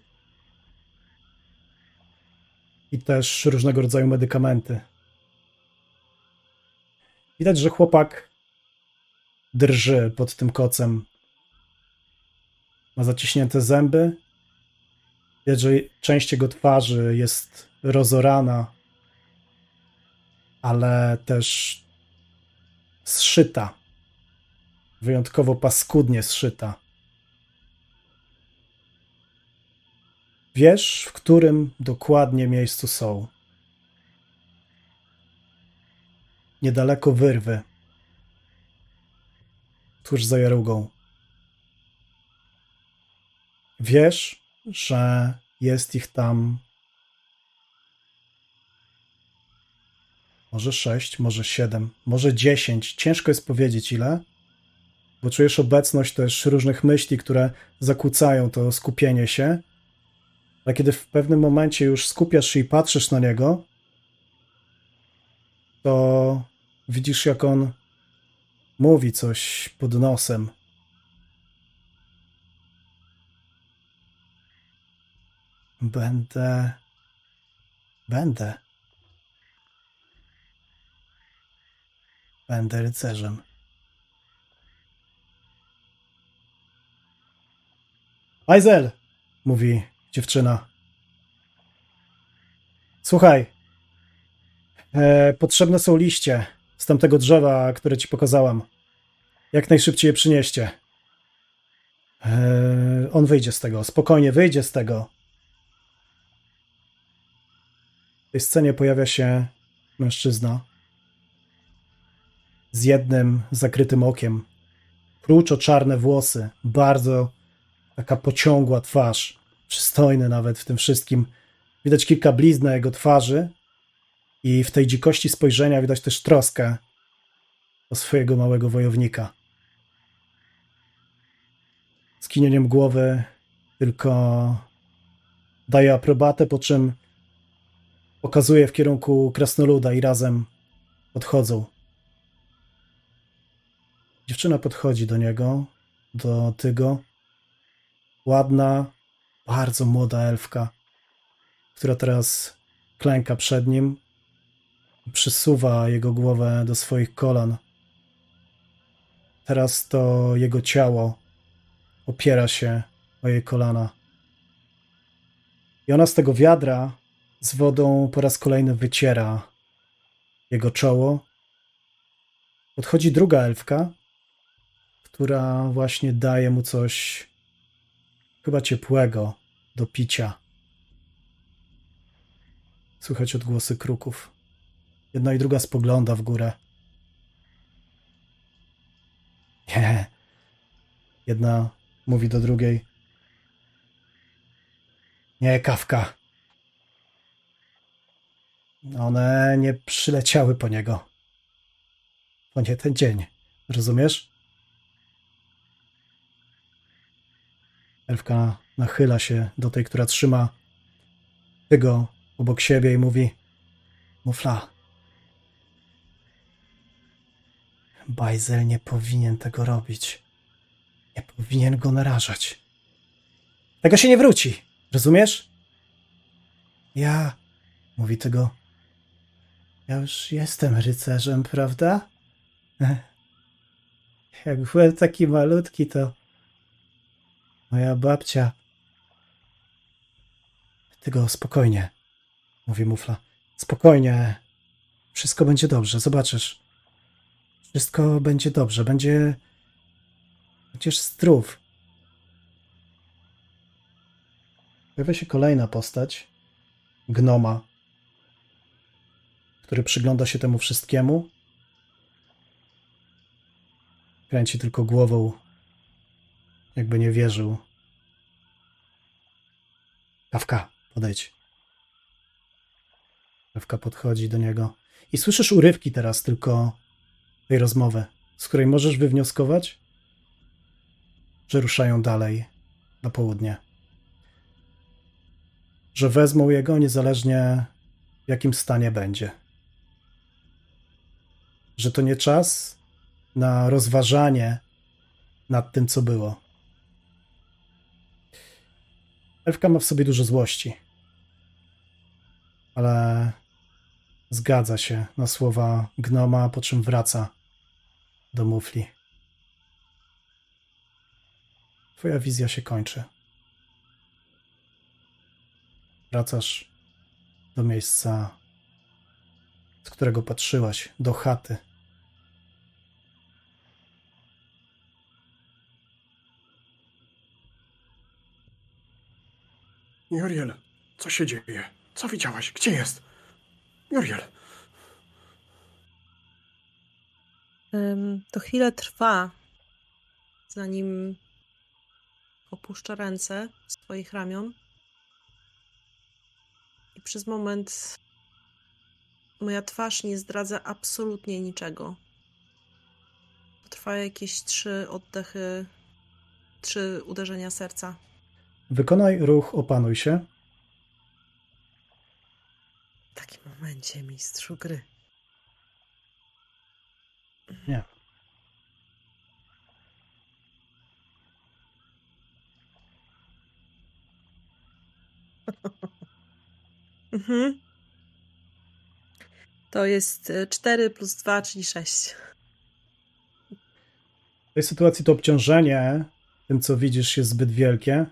i też różnego rodzaju medykamenty. Widać, że chłopak drży pod tym kocem. Ma zaciśnięte zęby. Widać, że część jego twarzy jest rozorana, ale też zszyta. Wyjątkowo paskudnie zszyta. Wiesz, w którym dokładnie miejscu są. Niedaleko wyrwy. Tuż za Jarugą. Wiesz, że jest ich tam może 6, może 7, może 10. Ciężko jest powiedzieć ile, bo czujesz obecność też różnych myśli, które zakłócają to skupienie się. Ale kiedy w pewnym momencie już skupiasz się i patrzysz na niego, to widzisz, jak on mówi coś pod nosem. Będę rycerzem. Aizel, mówi dziewczyna. Słuchaj, potrzebne są liście z tamtego drzewa, które ci pokazałam. Jak najszybciej je przynieście. On wyjdzie z tego, spokojnie wyjdzie z tego. W tej scenie pojawia się mężczyzna z jednym zakrytym okiem. Kruczo-czarne włosy, bardzo taka pociągła twarz, przystojny nawet w tym wszystkim. Widać kilka blizn na jego twarzy I w tej dzikości spojrzenia widać też troskę o swojego małego wojownika. Skinieniem głowy tylko daje aprobatę, po czym pokazuje w kierunku krasnoluda i razem podchodzą. Dziewczyna podchodzi do niego, do Tygo. Ładna, bardzo młoda elfka, która teraz klęka przed nim i przysuwa jego głowę do swoich kolan. Teraz to jego ciało opiera się o jej kolana. I ona z tego wiadra z wodą po raz kolejny wyciera jego czoło. Podchodzi druga elfka, która właśnie daje mu coś chyba ciepłego do picia. Słychać odgłosy kruków. Jedna i druga spogląda w górę. Nie. Jedna mówi do drugiej. Nie, Kawka. One nie przyleciały po niego. To nie ten dzień. Rozumiesz? Elfka nachyla się do tej, która trzyma Tygo obok siebie i mówi: Mufla, Bajzel nie powinien tego robić. Nie powinien go narażać. Tego się nie wróci. Rozumiesz? Ja, mówi Tygo, ja już jestem rycerzem, prawda? Jak byłem taki malutki, to moja babcia... Tygo, spokojnie, mówi Mufla. Spokojnie. Wszystko będzie dobrze, zobaczysz. Wszystko będzie dobrze, będziesz zdrów. Pojawia się kolejna postać, gnoma, który przygląda się temu wszystkiemu. Kręci tylko głową, jakby nie wierzył. Kawka, podejdź. Kawka podchodzi do niego. I słyszysz urywki teraz tylko tej rozmowy, z której możesz wywnioskować, że ruszają dalej na południe. Że wezmą jego niezależnie w jakim stanie będzie. Że to nie czas na rozważanie nad tym, co było. Elfka ma w sobie dużo złości, ale zgadza się na słowa gnoma, po czym wraca do Mufli. Twoja wizja się kończy. Wracasz do miejsca, z którego patrzyłaś, do chaty. Muriel, co się dzieje? Co widziałaś? Gdzie jest? Muriel. To chwilę trwa, zanim opuszcza ręce swoich ramion. I przez moment moja twarz nie zdradza absolutnie niczego. Trwa jakieś 3 oddechy, 3 uderzenia serca. Wykonaj ruch, opanuj się. W takim momencie, mistrzu gry. Nie. To jest 4 plus 2, czyli 6. W tej sytuacji to obciążenie tym, co widzisz, jest zbyt wielkie.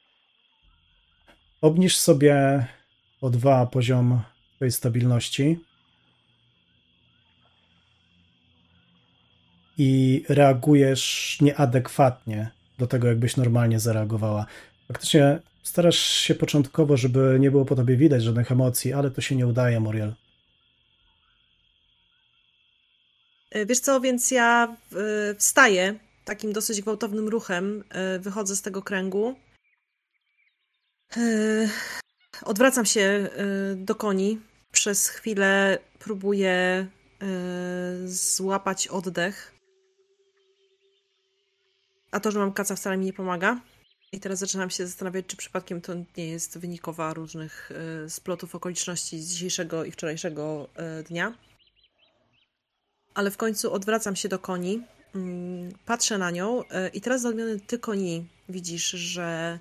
Obniż sobie o 2 poziom twojej stabilności i reagujesz nieadekwatnie do tego, jakbyś normalnie zareagowała. Faktycznie starasz się początkowo, żeby nie było po tobie widać żadnych emocji, ale to się nie udaje, Muriel. Wiesz co, więc ja wstaję takim dosyć gwałtownym ruchem, wychodzę z tego kręgu. Odwracam się do koni, Przez chwilę próbuję złapać oddech. A to, że mam kaca, wcale mi nie pomaga. I teraz zaczynam się zastanawiać, czy przypadkiem to nie jest wynikowa różnych splotów okoliczności z dzisiejszego i wczorajszego dnia. Ale w końcu odwracam się do Koni, patrzę na nią i teraz za odmiany ty, Koni, widzisz, że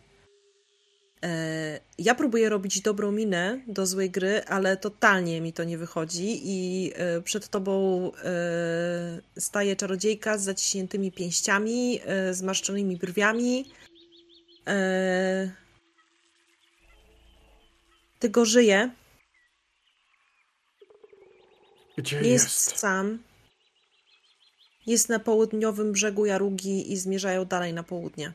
ja próbuję robić dobrą minę do złej gry, ale totalnie mi to nie wychodzi i przed tobą staje czarodziejka z zaciśniętymi pięściami, zmarszczonymi brwiami. Tylko żyje. Gdzie Nie jest jest? sam. Jest na południowym brzegu Jarugi i zmierzają dalej na południe.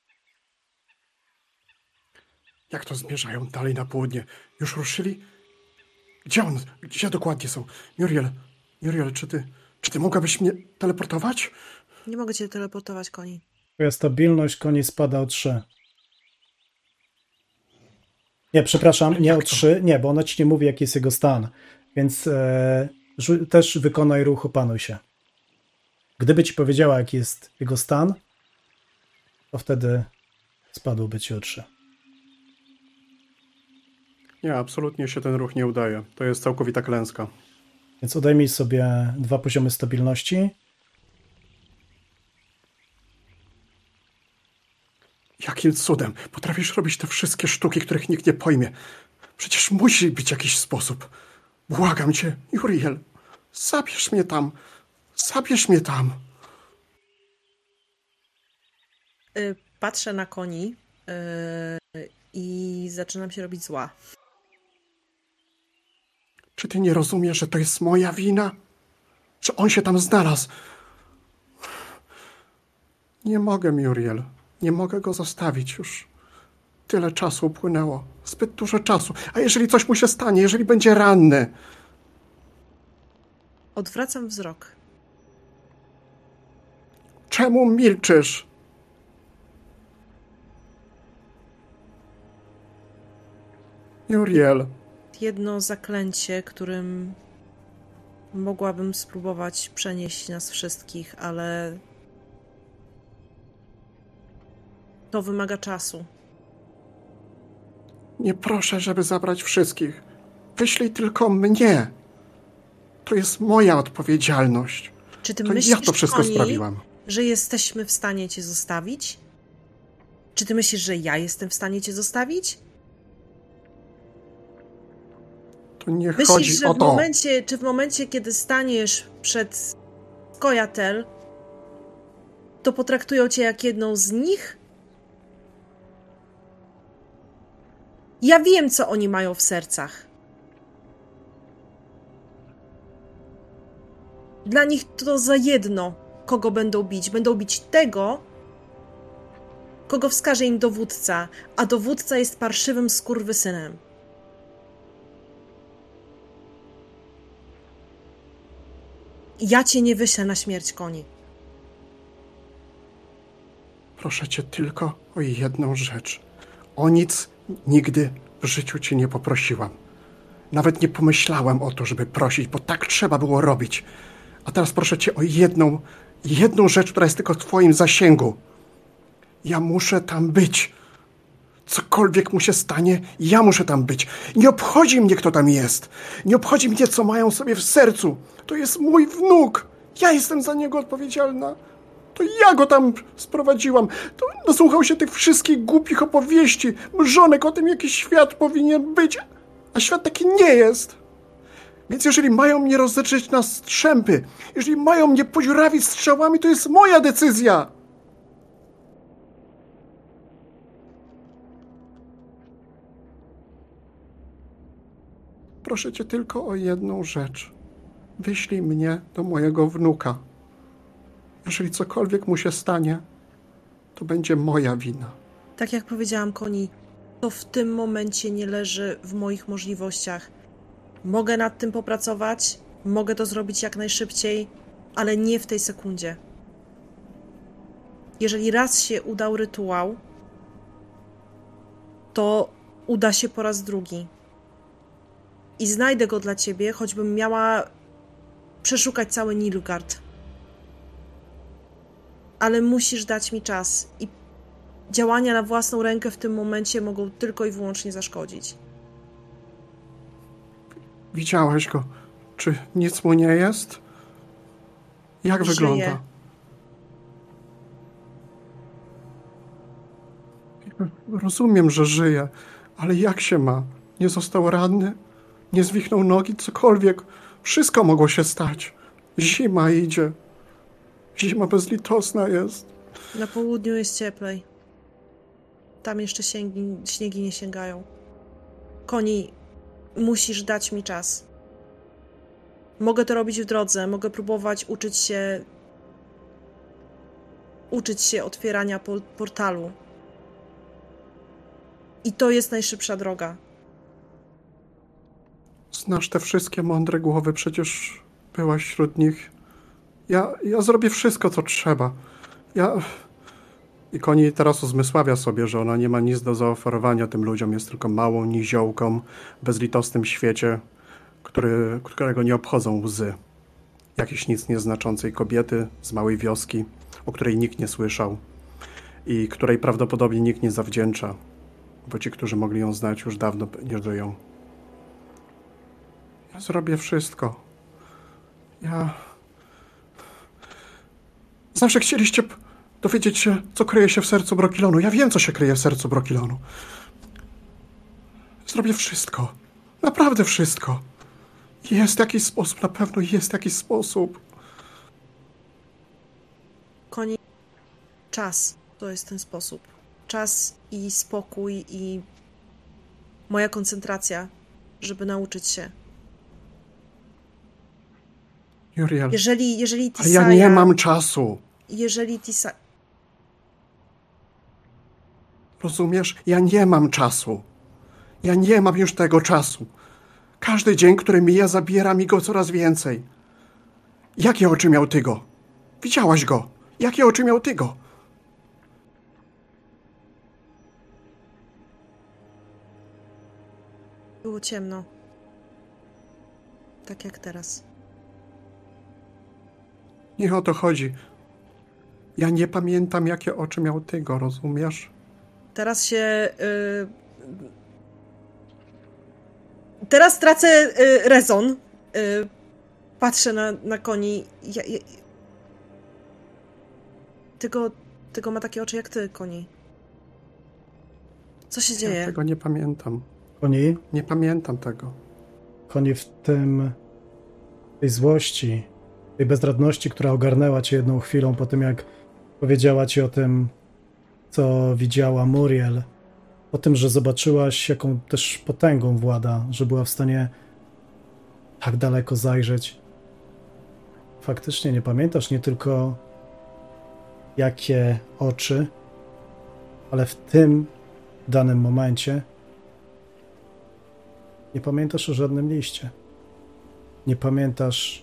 Jak to zmierzają dalej na południe? Już ruszyli? Gdzie dokładnie są? Muriel, czy ty mogłabyś mnie teleportować? Nie mogę cię teleportować, Koni. Twoja stabilność, Koni, spada o 3. Nie, przepraszam, nie o 3, nie, bo ona ci nie mówi, jaki jest jego stan. Więc też wykonaj ruch, opanuj się. Gdyby ci powiedziała, jaki jest jego stan, to wtedy spadłby ci o 3. Nie, absolutnie się ten ruch nie udaje. To jest całkowita klęska. Więc odejmij sobie 2 poziomy stabilności. Jakim cudem potrafisz robić te wszystkie sztuki, których nikt nie pojmie? Przecież musi być jakiś sposób. Błagam cię, Muriel, zabierz mnie tam. Zabierz mnie tam. Patrzę na Koni i zaczynam się robić zła. Czy ty nie rozumiesz, że to jest moja wina? Że on się tam znalazł? Nie mogę, Muriel. Nie mogę go zostawić już. Tyle czasu upłynęło. Zbyt dużo czasu. A jeżeli coś mu się stanie, jeżeli będzie ranny? Odwracam wzrok. Czemu milczysz? Muriel. Jedno zaklęcie, którym mogłabym spróbować przenieść nas wszystkich, ale to wymaga czasu. Nie proszę, żeby zabrać wszystkich. Wyślij tylko mnie. To jest moja odpowiedzialność. Czy ty To myślisz, ja to wszystko Koni, sprawiłam. że jesteśmy w stanie cię zostawić? Czy ty myślisz, że ja jestem w stanie cię zostawić? To nie Myślisz, chodzi że o to. w momencie, kiedy staniesz przed Skojatel, to potraktują cię jak jedną z nich? Ja wiem, co oni mają w sercach. Dla nich to za jedno, kogo będą bić. Będą bić tego, kogo wskaże im dowódca, a dowódca jest parszywym skurwysynem. Ja cię nie wyślę na śmierć, Koni. Proszę cię tylko o jedną rzecz. O nic nigdy w życiu cię nie poprosiłam. Nawet nie pomyślałem o to, żeby prosić, bo tak trzeba było robić. A teraz proszę cię o jedną rzecz, która jest tylko w twoim zasięgu. Ja muszę tam być. Cokolwiek mu się stanie, ja muszę tam być. Nie obchodzi mnie, kto tam jest. Nie obchodzi mnie, co mają sobie w sercu. To jest mój wnuk. Ja jestem za niego odpowiedzialna. To ja go tam sprowadziłam. To nasłuchał się tych wszystkich głupich opowieści, mrzonek o tym, jaki świat powinien być. A świat taki nie jest. Więc jeżeli mają mnie rozedrzeć na strzępy, jeżeli mają mnie podziurawić strzałami, to jest moja decyzja. Proszę cię tylko o jedną rzecz. Wyślij mnie do mojego wnuka. Jeżeli cokolwiek mu się stanie, to będzie moja wina. Tak jak powiedziałam, Koni, to w tym momencie nie leży w moich możliwościach. Mogę nad tym popracować, mogę to zrobić jak najszybciej, ale nie w tej sekundzie. Jeżeli raz się udał rytuał, to uda się po raz drugi. i znajdę go dla ciebie, choćbym miała przeszukać cały Nilfgaard. Ale musisz dać mi czas i działania na własną rękę w tym momencie mogą tylko i wyłącznie zaszkodzić. Widziałaś go. Czy nic mu nie jest? Jak Żyje. wygląda? Rozumiem, że żyje, ale jak się ma? Nie został ranny? Nie zwichnął nogi? Cokolwiek. Wszystko mogło się stać. Zima idzie. Zima bezlitosna jest. Na południu jest cieplej. Tam jeszcze śniegi nie sięgają. Koni, musisz dać mi czas. Mogę to robić w drodze, mogę próbować uczyć się otwierania portalu. I to jest najszybsza droga. Znasz te wszystkie mądre głowy, przecież byłaś wśród nich. Ja zrobię wszystko, co trzeba. I Koni teraz uzmysławia sobie, że ona nie ma nic do zaoferowania tym ludziom, jest tylko małą niziołką w bezlitosnym świecie, którego nie obchodzą łzy. Jakiejś nic nieznaczącej kobiety z małej wioski, o której nikt nie słyszał i której prawdopodobnie nikt nie zawdzięcza, bo ci, którzy mogli ją znać, już dawno nie żyją. Ja zrobię wszystko. Zawsze chcieliście dowiedzieć się, co kryje się w sercu Brokilonu. Ja wiem, co się kryje w sercu Brokilonu. Zrobię wszystko. Naprawdę wszystko. Jest jakiś sposób, na pewno jest jakiś sposób. Koni, czas to jest ten sposób. Czas i spokój i moja koncentracja, żeby nauczyć się. Juriel, Jeżeli ale ja Tisaja... nie mam czasu. Jeżeli Tisaja... Rozumiesz? Ja nie mam czasu. Ja nie mam już tego czasu. Każdy dzień, który mija, zabiera mi go coraz więcej. Jakie oczy miał Tygo? Widziałaś go? Jakie oczy miał Tygo? Było ciemno. Tak jak teraz. Nie o to chodzi. Ja nie pamiętam, jakie oczy miał Tygo, rozumiesz? Teraz się... Teraz tracę rezon. Patrzę na Koni. Tygo ma takie oczy jak ty, Koni. Co się dzieje? Ja tego nie pamiętam. Koni? Nie pamiętam tego. Koni, w tej złości, tej bezradności, która ogarnęła cię jedną chwilą po tym, jak powiedziała ci o tym, co widziała Muriel, o tym, że zobaczyłaś, jaką też potęgą włada, że była w stanie tak daleko zajrzeć. Faktycznie nie pamiętasz nie tylko jakie oczy, ale w tym danym momencie nie pamiętasz o żadnym liście. Nie pamiętasz,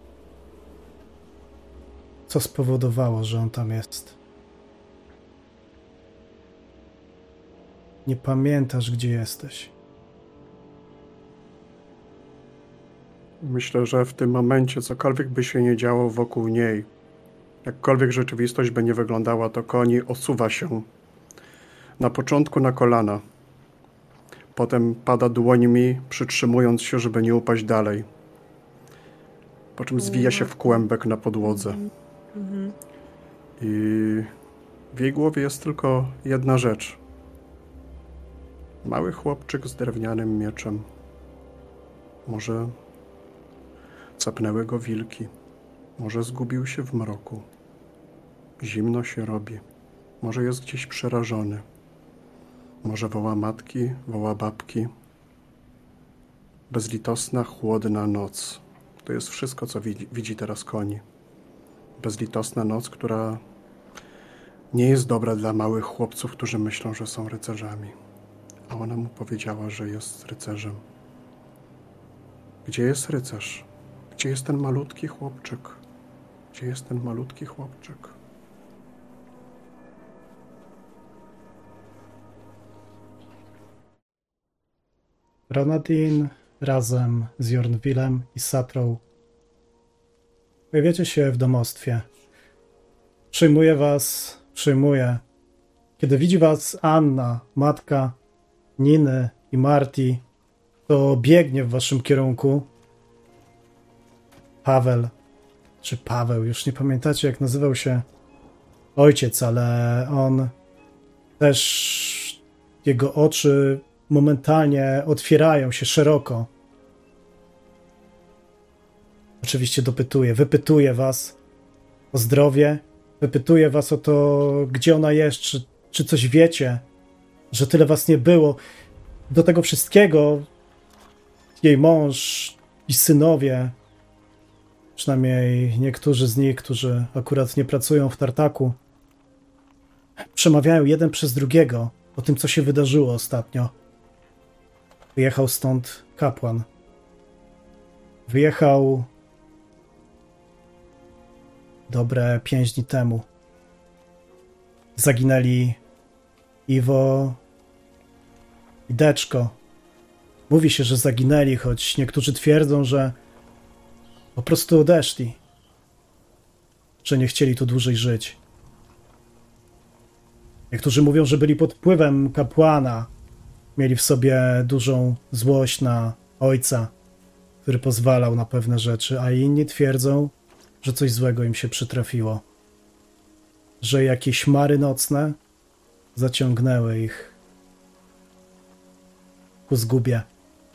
co spowodowało, że on tam jest. Nie pamiętasz, gdzie jesteś. Myślę, że w tym momencie cokolwiek by się nie działo wokół niej, jakkolwiek rzeczywistość by nie wyglądała, to Koni osuwa się. Na początku na kolana. Potem pada dłońmi, przytrzymując się, żeby nie upaść dalej. Po czym zwija się w kłębek na podłodze. I w jej głowie jest tylko jedna rzecz. Mały chłopczyk z drewnianym mieczem. Może capnęły go wilki. Może zgubił się w mroku. Zimno się robi. Może jest gdzieś przerażony. Może woła matki, woła babki. Bezlitosna, chłodna noc. To jest wszystko, co widzi teraz Koni. Bezlitosna noc, która nie jest dobra dla małych chłopców, którzy myślą, że są rycerzami. A ona mu powiedziała, że jest rycerzem. Gdzie jest rycerz? Gdzie jest ten malutki chłopczyk? Gdzie jest ten malutki chłopczyk? Granadin razem z Jornwillem i Satrą pojawiacie się w domostwie. Przyjmuje. Kiedy widzi was Anna, matka Niny i Marty, to biegnie w waszym kierunku. Paweł, już nie pamiętacie, jak nazywał się ojciec, ale on też, jego oczy momentalnie otwierają się szeroko. Oczywiście wypytuje was o zdrowie, wypytuje was o to, gdzie ona jest, czy coś wiecie, że tyle was nie było. Do tego wszystkiego jej mąż i synowie, przynajmniej niektórzy z nich, którzy akurat nie pracują w Tartaku, przemawiają jeden przez drugiego o tym, co się wydarzyło ostatnio. Wyjechał stąd kapłan. Wyjechał dobre 5 dni temu. Zaginęli Iwo i Deczko. Mówi się, że zaginęli, choć niektórzy twierdzą, że po prostu odeszli. Że nie chcieli tu dłużej żyć. Niektórzy mówią, że byli pod wpływem kapłana. Mieli w sobie dużą złość na ojca, który pozwalał na pewne rzeczy, a inni twierdzą, że coś złego im się przytrafiło. Że jakieś mary nocne zaciągnęły ich ku zgubie.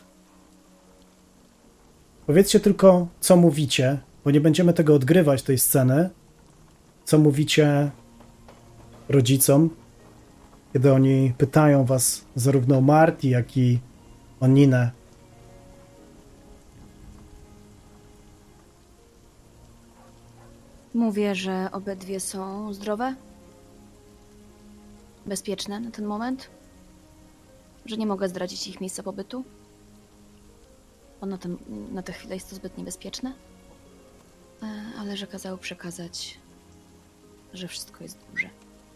Powiedzcie tylko, co mówicie, bo nie będziemy tego odgrywać, tej sceny. Co mówicie rodzicom, kiedy oni pytają was zarówno o Marty, jak i o Ninę. Mówię, że obydwie są zdrowe? Bezpieczne na ten moment? Że nie mogę zdradzić ich miejsca pobytu? Bo na tę chwilę jest to zbyt niebezpieczne? Ale że kazały przekazać, że wszystko jest dobrze.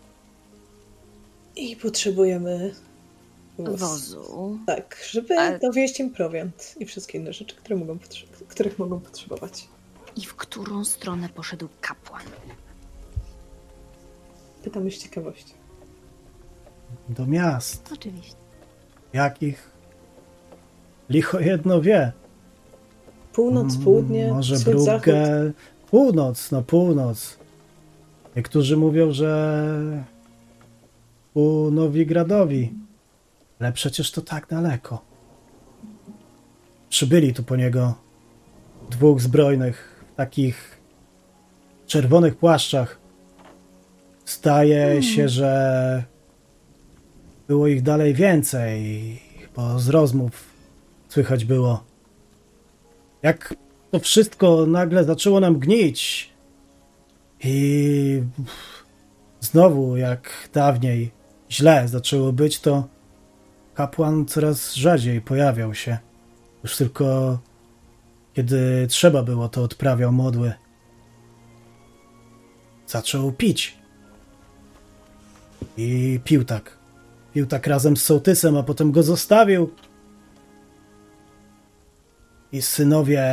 I potrzebujemy wozu. Tak, żeby dowieźć im prowiant i wszystkie inne rzeczy, których mogą potrzebować. I w którą stronę poszedł kapłan? Pytamy z ciekawości. Do miast. Oczywiście. Jakich? Licho jedno wie. Północ, południe, może wschód, zachód. Północ. Niektórzy mówią, że ku Nowigradowi. Ale przecież to tak daleko. Przybyli tu po niego 2 zbrojnych w takich czerwonych płaszczach. Zdaje się, że było ich dalej więcej, bo z rozmów słychać było. Jak to wszystko nagle zaczęło nam gnić i znowu jak dawniej źle zaczęło być, to kapłan coraz rzadziej pojawiał się. Już tylko kiedy trzeba było, to odprawiał modły. Zaczął pić. I pił tak razem z sołtysem, a potem go zostawił. I synowie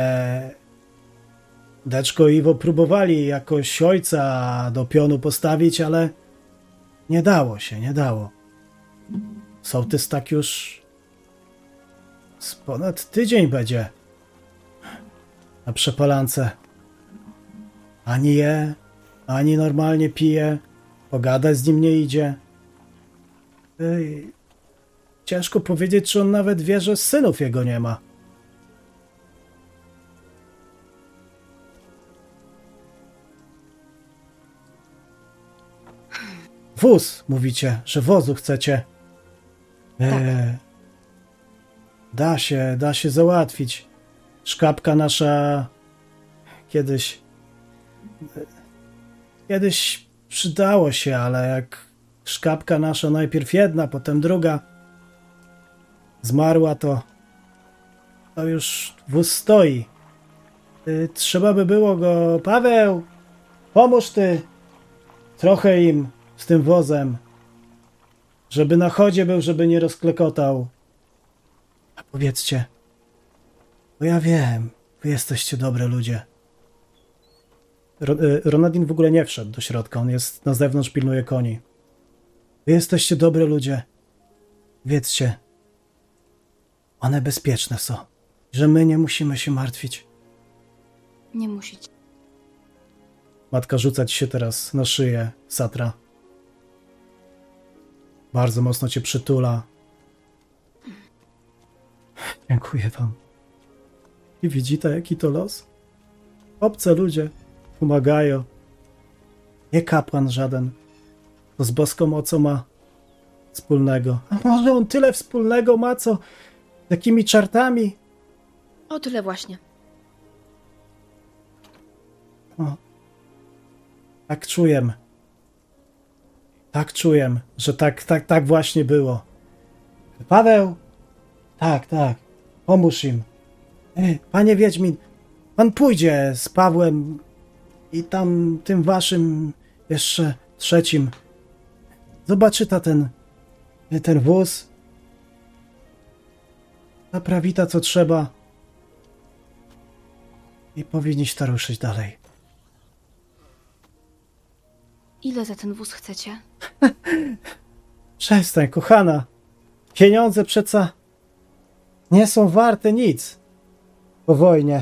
Deczko i Iwo próbowali jakoś ojca do pionu postawić, ale nie dało. Sołtys tak już z ponad tydzień będzie na przepalance. Ani je, ani normalnie pije, pogadać z nim nie idzie. Ciężko powiedzieć, czy on nawet wie, że synów jego nie ma. Wóz, mówicie, że wozu chcecie. Tak. Da się załatwić. Szkapka nasza kiedyś przydało się, ale jak szkapka nasza najpierw jedna, potem druga zmarła, to już wóz stoi. Trzeba by było go... Paweł, pomóż ty trochę im z tym wozem, żeby na chodzie był, żeby nie rozklekotał. A powiedzcie, Bo ja wiem, wy jesteście dobre ludzie. Ronaldin w ogóle nie wszedł do środka, on jest na zewnątrz, pilnuje koni. Wy jesteście dobre ludzie. Wiedzcie, one bezpieczne są, że my nie musimy się martwić. Nie musicie. Matka rzuca ci się teraz na szyję, Satra. Bardzo mocno cię przytula. Dziękuję wam. I widzicie, jaki to los? Obce ludzie pomagają. Nie kapłan żaden. To z boską mocą ma wspólnego. A może on tyle wspólnego ma, co takimi czartami? O tyle właśnie. O. Tak czuję. Tak czuję, że tak właśnie było. Paweł! Tak. Pomóż im. Panie Wiedźmin, pan pójdzie z Pawłem i tam tym waszym jeszcze trzecim. Zobaczy ten wóz. Naprawi ta, co trzeba. I powinniście ruszyć dalej. Ile za ten wóz chcecie? Przestań, kochana. Pieniądze przeca nie są warte nic po wojnie.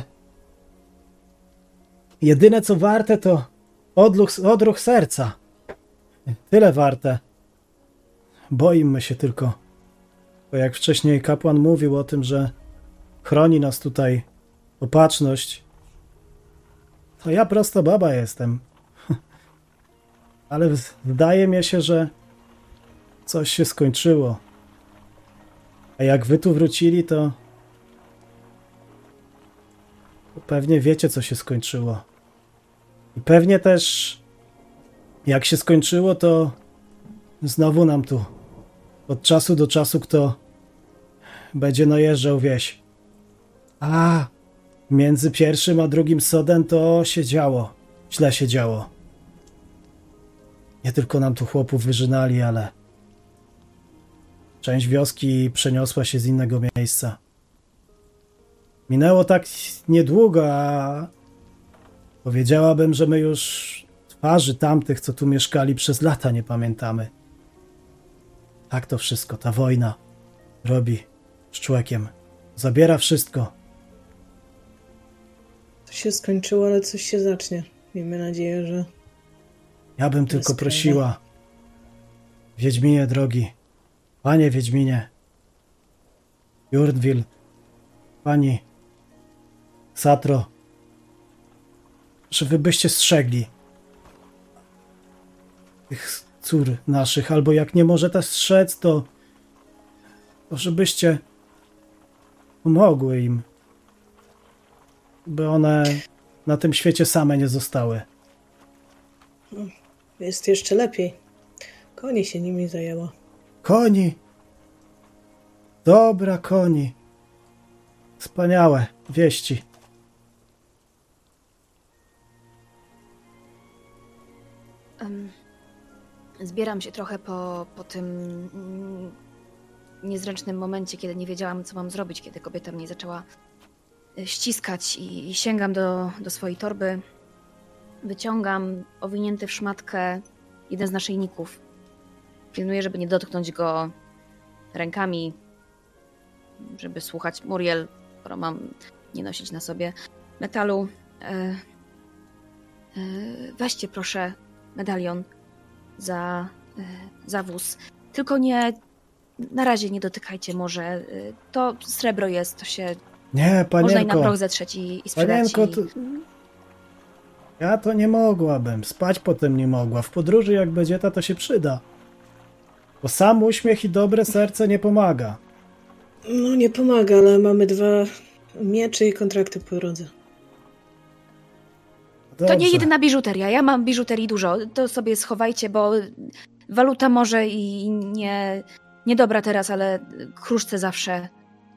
Jedyne, co warte, to odruch serca. Tyle warte. Boimy się tylko. Bo jak wcześniej kapłan mówił o tym, że chroni nas tutaj opatrzność, to ja prosta baba jestem. Ale wydaje mi się, że coś się skończyło. A jak wy tu wrócili, to pewnie wiecie, co się skończyło. I pewnie też jak się skończyło, to znowu nam tu od czasu do czasu kto będzie najeżdżał wieś. A między pierwszym a drugim sodem to się działo. Źle się działo. Nie tylko nam tu chłopów wyżynali, ale część wioski przeniosła się z innego miejsca. Minęło tak niedługo, a powiedziałabym, że my już twarzy tamtych, co tu mieszkali przez lata, nie pamiętamy. Tak to wszystko, ta wojna robi z człowiekiem. Zabiera wszystko. To się skończyło, ale coś się zacznie. Miejmy nadzieję, że... Ja bym tylko prosiła, Wiedźminie drogi, panie Wiedźminie, Jurdwil, pani Satro, że wy byście strzegli tych cór naszych, albo jak nie możecie strzec, to żebyście pomogły im, by one na tym świecie same nie zostały. Jest jeszcze lepiej. Koni się nimi zajęła. Koni! Dobra, koni. Wspaniałe wieści. Zbieram się trochę po tym niezręcznym momencie, kiedy nie wiedziałam, co mam zrobić, kiedy kobieta mnie zaczęła ściskać i sięgam do swojej torby. Wyciągam owinięty w szmatkę jeden z naszyjników. Pilnuję, żeby nie dotknąć go rękami, żeby słuchać Muriel, skoro mam nie nosić na sobie metalu. Weźcie proszę medalion za wóz. Tylko na razie nie dotykajcie może. To srebro jest, to się... Nie, panienko. Można i na proch zetrzeć i sprzedać. Panienko, ja to nie mogłabym. Spać potem nie mogła. W podróży jak będzie to się przyda. Bo sam uśmiech i dobre serce nie pomaga. No nie pomaga, ale mamy 2 miecze i kontrakty po drodze. Dobrze. To nie jedyna biżuteria. Ja mam biżuterii dużo. To sobie schowajcie, bo waluta może i niedobra teraz, ale kruszce zawsze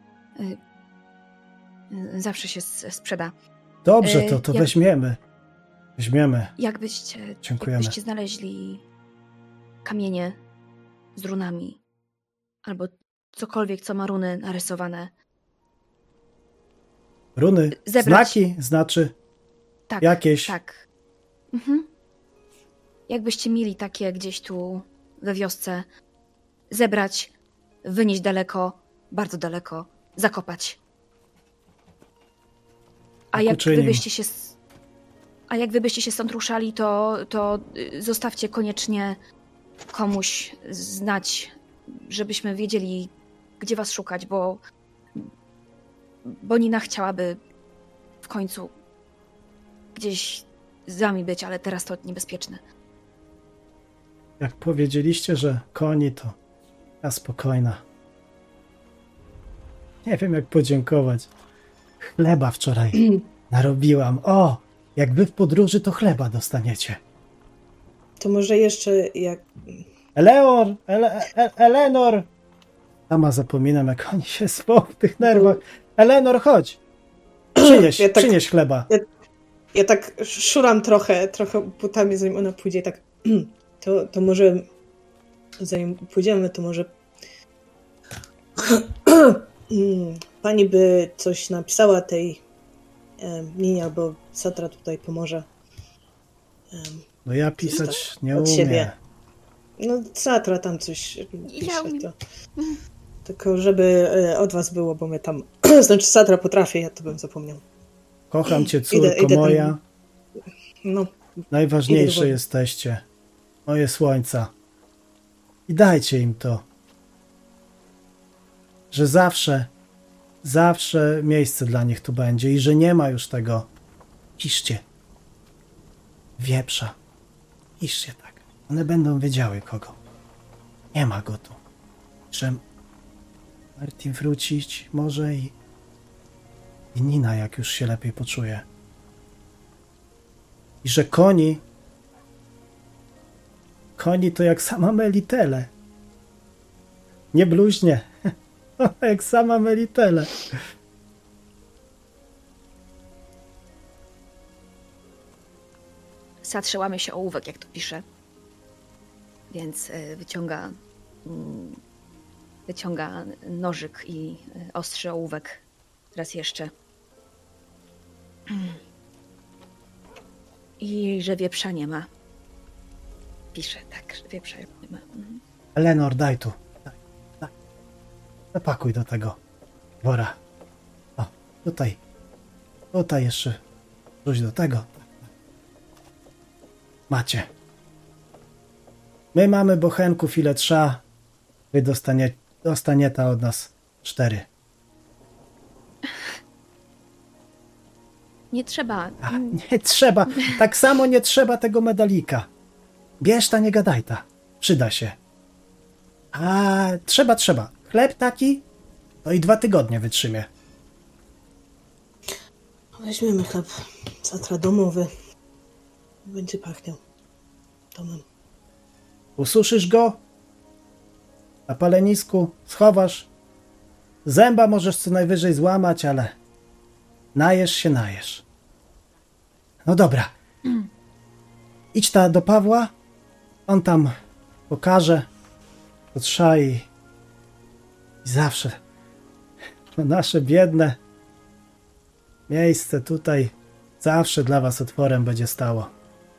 się sprzeda. Dobrze, to weźmiemy. Weźmiemy. Jakbyście znaleźli kamienie z runami albo cokolwiek, co ma runy narysowane. Runy, zebrać. znaki, znaczy Tak, jakieś. tak. Jakbyście mieli takie gdzieś tu we wiosce zebrać, wynieść daleko, bardzo daleko, zakopać. A jak wy byście się stąd ruszali, to zostawcie koniecznie komuś znać, żebyśmy wiedzieli, gdzie was szukać, bo Nina chciałaby w końcu gdzieś z wami być, ale teraz to niebezpieczne. Jak powiedzieliście, że koni, to ja spokojna. Nie wiem, jak podziękować. Chleba wczoraj narobiłam. O, jak wy w podróży, to chleba dostaniecie. To może jeszcze jak... Elenor! Sama zapominam, jak oni się swą w tych nerwach. Elenor, chodź! Przynieś chleba. Ja tak szuram trochę butami, zanim ona pójdzie. Tak, to może zanim pójdziemy, to może pani by coś napisała tej Ninie, albo Satra tutaj pomoże. No ja pisać nie od umiem. siebie. No Satra tam coś pisze. Ja umiem. To. Tylko żeby od was było, bo my tam... Znaczy Satra potrafię, ja to bym zapomniał. Kocham cię, córko moja. No, Najważniejsze jesteście. Moje słońca. I dajcie im to. Że zawsze miejsce dla nich tu będzie i że nie ma już tego. Piszcie. Wieprza. Piszcie tak. One będą wiedziały kogo. Nie ma go tu. Że Martin wrócić może i Nina, jak już się lepiej poczuje. I że koni to jak sama Melitele. Nie bluźnie. Jak sama Melitele. Satrze łamie się ołówek, jak to pisze. Więc wyciąga nożyk i ostrzy ołówek. Raz jeszcze. I że wieprza nie ma. Pisze, tak, że wieprza nie ma. Elenor, daj tu. Daj. Zapakuj do tego wora. O, tutaj. Tutaj jeszcze. Wrzuć do tego. Macie. My mamy bochenków ile trzeba. Wy dostaniecie od nas 4. Nie trzeba. Nie trzeba. Tak samo nie trzeba tego medalika. Bierz ta, nie gadaj ta. Przyda się. A trzeba. Chleb taki, to i 2 tygodnie wytrzymie. Weźmiemy chleb. Satra domowy. Będzie pachniał domem. Ususzysz go na palenisku, schowasz. Zęba możesz co najwyżej złamać, ale najesz. No dobra. Idź ta do Pawła. On tam pokaże, co trzeba i zawsze to nasze biedne miejsce tutaj zawsze dla was otworem będzie stało.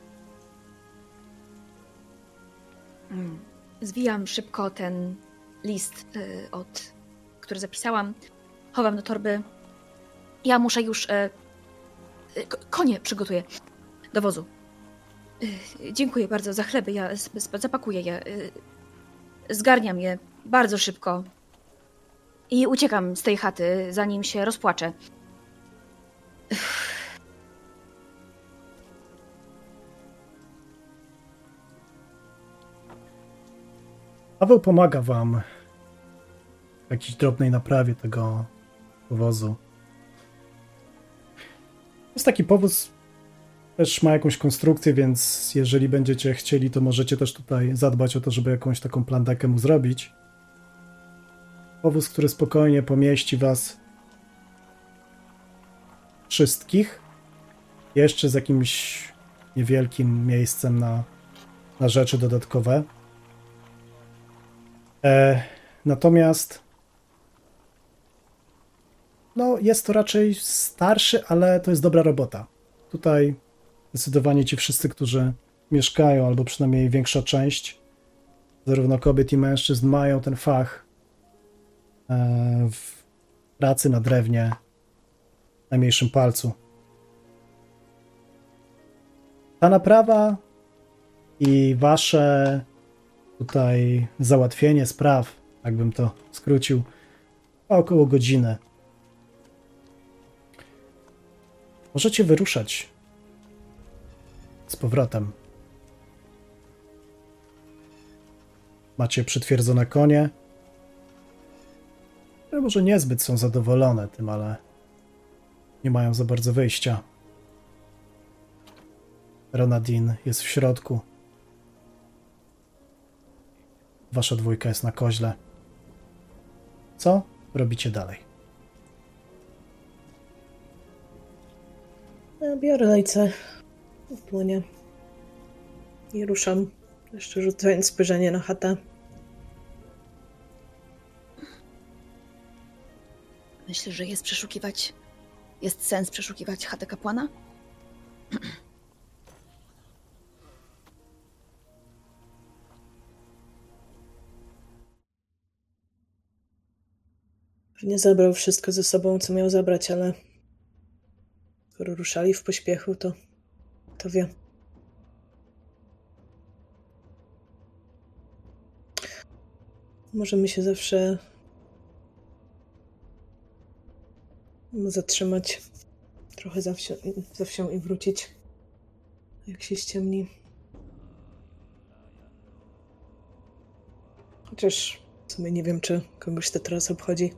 Zwijam szybko ten list, który zapisałam. Chowam do torby. Ja muszę już... konie przygotuję do wozu. Dziękuję bardzo za chleby. Ja zapakuję je. Zgarniam je bardzo szybko. I uciekam z tej chaty, zanim się rozpłaczę. Paweł pomaga wam w jakiejś drobnej naprawie tego powozu. Jest taki powóz, też ma jakąś konstrukcję, więc jeżeli będziecie chcieli, to możecie też tutaj zadbać o to, żeby jakąś taką plandekę mu zrobić. Powóz, który spokojnie pomieści was wszystkich, jeszcze z jakimś niewielkim miejscem na rzeczy dodatkowe. Natomiast no jest to raczej starszy, ale to jest dobra robota. Tutaj zdecydowanie ci wszyscy, którzy mieszkają, albo przynajmniej większa część, zarówno kobiet i mężczyzn, mają ten fach w pracy na drewnie, najmniejszym palcu. Ta naprawa i wasze tutaj załatwienie spraw, jakbym to skrócił, około godziny. Możecie wyruszać z powrotem. Macie przytwierdzone konie. Może niezbyt są zadowolone tym, ale nie mają za bardzo wyjścia. Ronadin jest w środku. Wasza dwójka jest na koźle. Co robicie dalej? Ja biorę lejce w płonie i ruszam, jeszcze rzucając spojrzenie na chatę. Myślę, że jest sens przeszukiwać chatę kapłana? Pewnie zabrał wszystko ze sobą, co miał zabrać, ale skoro ruszali w pośpiechu, to kto wie. Możemy się zawsze zatrzymać trochę za wsią i wrócić, jak się ściemni. Chociaż w sumie nie wiem, czy kogoś to teraz obchodzi.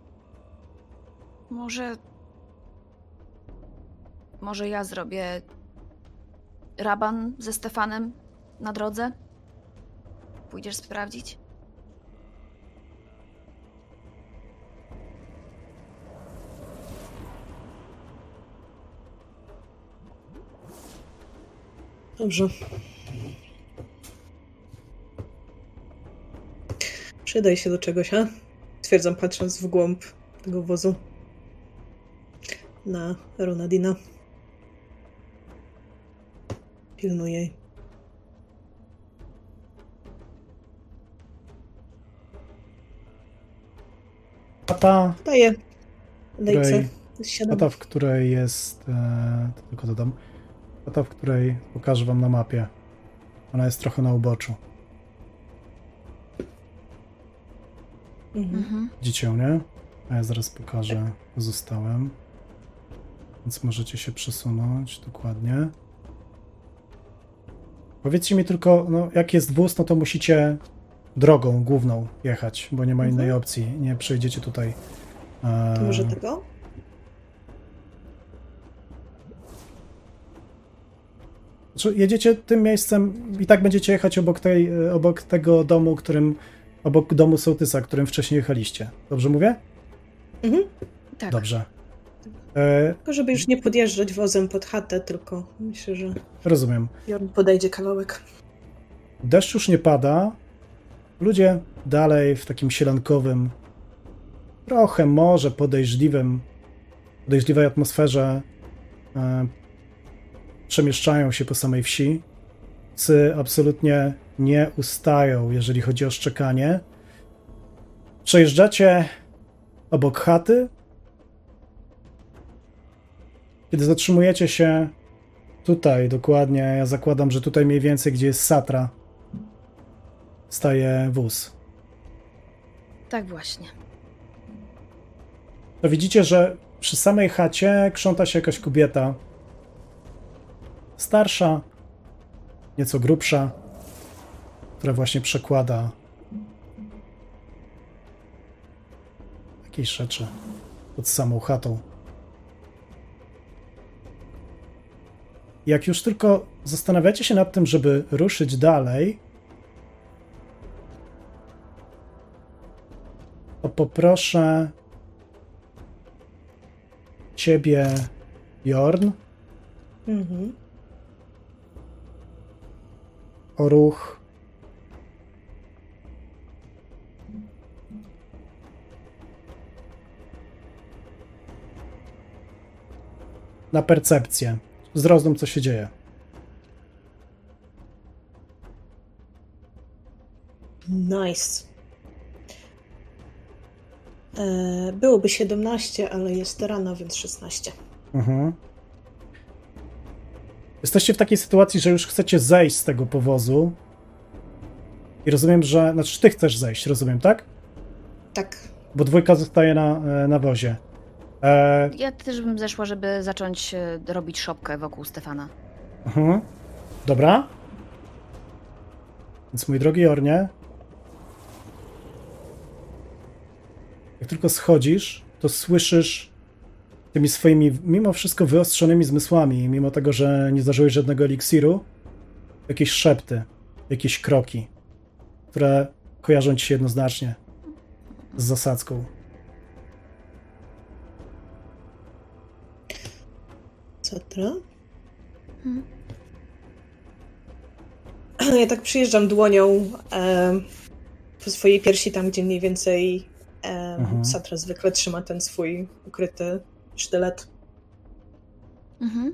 Może ja zrobię raban ze Stefanem na drodze? Pójdziesz sprawdzić? Dobrze. Przydaj się do czegoś, a? Stwierdzam, patrząc w głąb tego wozu na Ronadina. Pilnuj jej. Chata, Daję lejce. w której jest... to tylko dodam. Chata, w której pokażę wam na mapie. Ona jest trochę na uboczu. Widzicie ją, nie? A ja zaraz pokażę pozostałym. Więc możecie się przesunąć dokładnie. Powiedzcie mi tylko, no jak jest wóz, no to musicie drogą główną jechać, bo nie ma innej opcji. Nie przejdziecie tutaj. To może tego? Znaczy, jedziecie tym miejscem i tak będziecie jechać obok tego domu, obok domu sołtysa, którym wcześniej jechaliście. Dobrze mówię? Tak. Dobrze. Tylko żeby już nie podjeżdżać wozem pod chatę, tylko myślę, że Rozumiem. Jorn podejdzie kawałek. Deszcz już nie pada. Ludzie dalej w takim sielankowym, trochę może podejrzliwej atmosferze przemieszczają się po samej wsi. Psy absolutnie nie ustają, jeżeli chodzi o szczekanie. Przejeżdżacie obok chaty. Kiedy zatrzymujecie się tutaj dokładnie, ja zakładam, że tutaj mniej więcej, gdzie jest Satra, staje wóz. Tak właśnie. To widzicie, że przy samej chacie krząta się jakaś kobieta. Starsza, nieco grubsza, która właśnie przekłada jakieś rzeczy pod samą chatą. Jak już tylko zastanawiacie się nad tym, żeby ruszyć dalej, to poproszę ciebie, Jorn, o ruch na percepcję. Zrozum, co się dzieje. Nice. Byłoby 17, ale jest rano, więc 16. Mhm. Jesteście w takiej sytuacji, że już chcecie zejść z tego powozu. I rozumiem, że... Znaczy, ty chcesz zejść, rozumiem, tak? Tak. Bo dwójka zostaje na wozie. Ja też bym zeszła, żeby zacząć robić szopkę wokół Stefana. Mhm. Dobra. Więc mój drogi Ornie, jak tylko schodzisz, to słyszysz tymi swoimi, mimo wszystko wyostrzonymi zmysłami, mimo tego, że nie zażyłeś żadnego eliksiru, jakieś szepty, jakieś kroki, które kojarzą ci się jednoznacznie z zasadzką. Satra? Ja tak przyjeżdżam dłonią po swojej piersi, tam gdzie mniej więcej Satra zwykle trzyma ten swój ukryty sztylet. Mhm.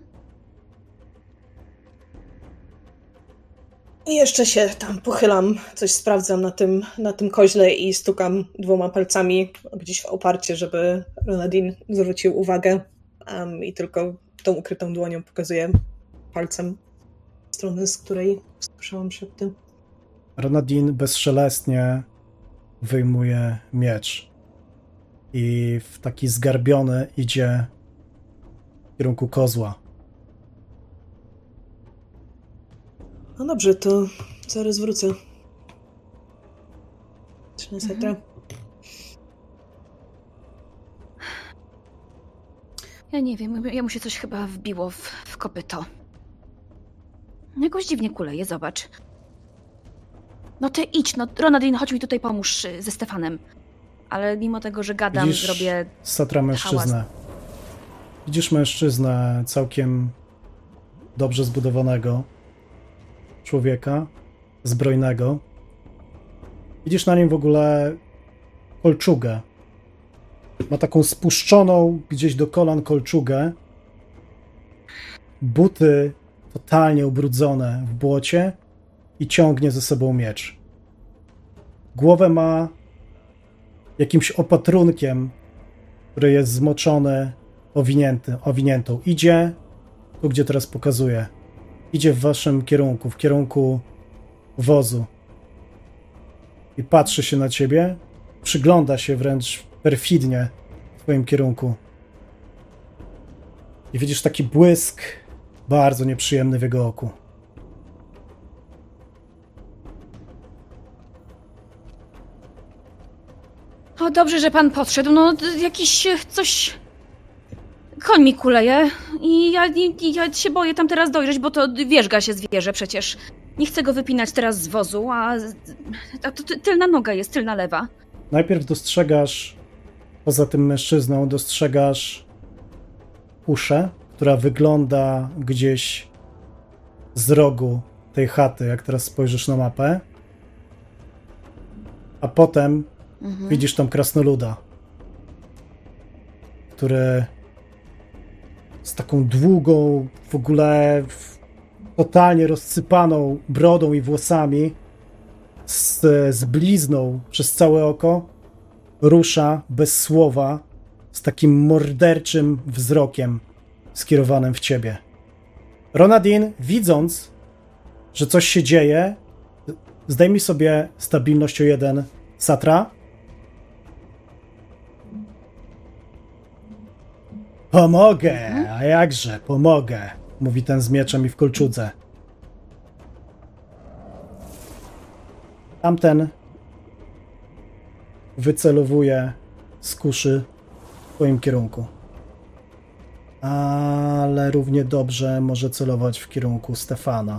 I jeszcze się tam pochylam, coś sprawdzam na tym koźle i stukam 2 palcami gdzieś w oparcie, żeby Ronaldin zwrócił uwagę i tylko tą ukrytą dłonią pokazuję palcem strony, z której słyszałam szepty. Ronaldin bezszelestnie wyjmuje miecz i w taki zgarbiony idzie w kierunku kozła. No dobrze, to zaraz wrócę. Satra. Ja nie wiem, jemu się coś chyba wbiło w kopyto. Jakoś dziwnie kuleje, zobacz. No ty idź, no Ronaldin, chodź mi tutaj pomóż ze Stefanem. Ale mimo tego, że gadam, Widzisz, zrobię Satra, mężczyznę. hałas. Widzisz mężczyznę całkiem dobrze zbudowanego człowieka, zbrojnego. Widzisz na nim w ogóle kolczugę. Ma taką spuszczoną gdzieś do kolan kolczugę. Buty totalnie ubrudzone w błocie i ciągnie ze sobą miecz. Głowę ma jakimś opatrunkiem, który jest zmoczony, owiniętą. Idzie tu, gdzie teraz pokazuję. Idzie w waszym kierunku, w kierunku wozu. I patrzy się na ciebie, przygląda się wręcz perfidnie w twoim kierunku. I widzisz taki błysk bardzo nieprzyjemny w jego oku. O, dobrze, że pan podszedł. No, jakiś coś... Koń mi kuleje i ja się boję tam teraz dojrzeć, bo to wierzga się zwierzę przecież. Nie chcę go wypinać teraz z wozu, a to tylna noga jest, tylna lewa. Najpierw dostrzegasz, poza tym mężczyzną, dostrzegasz kuszę, która wygląda gdzieś z rogu tej chaty, jak teraz spojrzysz na mapę. A potem widzisz tam krasnoluda, który z taką długą, w ogóle totalnie rozsypaną brodą i włosami, z blizną przez całe oko, rusza bez słowa, z takim morderczym wzrokiem skierowanym w ciebie. Ronaldin, widząc, że coś się dzieje, zdejmij sobie stabilność o 1, Satra. Pomogę, a jakże, pomogę, mówi ten z mieczem i w kolczudze. Tamten wycelowuje z kuszy w twoim kierunku. Ale równie dobrze może celować w kierunku Stefana.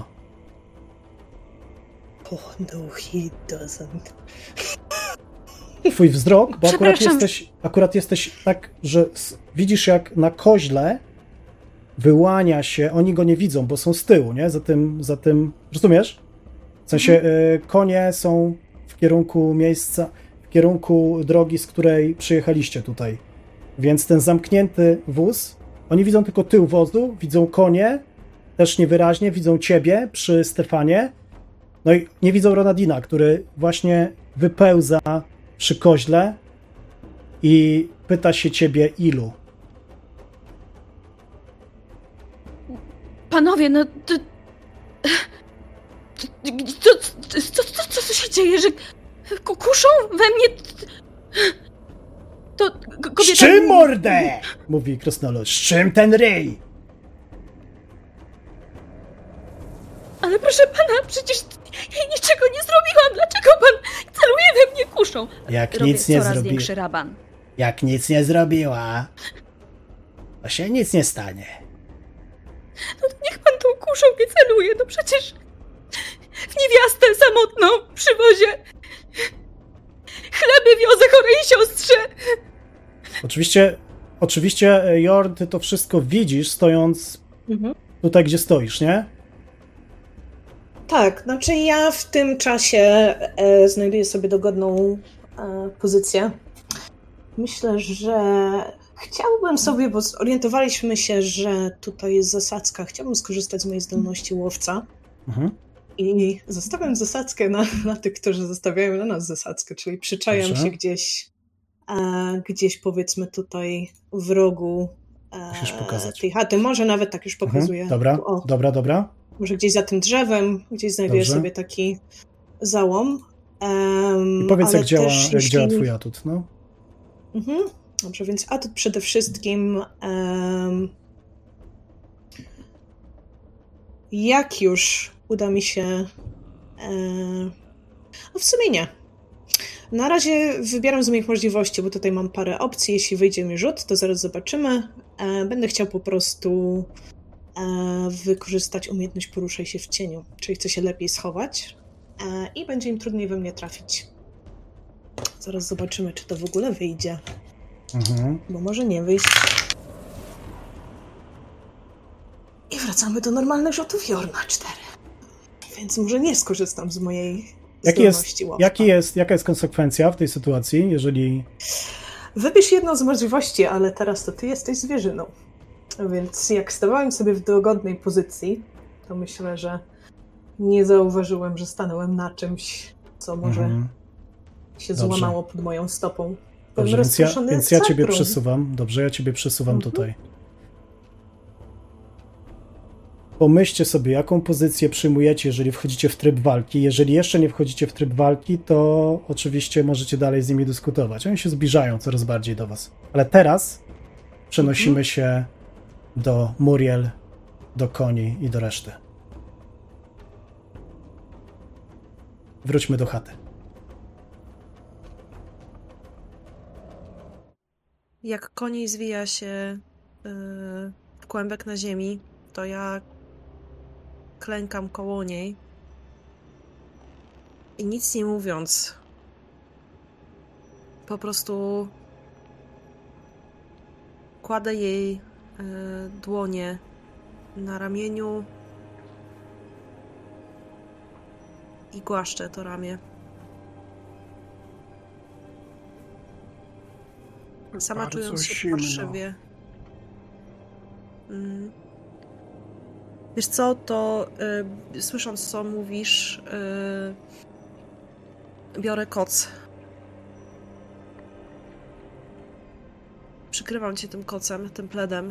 Oh no, he doesn't. Twój wzrok, bo akurat jesteś tak, że widzisz, jak na koźle wyłania się, oni go nie widzą, bo są z tyłu, nie? Za tym, rozumiesz? W sensie konie są w kierunku miejsca, w kierunku drogi, z której przyjechaliście tutaj. Więc ten zamknięty wóz Oni widzą tylko tył wozu, widzą konie, też niewyraźnie, widzą ciebie przy Stefanie, no i nie widzą Ronadina, który właśnie wypełza przy koźle i pyta się ciebie ilu. Panowie, no co się dzieje, że kuszą we mnie? To kobieta... Z czym mordę? Mówi krasnolud. Z czym ten ryj? Ale proszę pana, przecież ja niczego nie zrobiłam. Dlaczego pan celuje we mnie kuszą? Jak Robię nic nie coraz większy raban. Jak nic nie zrobiła, to się nic nie stanie. No to niech pan tą kuszą nie celuje, no przecież w niewiastę samotną przy wozie chleby wiozę chorej siostrze. Oczywiście, Jorn, ty to wszystko widzisz, stojąc tutaj, gdzie stoisz, nie? Tak, znaczy ja w tym czasie znajduję sobie dogodną pozycję. Myślę, że chciałbym sobie, bo zorientowaliśmy się, że tutaj jest zasadzka, chciałbym skorzystać z mojej zdolności łowca. I zostawiam zasadzkę na tych, którzy zostawiają na nas zasadzkę, czyli przyczajam się gdzieś powiedzmy tutaj w rogu tej chaty. Może nawet tak już pokazuję. Dobra. Może gdzieś za tym drzewem, gdzieś znajduję sobie taki załom. I powiedz, jak działa twój atut, no? Dobrze, więc atut przede wszystkim jak już uda mi się no w sumie nie. Na razie wybieram z moich możliwości, bo tutaj mam parę opcji. Jeśli wyjdzie mi rzut, to zaraz zobaczymy. Będę chciał po prostu wykorzystać umiejętność poruszaj się w cieniu, czyli chcę się lepiej schować i będzie im trudniej we mnie trafić. Zaraz zobaczymy, czy to w ogóle wyjdzie. Bo może nie wyjść. I wracamy do normalnych rzutów Jorna 4. Więc może nie skorzystam z mojej zdolności łowca. Jaka jest konsekwencja w tej sytuacji, jeżeli... Wybierz jedną z możliwości, ale teraz to ty jesteś zwierzyną. Więc jak stawałem sobie w dogodnej pozycji, to myślę, że nie zauważyłem, że stanąłem na czymś, co może się złamało pod moją stopą. Dobrze, więc ja ciebie przesuwam. Dobrze, ja ciebie przesuwam tutaj. Pomyślcie sobie, jaką pozycję przyjmujecie, jeżeli wchodzicie w tryb walki. Jeżeli jeszcze nie wchodzicie w tryb walki, to oczywiście możecie dalej z nimi dyskutować. Oni się zbliżają coraz bardziej do was. Ale teraz przenosimy się do Muriel, do koni i do reszty. Wróćmy do chaty. Jak koni zwija się w kłębek na ziemi, to ja klękam koło niej i nic nie mówiąc, po prostu kładę jej dłonie na ramieniu i głaszczę to ramię. Sama bardzo czując się zimno. parszywie. Wiesz co, to słysząc co mówisz, biorę koc. Przykrywam cię tym kocem, tym pledem.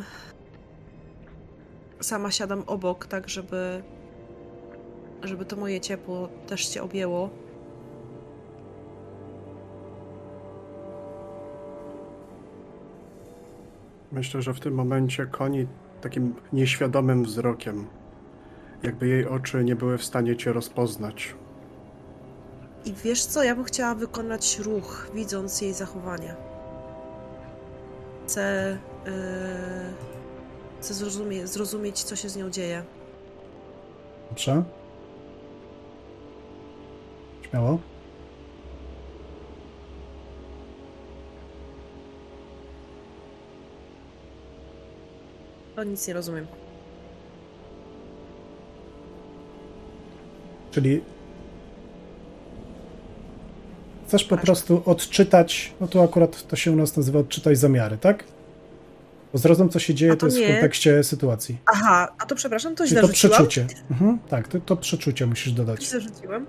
Sama siadam obok, tak żeby to moje ciepło też cię objęło. Myślę, że w tym momencie koni takim nieświadomym wzrokiem, jakby jej oczy nie były w stanie cię rozpoznać. I wiesz co, ja bym chciała wykonać ruch, widząc jej zachowanie. Chcę zrozumieć, co się z nią dzieje. Dobrze. Śmiało. O, nic nie rozumiem. Czyli chcesz po prostu odczytać, no to akurat to się u nas nazywa odczytaj zamiary, tak? Bo zdradzam, co się dzieje, to jest nie. w kontekście sytuacji. Aha, a to przepraszam, to źle to rzuciłam. przeczucie. Tak, to przeczucie musisz dodać. Źle rzuciłam.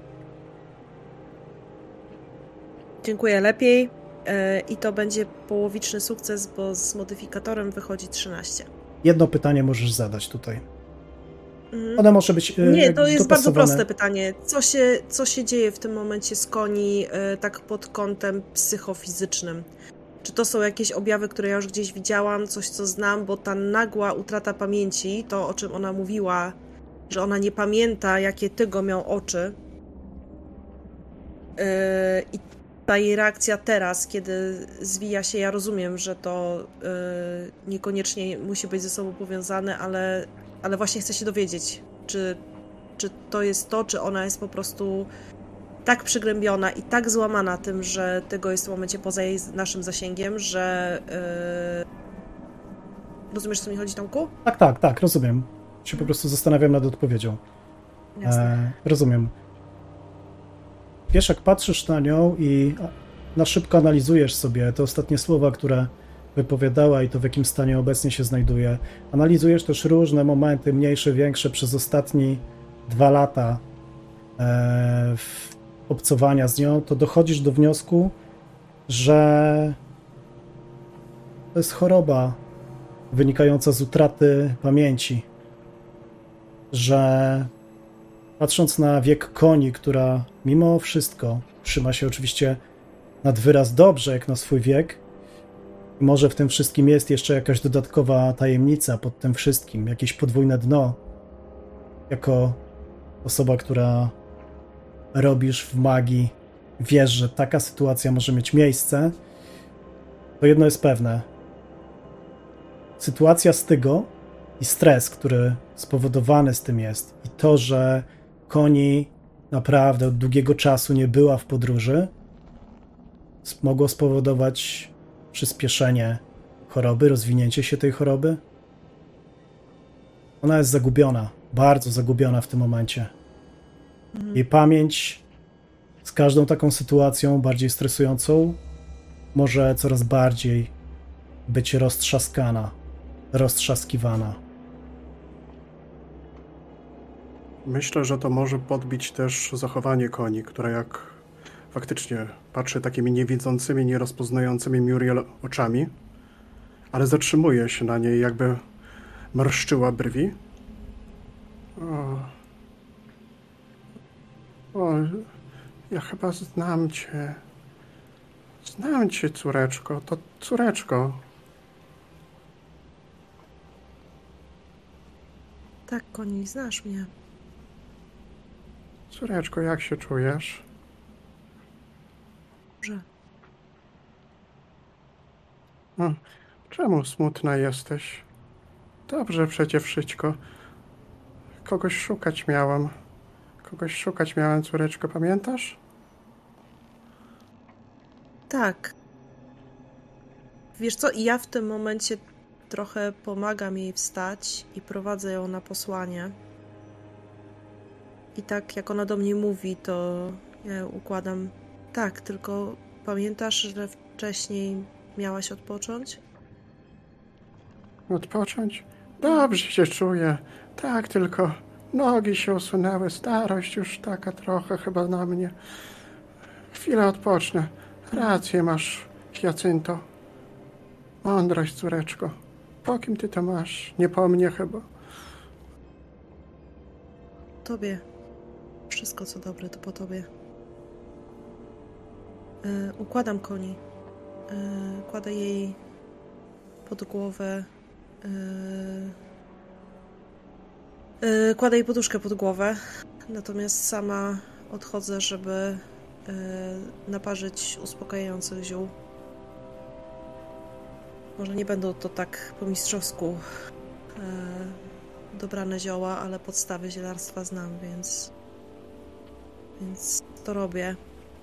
Dziękuję, lepiej. I to będzie połowiczny sukces, bo z modyfikatorem wychodzi 13. Jedno pytanie możesz zadać tutaj. One może być Nie, to jest bardzo dopasowane. proste pytanie. Co się dzieje w tym momencie z Koni tak pod kątem psychofizycznym? Czy to są jakieś objawy, które ja już gdzieś widziałam, coś co znam, bo ta nagła utrata pamięci, to o czym ona mówiła, że ona nie pamięta, jakie Tygo miał oczy. I ta jej reakcja teraz, kiedy zwija się, ja rozumiem, że to niekoniecznie musi być ze sobą powiązane, ale właśnie chcę się dowiedzieć, czy to jest to, czy ona jest po prostu tak przygnębiona i tak złamana tym, że Tygo jest w tym momencie poza jej naszym zasięgiem, że... Rozumiesz, co mi chodzi, Tomku? Tak, rozumiem. Się po prostu zastanawiam nad odpowiedzią. Rozumiem. Wiesz, jak patrzysz na nią i na szybko analizujesz sobie te ostatnie słowa, które wypowiadała i to, w jakim stanie obecnie się znajduje. Analizujesz też różne momenty, mniejsze, większe, przez ostatnie 2 lata obcowania z nią, to dochodzisz do wniosku, że to jest choroba wynikająca z utraty pamięci. Że patrząc na wiek Koni, która mimo wszystko trzyma się oczywiście nad wyraz dobrze, jak na swój wiek, może w tym wszystkim jest jeszcze jakaś dodatkowa tajemnica pod tym wszystkim, jakieś podwójne dno. Jako osoba, która robisz w magii, wiesz, że taka sytuacja może mieć miejsce, to jedno jest pewne. Sytuacja z Tygo i stres, który spowodowany z tym jest, i to, że Koni naprawdę od długiego czasu nie była w podróży, mogło spowodować przyspieszenie choroby, rozwinięcie się tej choroby. Ona jest zagubiona, bardzo zagubiona w tym momencie. Jej pamięć z każdą taką sytuacją bardziej stresującą może coraz bardziej być roztrzaskana, roztrzaskiwana. Myślę, że to może podbić też zachowanie Koni, która jak faktycznie patrzy takimi niewidzącymi, nierozpoznającymi Muriel oczami, ale zatrzymuje się na niej, jakby marszczyła brwi. O, ja chyba znam cię. Znam cię, córeczko. To córeczko. Tak, Koni, znasz mnie. Córeczko, jak się czujesz? Dobrze. Czemu smutna jesteś? Dobrze przecież wszystko. Kogoś szukać miałam, córeczko, pamiętasz? Tak. Wiesz co, i ja w tym momencie trochę pomagam jej wstać i prowadzę ją na posłanie. I tak jak ona do mnie mówi, to ja układam. Tak, tylko pamiętasz, że wcześniej miałaś odpocząć? Odpocząć? Dobrze się czuję. Tak, tylko nogi się usunęły. Starość już taka trochę chyba na mnie. Chwilę odpocznę. Rację masz, Hiacynto. Mądrość, córeczko. Po kim ty to masz? Nie po mnie chyba. Tobie. Wszystko, co dobre, to po tobie. Układam Koni. Kładę jej pod głowę. Kładę jej poduszkę pod głowę. Natomiast sama odchodzę, żeby naparzyć uspokajających ziół. Może nie będą to tak po mistrzowsku dobrane zioła, ale podstawy zielarstwa znam, więc to robię.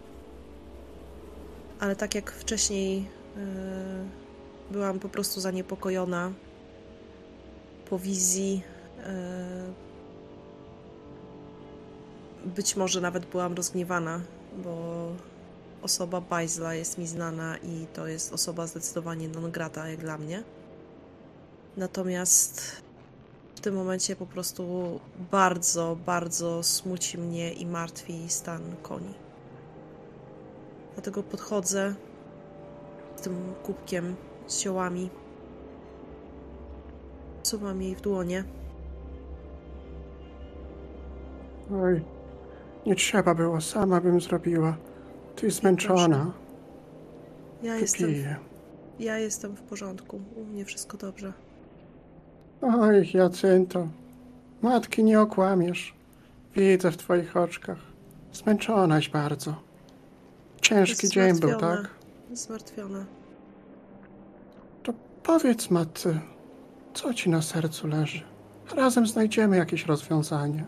Ale tak jak wcześniej byłam po prostu zaniepokojona po wizji. Być może nawet byłam rozgniewana, bo osoba Bajzla jest mi znana i to jest osoba zdecydowanie non grata jak dla mnie. Natomiast w tym momencie po prostu bardzo, bardzo smuci mnie i martwi stan koni. Dlatego podchodzę z tym kubkiem z ziołami. Wsuwam jej w dłonie. Oj, nie trzeba było, sama bym zrobiła. Ty zmęczona. Ja jestem w porządku. U mnie wszystko dobrze. Oj, Jacynto, matki nie okłamiesz. Widzę w twoich oczkach. Zmęczonaś bardzo. Ciężki dzień był, tak? Zmartwiona. To powiedz, matce, co ci na sercu leży? Razem znajdziemy jakieś rozwiązanie.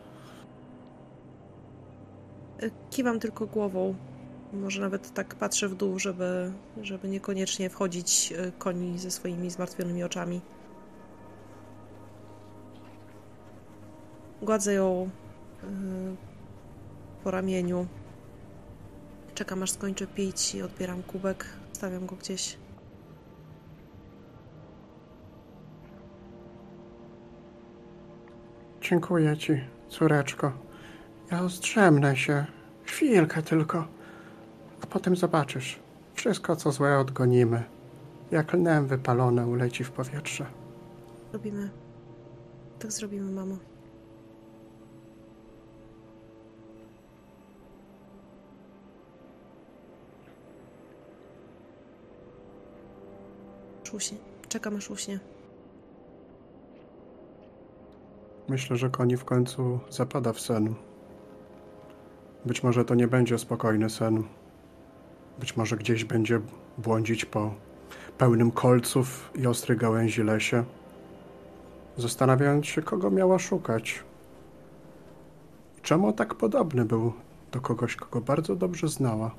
Kiwam tylko głową. Może nawet tak patrzę w dół, żeby niekoniecznie wchodzić koni ze swoimi zmartwionymi oczami. Gładzę ją po ramieniu. Czekam, aż skończę pić i odbieram kubek. Stawiam go gdzieś. Dziękuję ci, córeczko. Ja zdrzemnę się. Chwilkę tylko. A potem zobaczysz. Wszystko, co złe, odgonimy. Jak lnem wypalone uleci w powietrze. Robimy. Tak zrobimy, mamo. Uśnie. Czekam, aż uśnie. Myślę, że koni w końcu zapada w sen. Być może to nie będzie spokojny sen. Być może gdzieś będzie błądzić po pełnym kolców i ostrych gałęzi lesie, zastanawiając się, kogo miała szukać. I czemu tak podobny był do kogoś, kogo bardzo dobrze znała.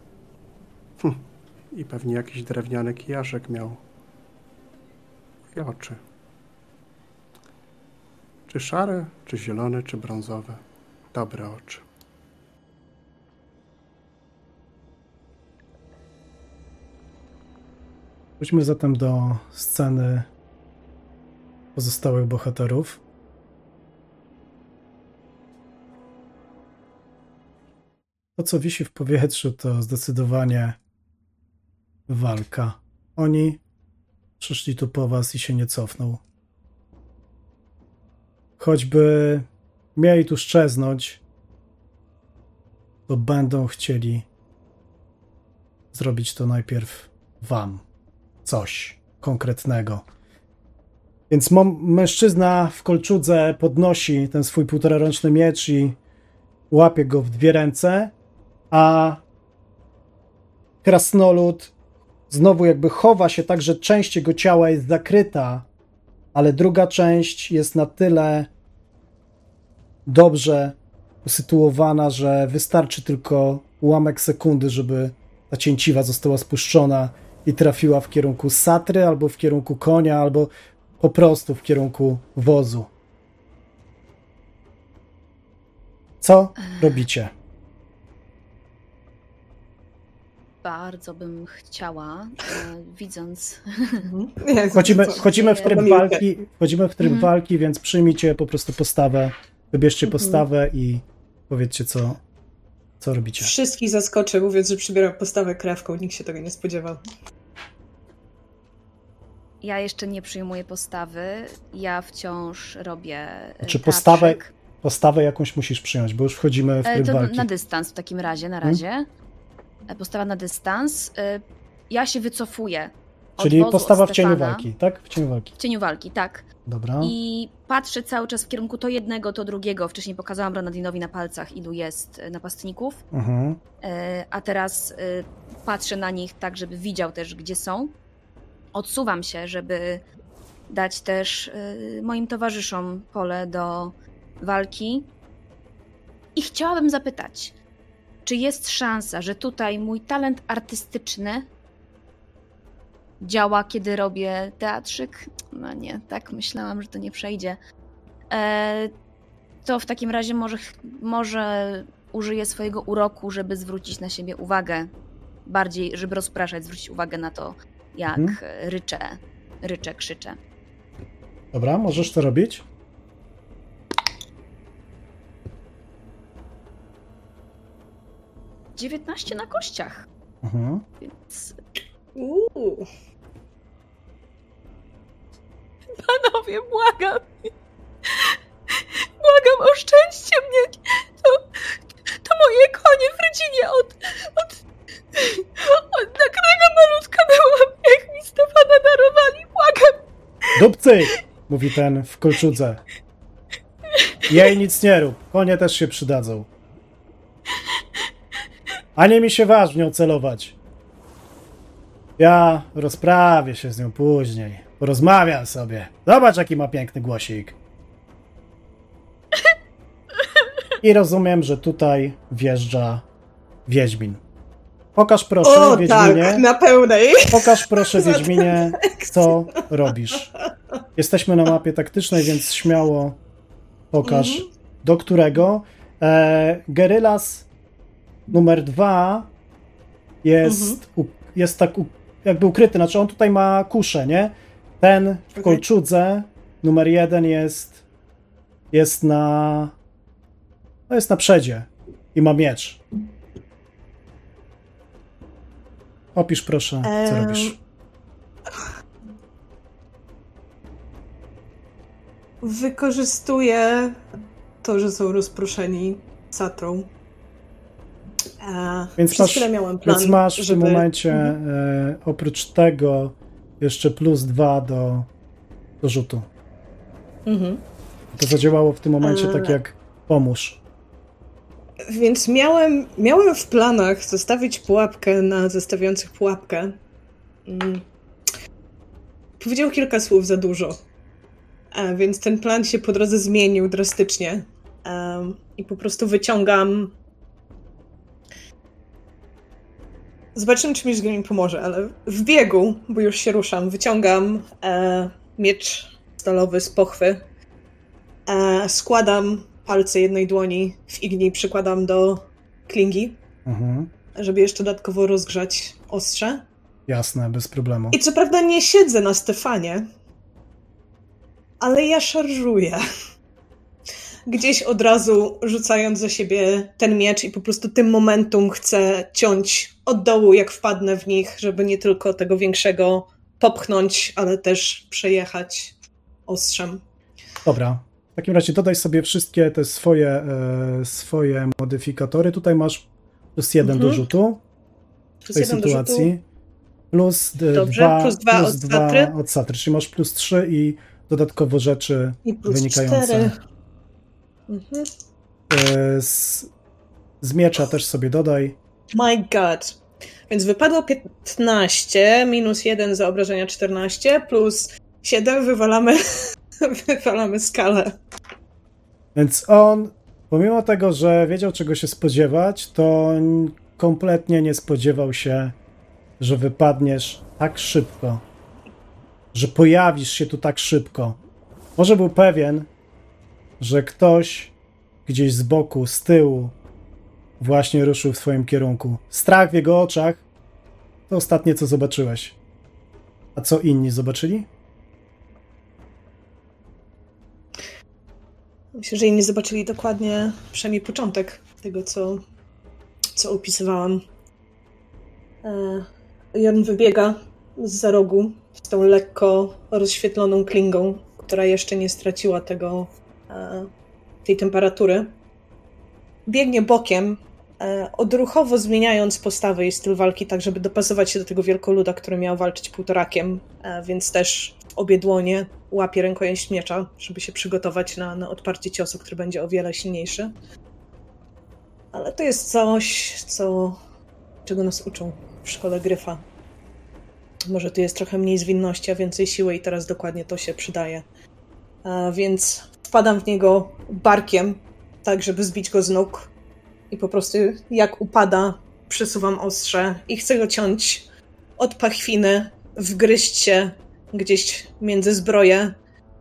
I pewnie jakiś drewniany kijaszek miał. I oczy. Czy szare, czy zielone, czy brązowe. Dobre oczy. Wróćmy zatem do sceny pozostałych bohaterów. To, co wisi w powietrzu, to zdecydowanie walka. Oni przyszli tu po was i się nie cofną. Choćby mieli tu szczeznąć, to będą chcieli zrobić to najpierw wam. Coś konkretnego. Więc mężczyzna w kolczudze podnosi ten swój 1,5-roczny miecz i łapie go w 2 ręce, a krasnolud znowu jakby chowa się tak, że część jego ciała jest zakryta, ale druga część jest na tyle dobrze usytuowana, że wystarczy tylko ułamek sekundy, żeby ta cięciwa została spuszczona i trafiła w kierunku satry, albo w kierunku konia, albo po prostu w kierunku wozu. Co robicie? Bardzo bym chciała, widząc... Wchodzimy w tryb walki, więc przyjmijcie po prostu postawę, wybierzcie postawę i powiedzcie, co robicie. Wszystkich zaskoczę, mówiąc, że przybieram postawę krewką. Nikt się tego nie spodziewał. Ja jeszcze nie przyjmuję postawy. Ja wciąż robię Czy teatrzyk. postawę jakąś musisz przyjąć, bo już wchodzimy w tryb walki. Na dystans w takim razie, na razie. Postawa na dystans. Ja się wycofuję. Czyli od postawa od w cieniu Stefana. walki, tak? W cieniu walki. W cieniu walki, tak. Dobra. I patrzę cały czas w kierunku to jednego, to drugiego. Wcześniej pokazałam Bernardinowi na palcach, ilu jest napastników. A teraz patrzę na nich tak, żeby widział też, gdzie są. Odsuwam się, żeby dać też moim towarzyszom pole do walki. I chciałabym zapytać, czy jest szansa, że tutaj mój talent artystyczny działa, kiedy robię teatrzyk? No nie, tak myślałam, że to nie przejdzie. To w takim razie może użyję swojego uroku, żeby zwrócić na siebie uwagę. Bardziej, żeby rozpraszać, zwrócić uwagę na to, jak ryczę, krzyczę. Dobra, możesz to robić. - 19 na kościach. Mhm. Więc panowie, błagam. Błagam, oszczędźcie mnie. To moje konie w rodzinie od takiego malutka byłam, jak mi Stefana darowali. Błagam. Dupcy! Mówi ten w kolczudze. Jej nic nie rób. Konie też się przydadzą. A nie mi się waż w nią celować. Ja rozprawię się z nią później. Porozmawiam sobie. Zobacz, jaki ma piękny głosik. I rozumiem, że tutaj wjeżdża Wiedźmin. Pokaż proszę, Wiedźminie. Tak, na pełnej. Pokaż proszę, Wiedźminie, co robisz. Jesteśmy na mapie taktycznej, więc śmiało pokaż, do którego. Gerylas numer 2 jest tak jakby ukryty. Znaczy on tutaj ma kuszę, nie? Ten w kolczudze numer 1 jest na przedzie i ma miecz. Opisz proszę, co robisz. Wykorzystuję to, że są rozproszeni satrą. Więc masz w tym momencie oprócz tego jeszcze +2 do rzutu. To zadziałało w tym momencie tak jak pomóż. Więc miałem w planach zostawić pułapkę na zostawiających pułapkę. Powiedział kilka słów za dużo. Więc ten plan się po drodze zmienił drastycznie. I po prostu wyciągam... Zobaczymy, czy mi pomoże, ale w biegu, bo już się ruszam, wyciągam miecz stalowy z pochwy. Składam palce jednej dłoni w igni, przykładam do klingi, żeby jeszcze dodatkowo rozgrzać ostrze. Jasne, bez problemu. I co prawda nie siedzę na Stefanie, ale ja szarżuję. Gdzieś od razu rzucając za siebie ten miecz i po prostu tym momentum chcę ciąć od dołu, jak wpadnę w nich, żeby nie tylko tego większego popchnąć, ale też przejechać ostrzem. Dobra. W takim razie dodaj sobie wszystkie te swoje modyfikatory. Tutaj masz +1 do rzutu w tej sytuacji. +2 od satry. Czyli masz +3 i dodatkowo rzeczy i wynikające. Z miecza też sobie dodaj. My God. Więc wypadło 15, -1 za obrażenia 14, +7 wywalamy skalę. Więc on, pomimo tego, że wiedział, czego się spodziewać, to kompletnie nie spodziewał się, że wypadniesz tak szybko, że pojawisz się tu tak szybko. Może był pewien, że ktoś gdzieś z boku, z tyłu właśnie ruszył w twoim kierunku. Strach w jego oczach to ostatnie, co zobaczyłeś. A co inni zobaczyli? Myślę, że inni zobaczyli dokładnie przynajmniej początek tego, co opisywałam. Jorn wybiega zza rogu z tą lekko rozświetloną klingą, która jeszcze nie straciła tej temperatury. Biegnie bokiem, odruchowo zmieniając postawę i styl walki, tak żeby dopasować się do tego wielkoluda, który miał walczyć półtorakiem, więc też obie dłonie łapie rękojeść miecza, żeby się przygotować na odparcie ciosu, który będzie o wiele silniejszy. Ale to jest coś, czego nas uczą w szkole Gryfa. Może tu jest trochę mniej zwinności, a więcej siły i teraz dokładnie to się przydaje. Więc wpadam w niego barkiem, tak żeby zbić go z nóg i po prostu jak upada, przesuwam ostrze i chcę go ciąć od pachwiny, wgryźć się gdzieś między zbroję,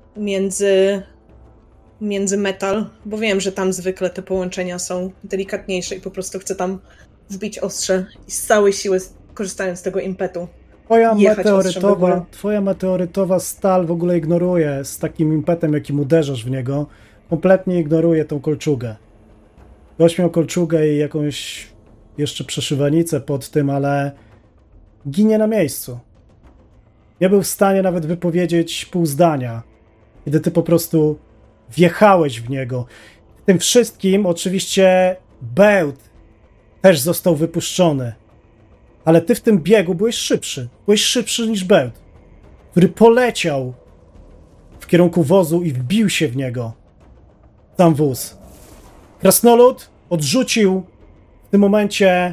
między metal, bo wiem, że tam zwykle te połączenia są delikatniejsze i po prostu chcę tam wbić ostrze i z całej siły, korzystając z tego impetu, jechać ostrzem w ogóle. Twoja meteorytowa stal w ogóle ignoruje z takim impetem, jakim uderzasz w niego, kompletnie ignoruje tą kolczugę. Gość miał kolczugę i jakąś jeszcze przeszywanicę pod tym, ale ginie na miejscu. Nie był w stanie nawet wypowiedzieć pół zdania, kiedy ty po prostu wjechałeś w niego. W tym wszystkim oczywiście bełt też został wypuszczony. Ale ty w tym biegu byłeś szybszy. Byłeś szybszy niż bełt, który poleciał w kierunku wozu i wbił się w niego. Sam wóz. Krasnolud odrzucił w tym momencie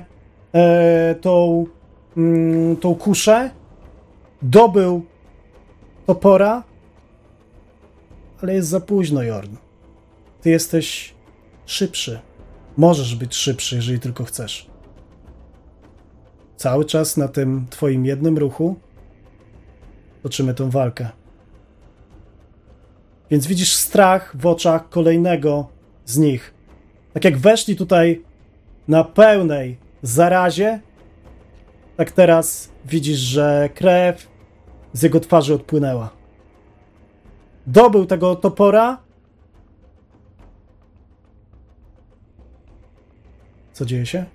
tą kuszę, dobył topora, ale jest za późno, Jorn. Ty jesteś szybszy. Możesz być szybszy, jeżeli tylko chcesz. Cały czas na tym twoim jednym ruchu toczymy tą walkę. Więc widzisz strach w oczach kolejnego z nich. Tak jak weszli tutaj na pełnej zarazie, tak teraz widzisz, że krew z jego twarzy odpłynęła. Dobył tego topora. Co dzieje się?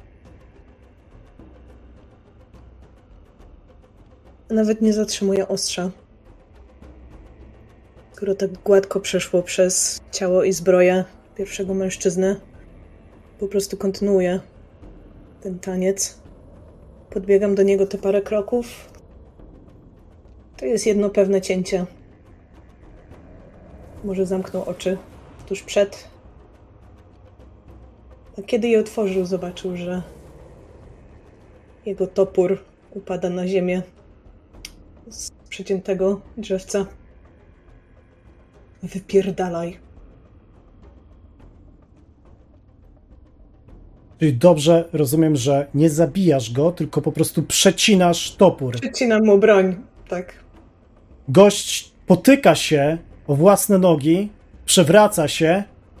Nawet nie zatrzymuje ostrza, skoro tak gładko przeszło przez ciało i zbroję pierwszego mężczyzny. Po prostu kontynuuje ten taniec. Podbiegam do niego te parę kroków. To jest jedno pewne cięcie. Może zamknął oczy tuż przed. A kiedy je otworzył, zobaczył, że jego topór upada na ziemię z przeciętego drzewca. Wypierdalaj. Czyli dobrze rozumiem, że nie zabijasz go, tylko po prostu przecinasz topór. Przecinam mu broń, tak. Gość potyka się o własne nogi, przewraca się.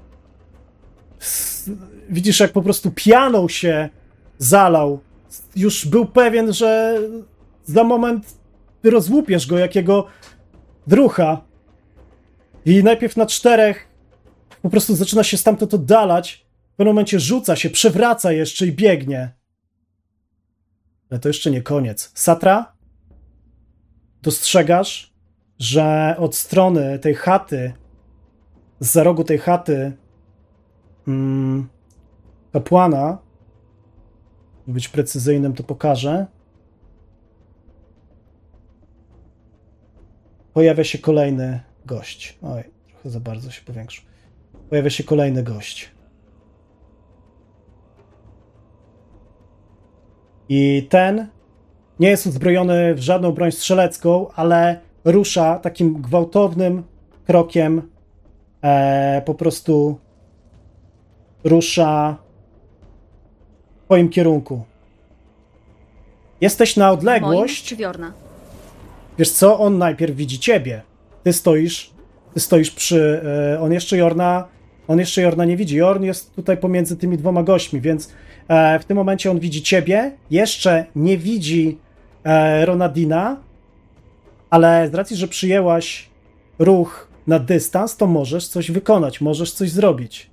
Widzisz, jak po prostu pianą się zalał. Już był pewien, że za moment ty rozłupiesz go jakiego drucha. I najpierw na 4 po prostu zaczyna się stamtąd oddalać. W pewnym momencie rzuca się, przewraca jeszcze i biegnie. Ale to jeszcze nie koniec. Satra, dostrzegasz, że od strony tej chaty, zza rogu tej chaty kapłana, żeby być precyzyjnym, to pokażę, pojawia się kolejny gość. Oj, trochę za bardzo się powiększył. Pojawia się kolejny gość. I ten nie jest uzbrojony w żadną broń strzelecką, ale rusza takim gwałtownym krokiem, po prostu rusza w twoim kierunku. Jesteś na odległość. Moim czy Wiorna? Wiesz co? On najpierw widzi ciebie. Ty stoisz przy... On jeszcze Jorna nie widzi. Jorn jest tutaj pomiędzy tymi dwoma gośćmi, więc w tym momencie on widzi ciebie. Jeszcze nie widzi Ronadina, ale z racji, że przyjęłaś ruch na dystans, to możesz coś wykonać, możesz coś zrobić.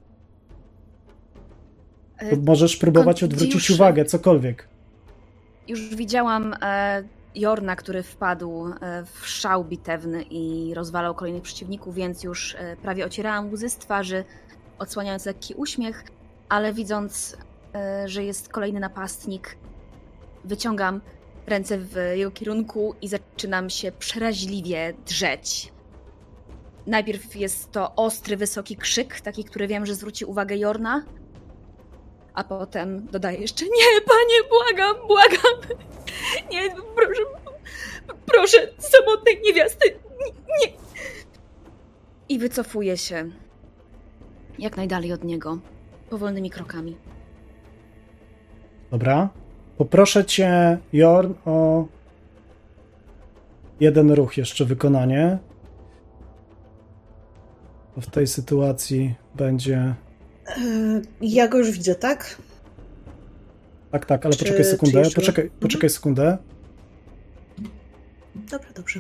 Możesz próbować odwrócić uwagę, cokolwiek. Już widziałam Jorna, który wpadł w szał bitewny i rozwalał kolejnych przeciwników, więc już prawie ocierałam łzy z twarzy, odsłaniając lekki uśmiech, ale widząc, że jest kolejny napastnik, wyciągam ręce w jego kierunku i zaczynam się przeraźliwie drzeć. Najpierw jest to ostry, wysoki krzyk, taki, który wiem, że zwróci uwagę Jorna, a potem dodaję jeszcze: nie, panie, błagam, nie, proszę, samotnej niewiasty, nie. I wycofuję się jak najdalej od niego, powolnymi krokami. Dobra. Poproszę cię, Jorn, o jeden ruch jeszcze wykonanie. W tej sytuacji będzie... Ja go już widzę, tak? Tak, ale poczekaj sekundę. Poczekaj sekundę. dobrze.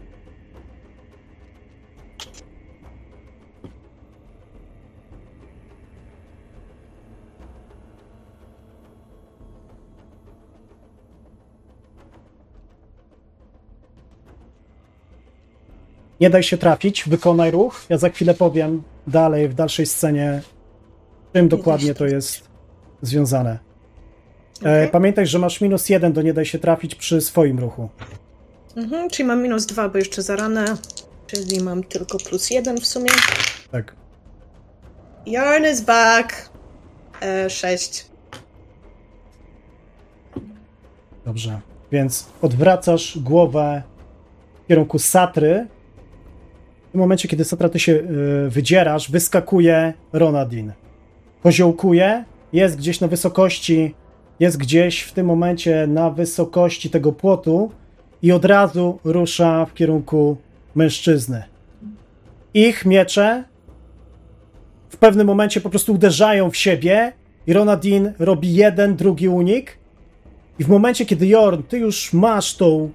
Nie daj się trafić, wykonaj ruch. Ja za chwilę powiem dalej, w dalszej scenie, czym dokładnie to jest związane. Okay. Pamiętaj, że masz -1 do nie daj się trafić przy swoim ruchu. Czyli mam -2, bo jeszcze za ranę, czyli mam tylko +1 w sumie. Tak. Yarn is back. 6. Dobrze. Więc odwracasz głowę w kierunku Satry. W tym momencie, kiedy Satra, ty się wydzierasz, wyskakuje Ronadin. Koziołkuje, jest gdzieś na wysokości, jest gdzieś w tym momencie na wysokości tego płotu i od razu rusza w kierunku mężczyzny. Ich miecze w pewnym momencie po prostu uderzają w siebie i Ronadin robi jeden, drugi unik. I w momencie, kiedy Jorn, ty już masz tą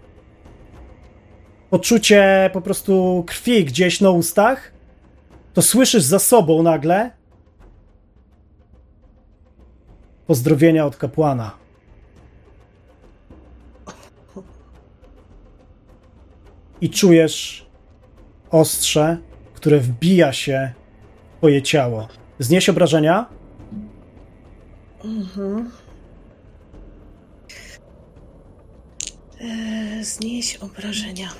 poczucie po prostu krwi gdzieś na ustach, to słyszysz za sobą nagle pozdrowienia od kapłana. I czujesz ostrze, które wbija się w twoje ciało. Znieś obrażenia. Znieś obrażenia.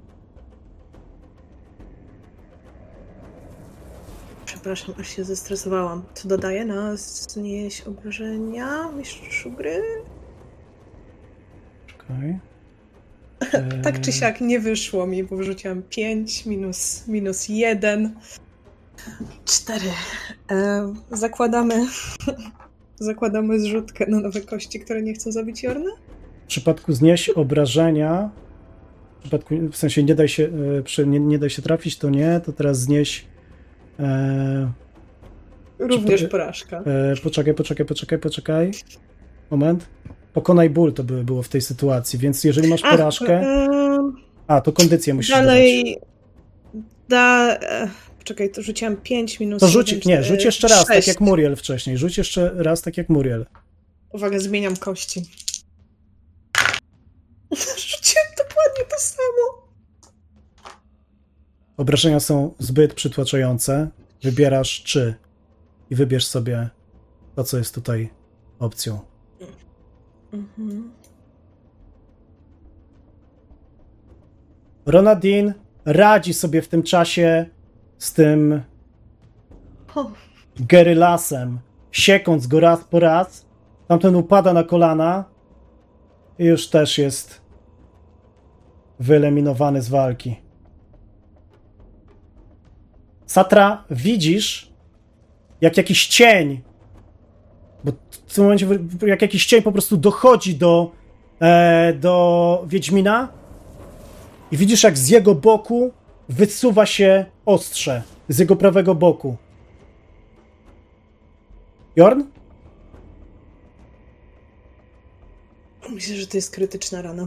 Przepraszam, aż się zestresowałam. Co dodaję na znieś obrażenia, mistrzu gry? Okej. Tak czy siak nie wyszło mi, bo wrzuciłam 5 minus 1. 4. Zakładamy zrzutkę na nowe kości, które nie chcą zabić Jorna? W przypadku znieś obrażenia, w sensie nie daj się trafić, to nie, to teraz znieś również porażka. Poczekaj. Moment. Pokonaj ból to by było w tej sytuacji, więc jeżeli masz porażkę... to kondycję musisz dalej Poczekaj, to rzuciłam 5 minus... To rzuć jeszcze raz, 6. Tak jak Muriel wcześniej. Rzuć jeszcze raz, tak jak Muriel. Uwaga, zmieniam kości. Rzuciłem dokładnie to samo. Obrażenia są zbyt przytłaczające. Wybierasz 3 i wybierz sobie to, co jest tutaj opcją. Ronadin radzi sobie w tym czasie z tym gerylasem, siekąc go raz po raz. Tamten upada na kolana i już też jest wyeliminowany z walki. Satra, widzisz, jak jakiś cień, bo w tym momencie jak jakiś cień po prostu dochodzi do Wiedźmina i widzisz, jak z jego boku wysuwa się ostrze, z jego prawego boku. Jorn? Myślę, że to jest krytyczna rana.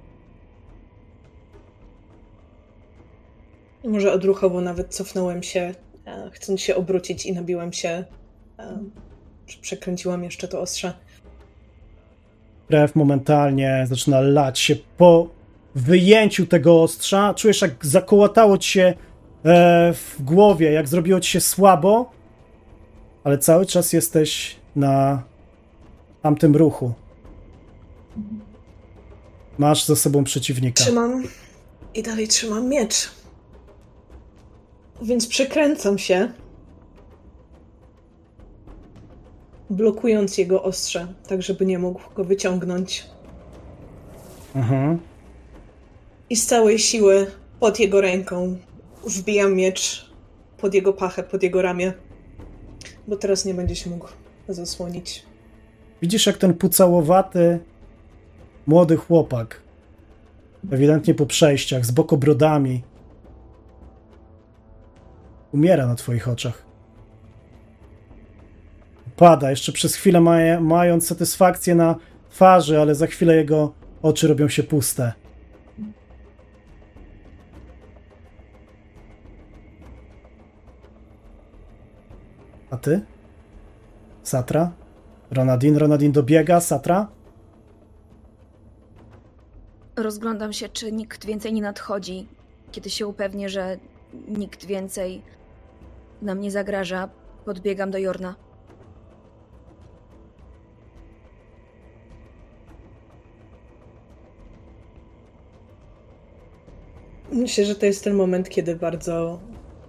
Może odruchowo nawet cofnąłem się, chcąc się obrócić i nabiłem się, przekręciłam jeszcze to ostrze. Krew momentalnie zaczyna lać się po wyjęciu tego ostrza. Czujesz, jak zakołatało ci się w głowie, jak zrobiło ci się słabo, ale cały czas jesteś na tamtym ruchu. Masz za sobą przeciwnika. Trzymam i dalej trzymam miecz. Więc przekręcam się, blokując jego ostrze, tak żeby nie mógł go wyciągnąć. I z całej siły pod jego ręką wbijam miecz pod jego pachę, pod jego ramię, bo teraz nie będzie się mógł zasłonić. Widzisz, jak ten pucałowaty młody chłopak, ewidentnie po przejściach, z bokobrodami, umiera na twoich oczach. Pada, jeszcze przez chwilę mając satysfakcję na twarzy, ale za chwilę jego oczy robią się puste. A ty? Satra? Ronadin dobiega, Satra? Rozglądam się, czy nikt więcej nie nadchodzi. Kiedy się upewnię, że nikt więcej nam nie zagraża, podbiegam do Jorna. Myślę, że to jest ten moment, kiedy bardzo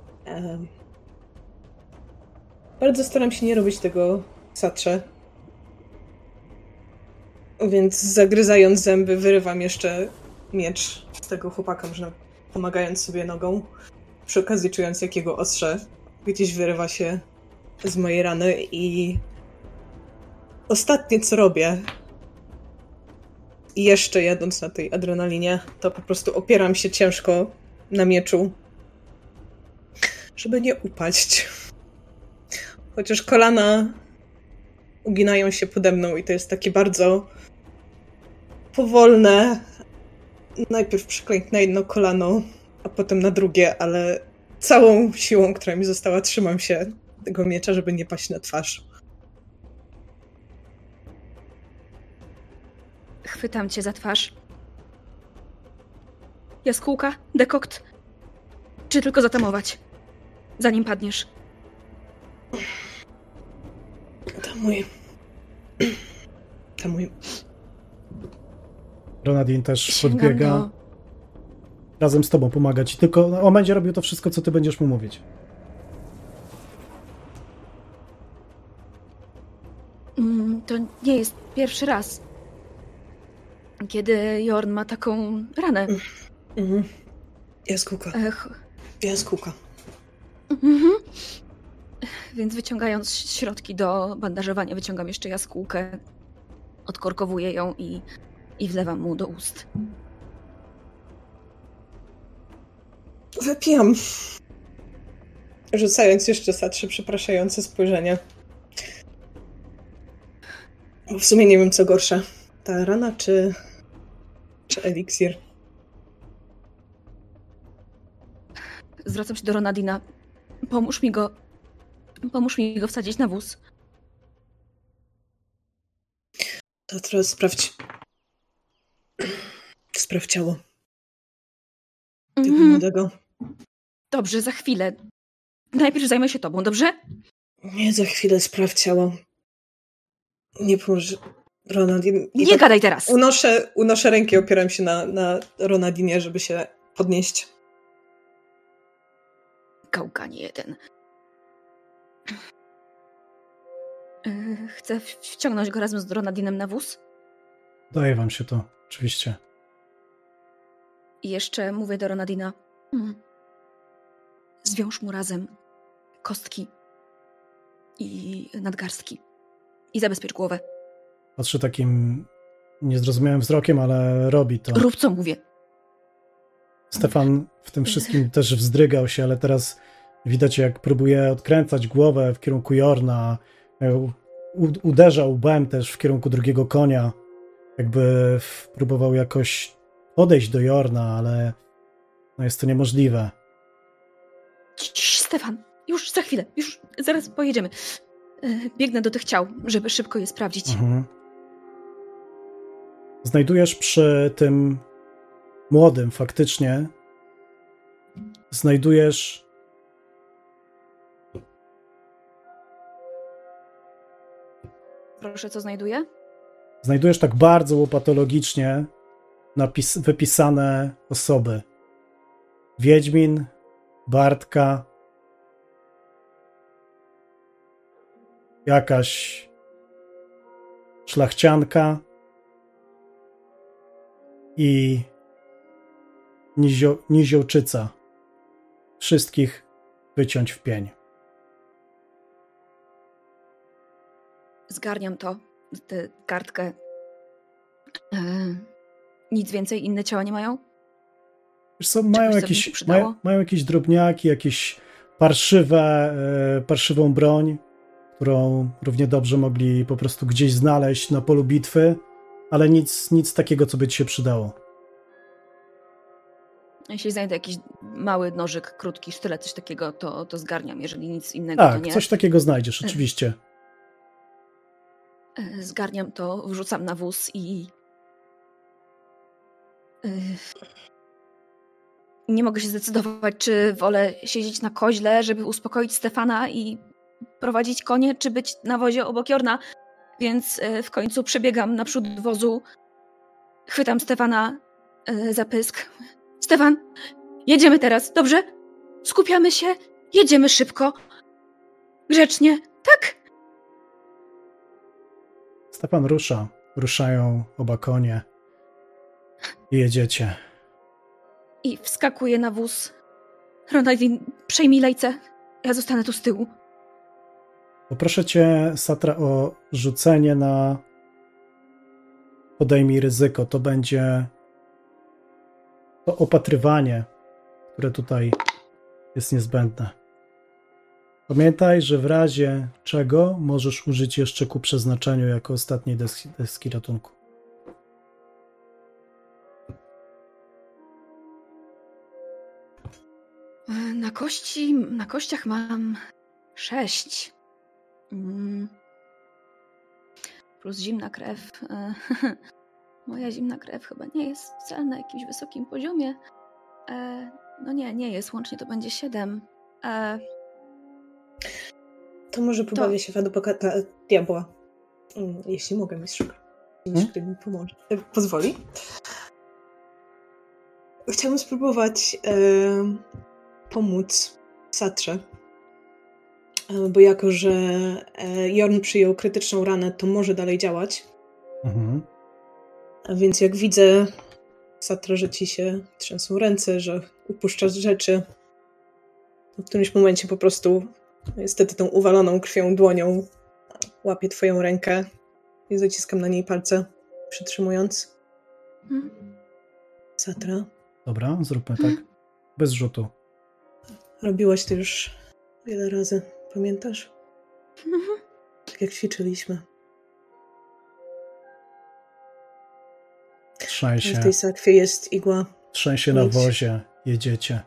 staram się nie robić tego Satrze. Więc zagryzając zęby, wyrywam jeszcze miecz z tego chłopaka, można pomagając sobie nogą. Przy okazji czując, jakiego ostrze gdzieś wyrywa się z mojej rany i ostatnie, co robię, i jeszcze jadąc na tej adrenalinie, to po prostu opieram się ciężko na mieczu, żeby nie upaść. Chociaż kolana uginają się pode mną i to jest takie bardzo powolne. Najpierw przyklęknę na jedno kolano, a potem na drugie, ale całą siłą, która mi została, trzymam się tego miecza, żeby nie paść na twarz. Chwytam cię za twarz. Jaskółka? Dekokt? Czy tylko zatamować? Zanim padniesz. Tamuj. Ronadin też Sięgam podbiega. Razem z tobą pomaga ci. Tylko on będzie robił to wszystko, co ty będziesz mu mówić. To nie jest pierwszy raz, kiedy Jorn ma taką ranę. Jaskółka. Jaskółka. Więc wyciągając środki do bandażowania, wyciągam jeszcze jaskółkę, odkorkowuję ją i wlewam mu do ust. Wypijam. Rzucając jeszcze Satrze przepraszające spojrzenie. Bo w sumie nie wiem, co gorsze. Ta rana czy eliksir? Zwracam się do Ronadina. Pomóż mi go wsadzić na wóz. To teraz sprawdź ciało. Tego młodego. Dobrze, za chwilę. Najpierw zajmę się tobą, dobrze? Nie, za chwilę sprawdź ciało. Nie pomóż Ronadin. Nie gadaj teraz! Unoszę rękę i opieram się na Ronadinie, żeby się podnieść. Gałganie jeden. Chcę wciągnąć go razem z Ronadinem na wóz. Daje wam się to, oczywiście. I jeszcze mówię do Ronadina. Zwiąż mu razem kostki i nadgarstki. I zabezpiecz głowę. Patrzę takim niezrozumiałym wzrokiem, ale robi to. Rób co mówię. Stefan w tym wszystkim też wzdrygał się, ale teraz widać, jak próbuje odkręcać głowę w kierunku Jorna. Uderzał łbem też w kierunku drugiego konia. Jakby próbował jakoś podejść do Jorna, ale no jest to niemożliwe. Stefan, już za chwilę, już zaraz pojedziemy. Biegnę do tych ciał, żeby szybko je sprawdzić. Znajdujesz przy tym młodym faktycznie, Proszę, co znajduję? Znajdujesz tak bardzo łopatologicznie wypisane osoby. Wiedźmin, Bartka, jakaś szlachcianka i niziołczyca. Wszystkich wyciąć w pień. Zgarniam tę kartkę. Nic więcej inne ciała nie mają? Wiesz co, mają jakieś drobniaki, jakieś parszywą broń, którą równie dobrze mogli po prostu gdzieś znaleźć na polu bitwy, ale nic takiego, co by ci się przydało. Jeśli znajdę jakiś mały nożyk, krótki sztylet, coś takiego, to zgarniam. Jeżeli nic innego, to Tak, nie. coś takiego znajdziesz, oczywiście. Zgarniam to, wrzucam na wóz i... Nie mogę się zdecydować, czy wolę siedzieć na koźle, żeby uspokoić Stefana i prowadzić konie, czy być na wozie obok Jorna. Więc w końcu przebiegam naprzód wozu, chwytam Stefana za pysk. Stefan, jedziemy teraz, dobrze? Skupiamy się, jedziemy szybko, grzecznie, tak? Stefan rusza. Ruszają oba konie. I jedziecie. I wskakuję na wóz. Ronaldin, przejmij lejce. Ja zostanę tu z tyłu. Poproszę cię, Satra, o rzucenie na podejmij ryzyko. To będzie to opatrywanie, które tutaj jest niezbędne. Pamiętaj, że w razie czego możesz użyć jeszcze ku przeznaczeniu jako ostatniej deski ratunku. Na kościach mam 6. Plus zimna krew. Moja zimna krew chyba nie jest wcale na jakimś wysokim poziomie. No nie jest. Łącznie to będzie 7. To może pobawię się w adwokata diabła. Jeśli mogę, mistrzu. Który mi pomoże. Pozwoli? Chciałam spróbować pomóc Satrze. Bo jako, że Jorn przyjął krytyczną ranę, to może dalej działać. Mhm. A więc jak widzę, Satra, że ci się trzęsą ręce, że upuszczasz rzeczy, w którymś momencie po prostu niestety tą uwaloną krwią dłonią łapię twoją rękę i zaciskam na niej palce, przytrzymując. Satra. Dobra, zróbmy tak. Bez rzutu. Robiłaś to już wiele razy, pamiętasz? Tak jak ćwiczyliśmy. Trzęsie. W tej sakwie jest igła. Trzęsie na wozie. Jedziecie.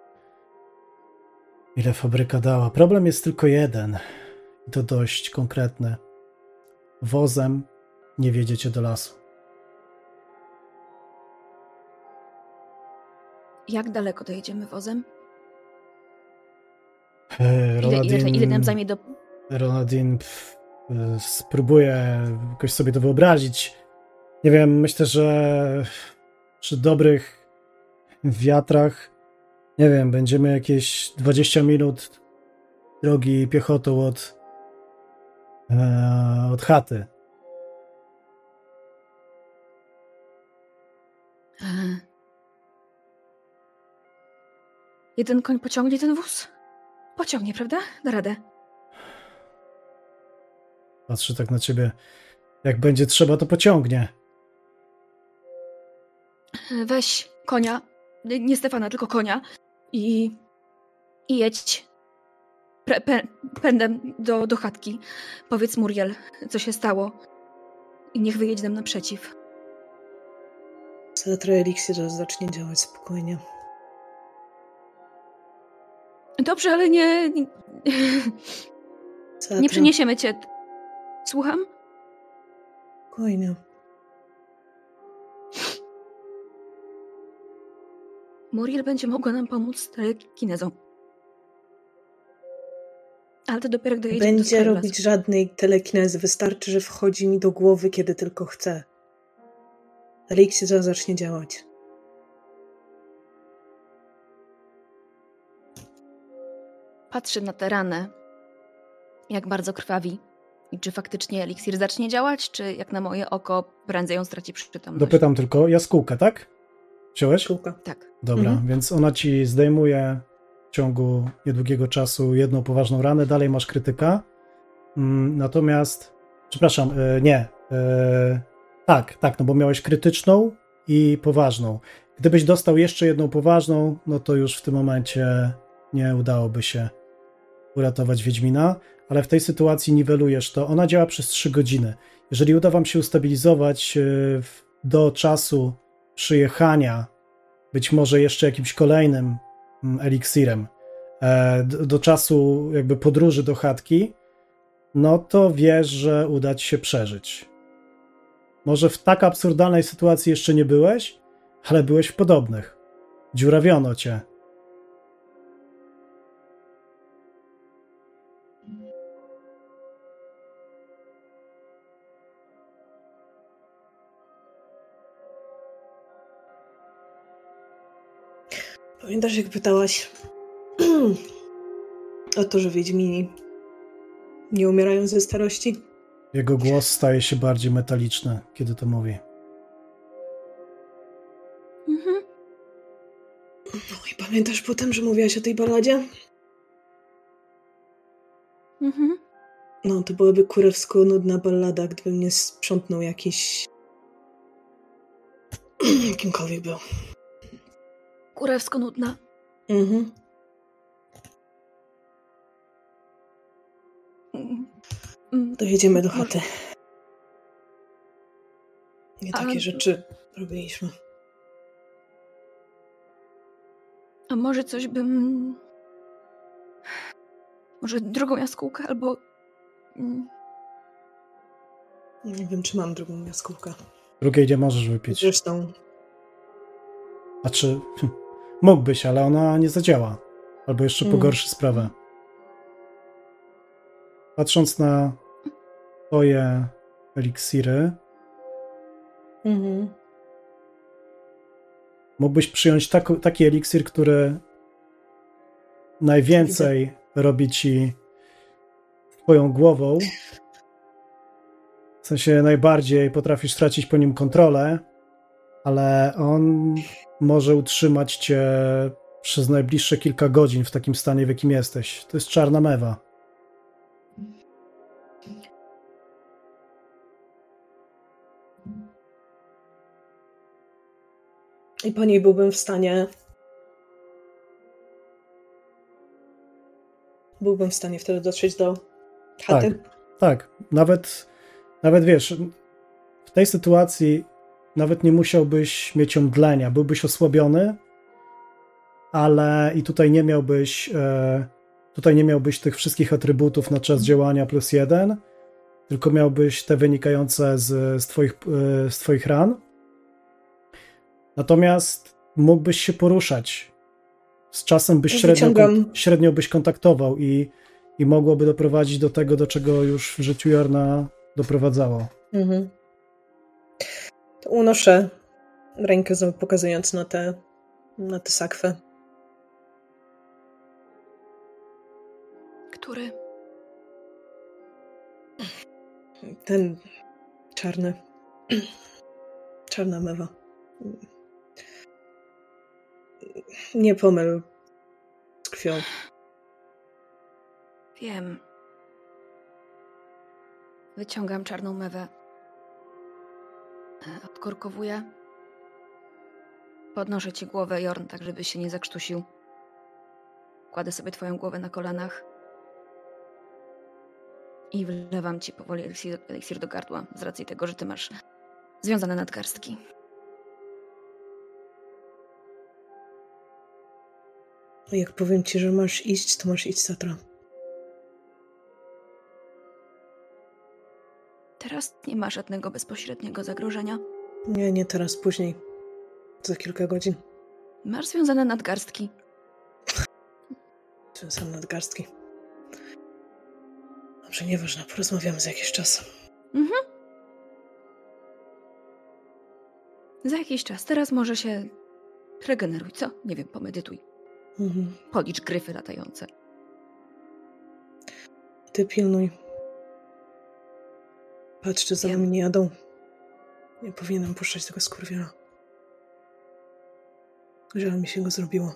Ile fabryka dała? Problem jest tylko jeden. I to dość konkretny. Wozem nie wjedziecie do lasu. Jak daleko dojedziemy wozem? Ronaldin, ile nam zajmie do... Ronaldin spróbuję jakoś sobie to wyobrazić. Nie wiem, myślę, że przy dobrych wiatrach, nie wiem, będziemy jakieś 20 minut drogi piechotą od chaty. Jeden koń pociągnie ten wóz? Pociągnie, prawda? Da radę. Patrzę tak na ciebie. Jak będzie trzeba, to pociągnie. Weź konia, nie Stefana, tylko konia i jedź pędem do chatki. Powiedz Muriel, co się stało i niech wyjedzie nam naprzeciw. Satra eliksir zacznie działać spokojnie. Dobrze, ale nie przyniesiemy cię. Słucham? Spokojnie. Muriel będzie mogła nam pomóc z telekinezą. Ale to dopiero gdy jedziemy Będzie do robić żadnej telekinezy. Wystarczy, że wchodzi mi do głowy, kiedy tylko chce. Eliksir zacznie działać. Patrzę na tę ranę, jak bardzo krwawi. I czy faktycznie eliksir zacznie działać, czy jak na moje oko prędzej on straci przytomność? Dopytam tylko, jaskółkę, tak? Wziąłeś? Jaskółka. Tak. Dobra, więc ona ci zdejmuje w ciągu niedługiego czasu jedną poważną ranę, dalej masz krytyka. Natomiast, przepraszam, nie. Tak, no bo miałeś krytyczną i poważną. Gdybyś dostał jeszcze jedną poważną, no to już w tym momencie nie udałoby się uratować Wiedźmina, ale w tej sytuacji niwelujesz to. Ona działa przez 3 godziny. Jeżeli uda wam się ustabilizować do czasu przyjechania być może jeszcze jakimś kolejnym eliksirem do czasu jakby podróży do chatki, no to wiesz, że uda ci się przeżyć. Może w tak absurdalnej sytuacji jeszcze nie byłeś, ale byłeś w podobnych. Dziurawiono cię. Pamiętasz, jak pytałaś o to, że Wiedźmini nie umierają ze starości? Jego głos staje się bardziej metaliczny, kiedy to mówi. No i pamiętasz potem, że mówiłaś o tej balladzie? No, to byłaby kurewsko nudna ballada, gdyby mnie sprzątnął jakiś... kimkolwiek był. Kurewsko nudna. To jedziemy do chaty. Nie takie rzeczy robiliśmy. A może coś bym... Może drugą jaskółkę, albo... Nie wiem, czy mam drugą jaskółkę. Drugiej nie możesz wypić. Zresztą... Znaczy, mógłbyś, ale ona nie zadziała. Albo jeszcze pogorszy sprawę. Patrząc na twoje eliksiry, mógłbyś przyjąć taki eliksir, który najwięcej robi ci twoją głową. W sensie najbardziej potrafisz stracić po nim kontrolę, ale on może utrzymać cię przez najbliższe kilka godzin w takim stanie, w jakim jesteś. To jest czarna mewa. I po niej byłbym w stanie... Byłbym w stanie wtedy dotrzeć do chaty. Tak. Nawet wiesz, w tej sytuacji nawet nie musiałbyś mieć omdlenia. Byłbyś osłabiony, ale i tutaj nie miałbyś tych wszystkich atrybutów na czas działania +1, tylko miałbyś te wynikające z twoich ran. Natomiast mógłbyś się poruszać. Z czasem byś średnio byś kontaktował i mogłoby doprowadzić do tego, do czego już w życiu Jorna doprowadzało. To unoszę rękę, pokazując na tę sakwę. Który? Ten czarny. Czarna mewa. Nie pomyl z krwią. Wiem. Wyciągam czarną mewę. Odkorkowuję. Podnoszę ci głowę, Jorn, tak żebyś się nie zakrztusił. Kładę sobie twoją głowę na kolanach. I wlewam ci powoli eliksir do gardła, z racji tego, że ty masz związane nadgarstki. Jak powiem ci, że masz iść, to masz iść Satra. Teraz nie ma żadnego bezpośredniego zagrożenia. Nie teraz, później. Za kilka godzin. Masz związane nadgarstki. Związane nadgarstki. Dobrze, nieważne, porozmawiamy za jakiś czas. Za jakiś czas. Teraz może się regeneruj, co? Nie wiem, pomedytuj. Policz gryfy latające. Ty pilnuj. Patrz, czy za nami nie jadą. Nie powinienem puszczać tego skurwiela. Żal mi się go zrobiło.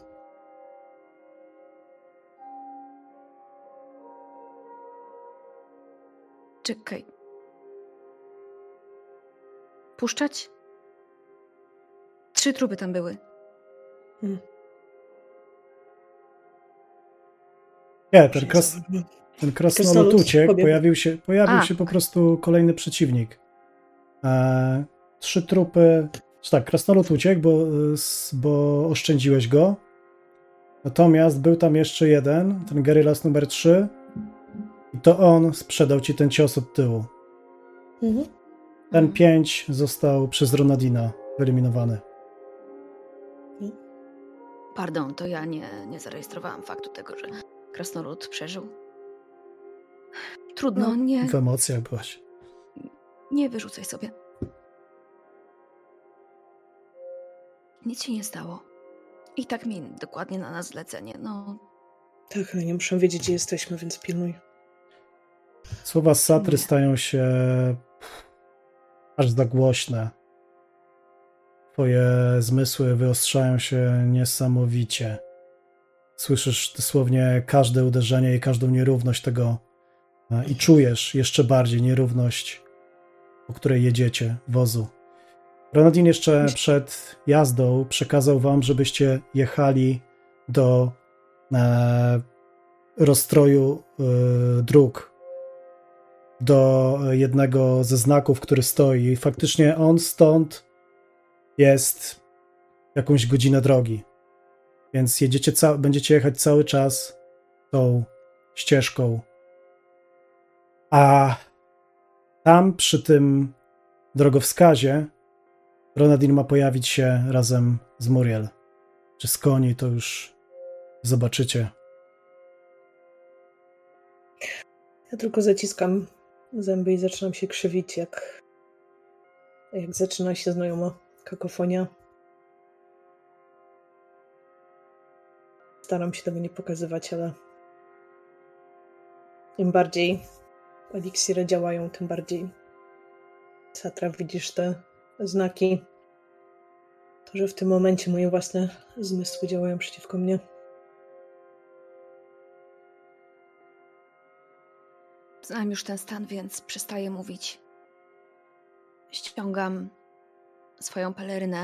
Czekaj. Puszczać? 3 trupy tam były. Nie, ten krasnolud uciekł, pojawił się po prostu kolejny przeciwnik. 3 trupy Tak, krasnolud uciekł, bo oszczędziłeś go. Natomiast był tam jeszcze jeden, ten Gerylas numer 3. I to on sprzedał ci ten cios od tyłu. Ten 5 został przez Ronadina wyeliminowany. Pardon, to ja nie zarejestrowałam faktu tego, że krasnolud przeżył. Trudno, nie... W emocjach byłaś. Nie wyrzucaj sobie. Nic się nie stało. I tak mi dokładnie na nas zlecenie, no... Tak, ale nie muszę wiedzieć, gdzie jesteśmy, więc pilnuj. Słowa Satry stają się aż za głośne. Twoje zmysły wyostrzają się niesamowicie. Słyszysz dosłownie każde uderzenie i każdą nierówność tego i czujesz jeszcze bardziej nierówność, po której jedziecie, wozu. Ronaldin jeszcze przed jazdą przekazał wam, żebyście jechali do rozstroju dróg, do jednego ze znaków, który stoi. I faktycznie on stąd jest jakąś godzinę drogi. Więc będziecie jechać cały czas tą ścieżką. A tam przy tym drogowskazie Ronaldin ma pojawić się razem z Muriel. Czy z koni, to już zobaczycie. Ja tylko zaciskam zęby i zaczynam się krzywić, jak zaczyna się znajoma kakofonia. Staram się tego nie pokazywać, ale im bardziej eliksiry działają, tym bardziej Satra, widzisz te znaki. To, że w tym momencie moje własne zmysły działają przeciwko mnie. Znam już ten stan, więc przestaję mówić. Ściągam swoją pelerynę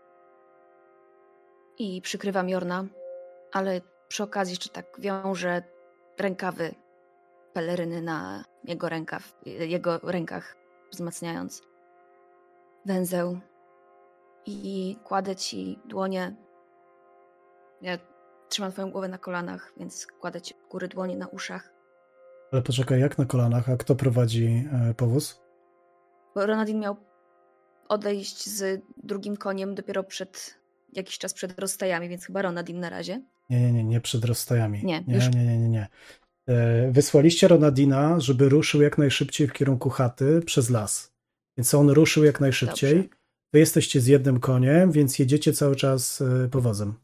i przykrywam Jorna, ale przy okazji jeszcze tak wiążę rękawy peleryny na jego rękach, wzmacniając węzeł i kładę ci dłonie. Ja trzymam twoją głowę na kolanach, więc kładę ci od góry dłonie na uszach. Ale poczekaj, jak na kolanach? A kto prowadzi powóz? Bo Ronaldin miał odejść z drugim koniem dopiero jakiś czas przed rozstajami, więc chyba Ronaldin na razie. Nie przed rozstajami. Nie. Wysłaliście Ronaldina, żeby ruszył jak najszybciej w kierunku chaty przez las. Więc on ruszył jak najszybciej. Dobrze. Wy jesteście z jednym koniem, więc jedziecie cały czas powozem.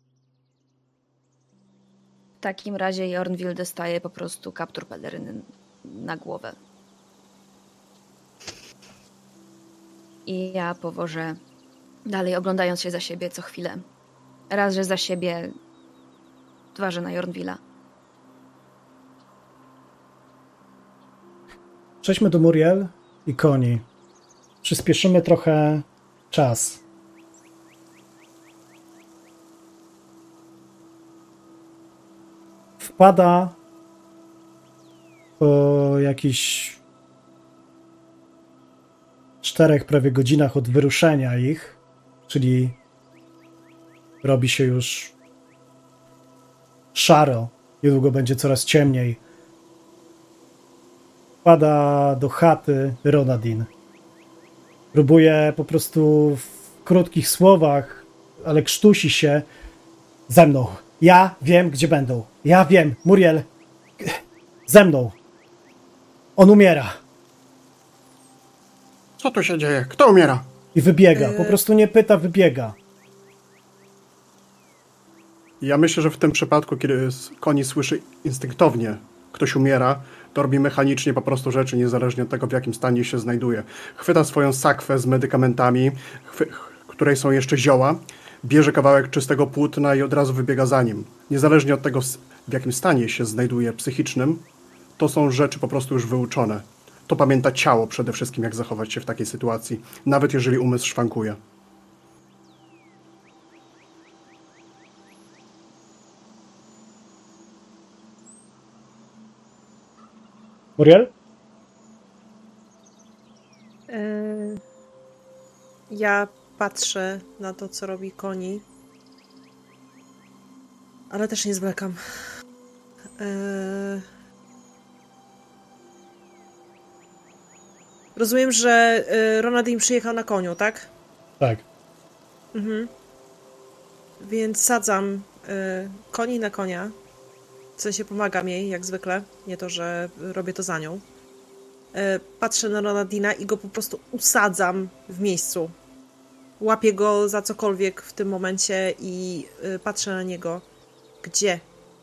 W takim razie Jornville dostaje po prostu kaptur peleryny na głowę. I ja powożę dalej, oglądając się za siebie co chwilę. Raz, że za siebie, dwa, że na Jornville'a. Przejdźmy do Muriel i koni. Przyspieszymy trochę czas. Wpada po jakichś 4 prawie godzinach od wyruszenia ich, czyli robi się już szaro, niedługo będzie coraz ciemniej. Wpada do chaty Ronaldin. Próbuje po prostu w krótkich słowach, ale krztusi się. Ze mną. Ja wiem, gdzie będą. Ja wiem. Muriel. Ze mną. On umiera. Co tu się dzieje? Kto umiera? I wybiega. Po prostu nie pyta, wybiega. Ja myślę, że w tym przypadku, kiedy koni słyszy instynktownie, ktoś umiera, to robi mechanicznie po prostu rzeczy, niezależnie od tego, w jakim stanie się znajduje. Chwyta swoją sakwę z medykamentami, której są jeszcze zioła, bierze kawałek czystego płótna i od razu wybiega za nim. Niezależnie od tego, w jakim stanie się znajduje psychicznym, to są rzeczy po prostu już wyuczone. To pamięta ciało przede wszystkim, jak zachować się w takiej sytuacji, nawet jeżeli umysł szwankuje. Muriel? Ja patrzę na to, co robi Koni. Ale też nie zwlekam. Rozumiem, że Ronaldin przyjechał na koniu, tak? Tak. Mhm. Więc sadzam Koni na konia. W sensie pomagam jej, jak zwykle. Nie to, że robię to za nią. Patrzę na Ronaldina i go po prostu usadzam w miejscu. Łapię go za cokolwiek w tym momencie i patrzę na niego. Gdzie?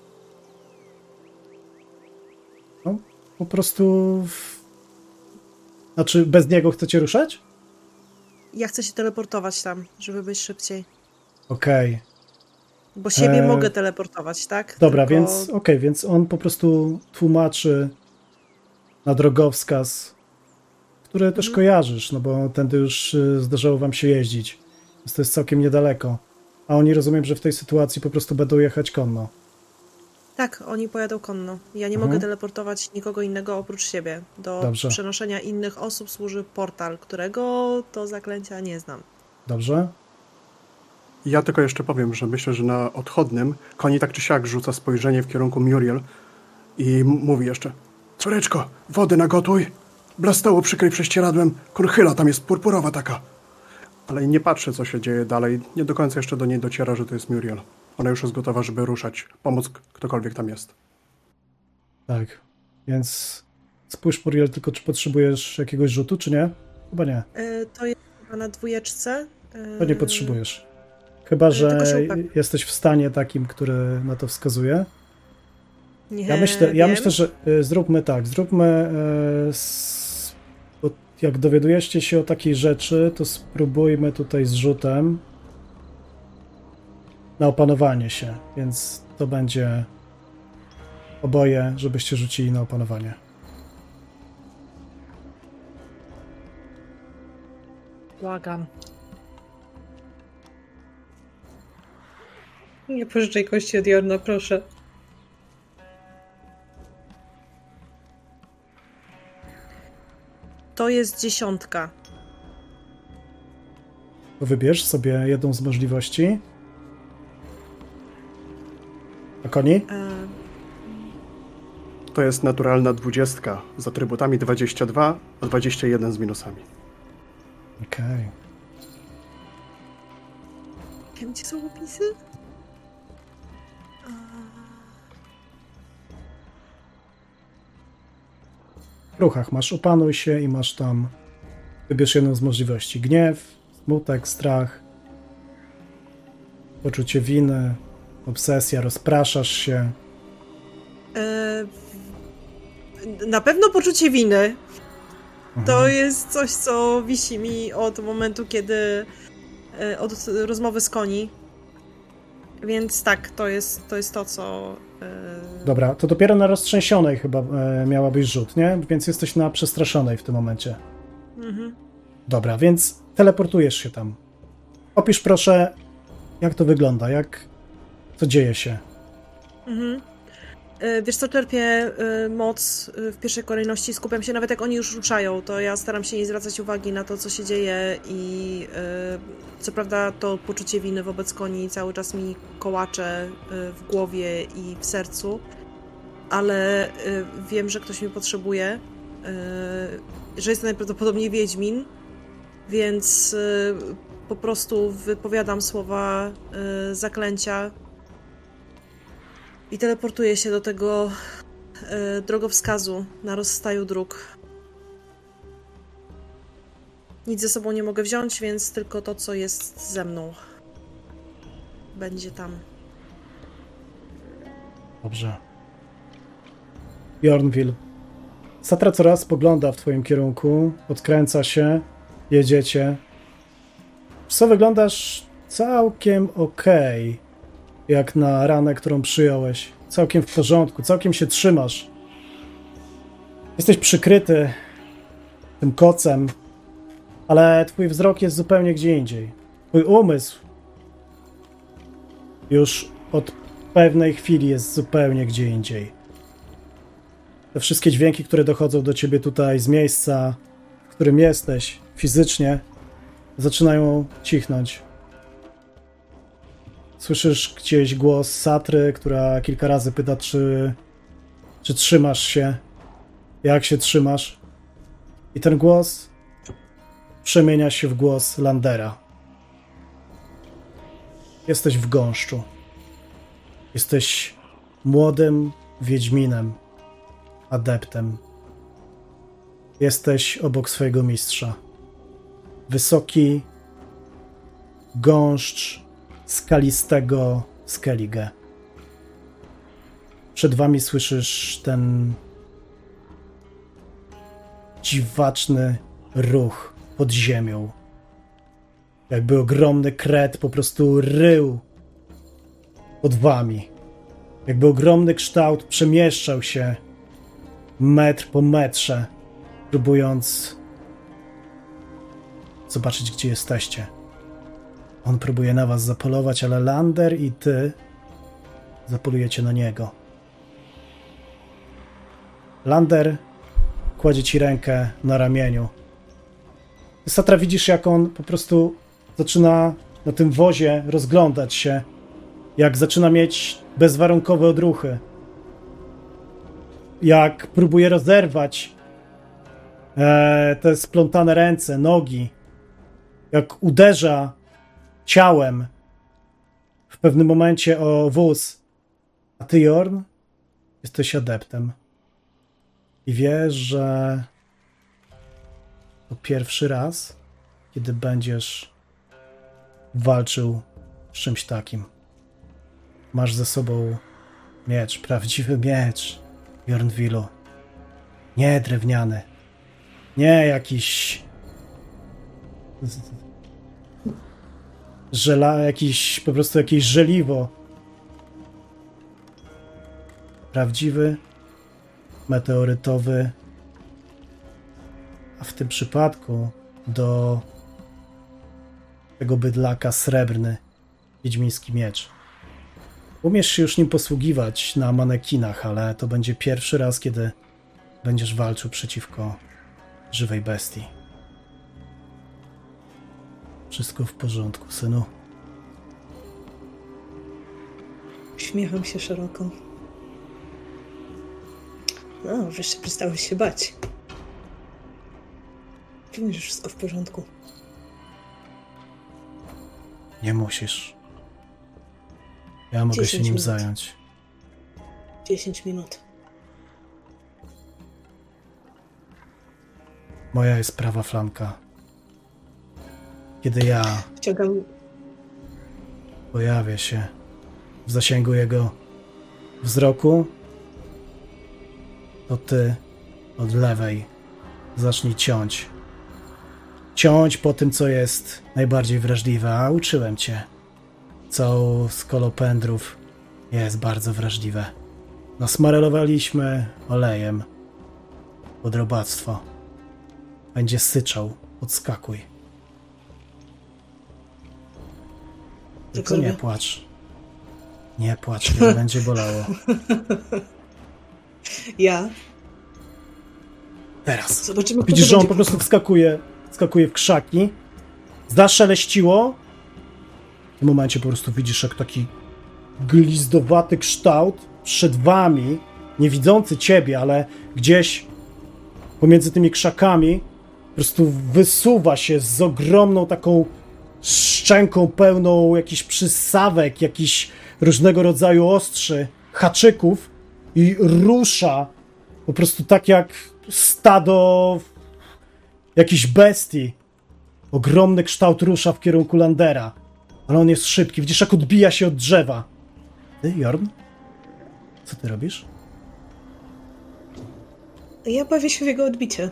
No, po prostu... Znaczy, bez niego chcecie ruszać? Ja chcę się teleportować tam, żeby być szybciej. Okej. Bo siebie mogę teleportować, tak? Dobra, Tylko... więc on po prostu tłumaczy na drogowskaz, który też kojarzysz, no bo tędy już zdarzało wam się jeździć. Więc to jest całkiem niedaleko. A oni, rozumiem, że w tej sytuacji po prostu będą jechać konno. Tak, oni pojadą konno. Ja nie mogę teleportować nikogo innego oprócz siebie. Do przenoszenia innych osób służy portal, którego to zaklęcia nie znam. Dobrze. Ja tylko jeszcze powiem, że myślę, że na odchodnym Koni tak czy siak rzuca spojrzenie w kierunku Muriel i mówi jeszcze: córeczko, wody nagotuj, blastoło przykryj prześcieradłem, kurchyla tam jest purpurowa taka. Ale nie patrzę, co się dzieje dalej. Nie do końca jeszcze do niej dociera, że to jest Muriel. Ona już jest gotowa, żeby ruszać, pomóc ktokolwiek tam jest. Tak, więc spójrz, Muriel, tylko czy potrzebujesz jakiegoś rzutu, czy nie? Chyba nie. To jest chyba na 2. To nie potrzebujesz. Chyba że jesteś w stanie takim, który na to wskazuje. Nie, ja myślę, że zróbmy tak. Bo jak dowiadujecie się o takiej rzeczy, to spróbujmy tutaj z rzutem na opanowanie się, więc to będzie oboje, żebyście rzucili na opanowanie. Błagam. Nie pożyczaj kości od Jorna, proszę. To jest 10. Wybierz sobie jedną z możliwości. A Koni? To jest naturalna 20 z atrybutami 22, a 21 z minusami. Okej. Gdzie są opisy? W ruchach masz opanuj się i masz tam, wybierz jedną z możliwości. Gniew, smutek, strach, poczucie winy, obsesja, rozpraszasz się. Na pewno poczucie winy. To jest coś, co wisi mi od momentu, kiedy od rozmowy z Koni. Więc tak, to jest to, co... Dobra, to dopiero na roztrzęsionej chyba miałabyś rzut, nie? Więc jesteś na przestraszonej w tym momencie. Dobra, więc teleportujesz się tam. Opisz proszę, jak to wygląda, co dzieje się. Wiesz co, czerpię moc w pierwszej kolejności, skupiam się, nawet jak oni już ruszają, to ja staram się nie zwracać uwagi na to, co się dzieje i co prawda to poczucie winy wobec Koni cały czas mi kołacze w głowie i w sercu, ale wiem, że ktoś mnie potrzebuje, że jest to najprawdopodobniej Wiedźmin, więc po prostu wypowiadam słowa zaklęcia i teleportuję się do tego drogowskazu na rozstaju dróg. Nic ze sobą nie mogę wziąć, więc tylko to, co jest ze mną, będzie tam. Dobrze. Bjornville. Satra coraz spogląda w twoim kierunku, odkręca się, jedziecie. Co, wyglądasz całkiem okej, jak na ranę, którą przyjąłeś. Całkiem w porządku, całkiem się trzymasz. Jesteś przykryty tym kocem, ale twój wzrok jest zupełnie gdzie indziej. Twój umysł już od pewnej chwili jest zupełnie gdzie indziej. Te wszystkie dźwięki, które dochodzą do ciebie tutaj z miejsca, w którym jesteś fizycznie, zaczynają cichnąć. Słyszysz gdzieś głos Satry, która kilka razy pyta, czy trzymasz się, jak się trzymasz. I ten głos przemienia się w głos Landera. Jesteś w gąszczu. Jesteś młodym wiedźminem, adeptem. Jesteś obok swojego mistrza. Wysoki gąszcz skalistego Skellige. Przed wami słyszysz ten dziwaczny ruch pod ziemią. Jakby ogromny kret po prostu rył pod wami. Jakby ogromny kształt przemieszczał się metr po metrze, próbując zobaczyć, gdzie jesteście. On próbuje na was zapolować, ale Lander i ty zapolujecie na niego. Lander kładzie ci rękę na ramieniu. Satra, widzisz, jak on po prostu zaczyna na tym wozie rozglądać się, jak zaczyna mieć bezwarunkowe odruchy, jak próbuje rozerwać te splątane ręce, nogi, jak uderza ciałem w pewnym momencie o wóz. A ty, Jorn, jesteś adeptem i wiesz, że to pierwszy raz, kiedy będziesz walczył z czymś takim. Masz ze sobą miecz, prawdziwy miecz, Jornwilu. Nie drewniany. Nie jakiś po prostu jakieś żeliwo. Prawdziwy, meteorytowy, a w tym przypadku do tego bydlaka srebrny, wiedźmiński miecz. Umiesz się już nim posługiwać na manekinach, ale to będzie pierwszy raz, kiedy będziesz walczył przeciwko żywej bestii. Wszystko w porządku, synu. Uśmiecham się szeroko. No, wreszcie przestałeś się bać. Wiem, że wszystko w porządku. Nie musisz. Ja mogę się nim 10 minut. zająć. 10 minut. Moja jest prawa flanka. Kiedy ja Wciągam. pojawię się w zasięgu jego wzroku, to ty od lewej zacznij ciąć. Ciąć po tym, co jest najbardziej wrażliwe, a uczyłem cię. Co z kolopendrów jest bardzo wrażliwe. Nasmarowaliśmy olejem pod robactwo. Będzie syczał, odskakuj. Tylko nie płacz. Nie płacz, kiedy będzie bolało. Ja? Teraz. Zobaczymy, Widzisz, że on po prostu wskakuje w krzaki. Zaszeleściło. W tym momencie po prostu widzisz, jak taki glizdowaty kształt przed wami, nie widzący ciebie, ale gdzieś pomiędzy tymi krzakami po prostu wysuwa się z ogromną taką szczęką pełną jakichś przysawek, jakichś różnego rodzaju ostrzy, haczyków i rusza po prostu tak jak stado jakichś bestii. Ogromny kształt rusza w kierunku Landera, ale on jest szybki. Widzisz, jak odbija się od drzewa. Ty, Jorn? Co ty robisz? Ja bawię się w jego odbicie.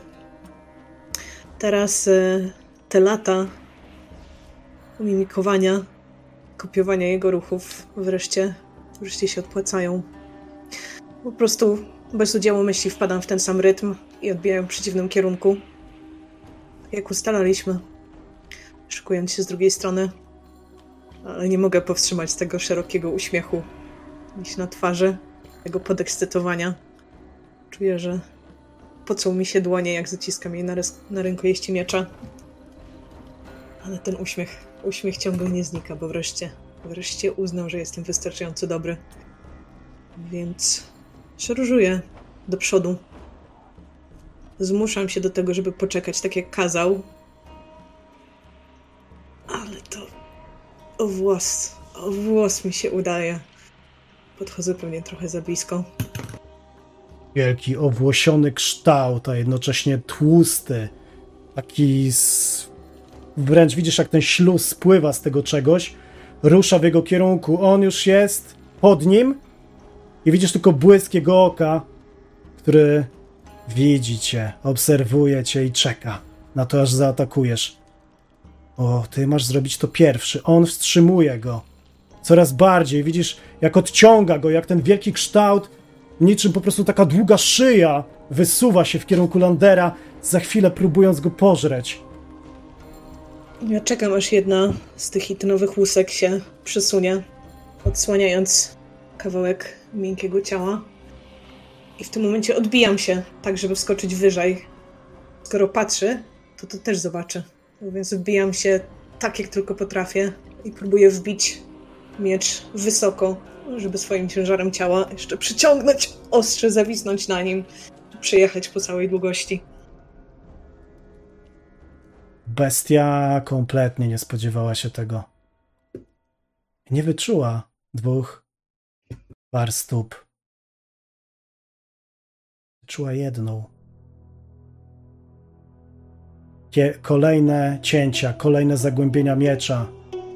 Teraz te lata mimikowania, kopiowania jego ruchów wreszcie się odpłacają. Po prostu bez udziału myśli wpadam w ten sam rytm i odbijam w przeciwnym kierunku. Jak ustalaliśmy, szykując się z drugiej strony, ale nie mogę powstrzymać tego szerokiego uśmiechu gdzieś na twarzy, tego podekscytowania. Czuję, że pocą mi się dłonie, jak zaciskam jej na rękojeści miecza. Ale ten uśmiech ciągle nie znika, bo wreszcie uznał, że jestem wystarczająco dobry. Więc szarżuję do przodu. Zmuszam się do tego, żeby poczekać tak jak kazał. Ale to o włos mi się udaje. Podchodzę pewnie trochę za blisko. Wielki, owłosiony kształt, a jednocześnie tłusty. Taki wręcz widzisz, jak ten śluz spływa z tego czegoś. Rusza w jego kierunku. On już jest pod nim i widzisz tylko błysk jego oka, który widzi cię, obserwuje cię i czeka na to, aż zaatakujesz. O, ty masz zrobić to pierwszy. On wstrzymuje go. Coraz bardziej. Widzisz, jak odciąga go, jak ten wielki kształt, niczym po prostu taka długa szyja, wysuwa się w kierunku Landera, za chwilę próbując go pożreć. Ja czekam, aż jedna z tych hitynowych łusek się przesunie, odsłaniając kawałek miękkiego ciała. I w tym momencie odbijam się, tak żeby wskoczyć wyżej. Skoro patrzy, to też zobaczy. Więc wbijam się tak, jak tylko potrafię i próbuję wbić miecz wysoko, żeby swoim ciężarem ciała jeszcze przyciągnąć ostrze, zawisnąć na nim i przejechać po całej długości. Bestia kompletnie nie spodziewała się tego. Nie wyczuła 2 par stóp. Wyczuła 1. Kolejne cięcia, kolejne zagłębienia miecza.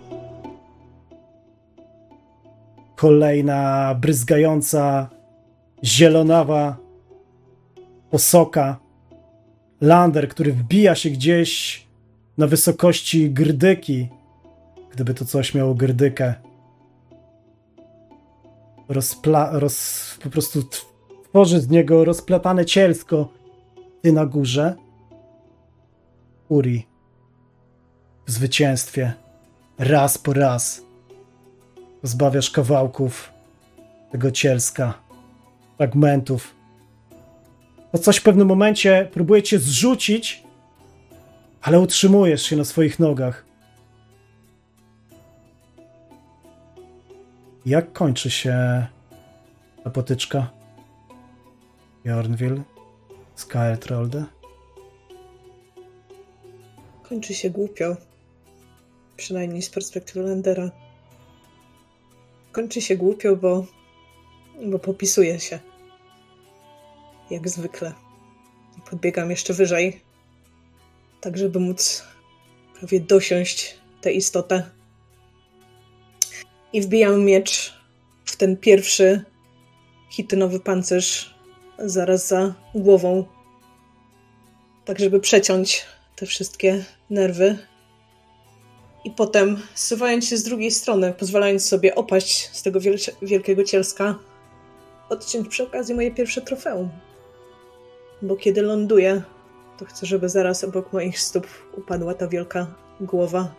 Kolejna bryzgająca, zielonawa posoka. Lander, który wbija się gdzieś na wysokości grdyki, gdyby to coś miało grdykę. Po prostu tworzy z niego rozplatane cielsko. Ty na górze. Uri w zwycięstwie. Raz po raz pozbawiasz kawałków tego cielska, fragmentów. To coś w pewnym momencie próbuje cię zrzucić, ale utrzymujesz się na swoich nogach. Jak kończy się ta potyczka? Jornville, Skytrolde? Kończy się głupio. Przynajmniej z perspektywy Landera. Kończy się głupio, bo popisuje się. Jak zwykle. Podbiegam jeszcze wyżej, tak żeby móc prawie dosiąść tę istotę. I wbijam miecz w ten pierwszy chitynowy pancerz zaraz za głową, tak żeby przeciąć te wszystkie nerwy. I potem, zsuwając się z drugiej strony, pozwalając sobie opaść z tego wielkiego cielska, odciąć przy okazji moje pierwsze trofeum. Bo kiedy ląduję, to chcę, żeby zaraz obok moich stóp upadła ta wielka głowa.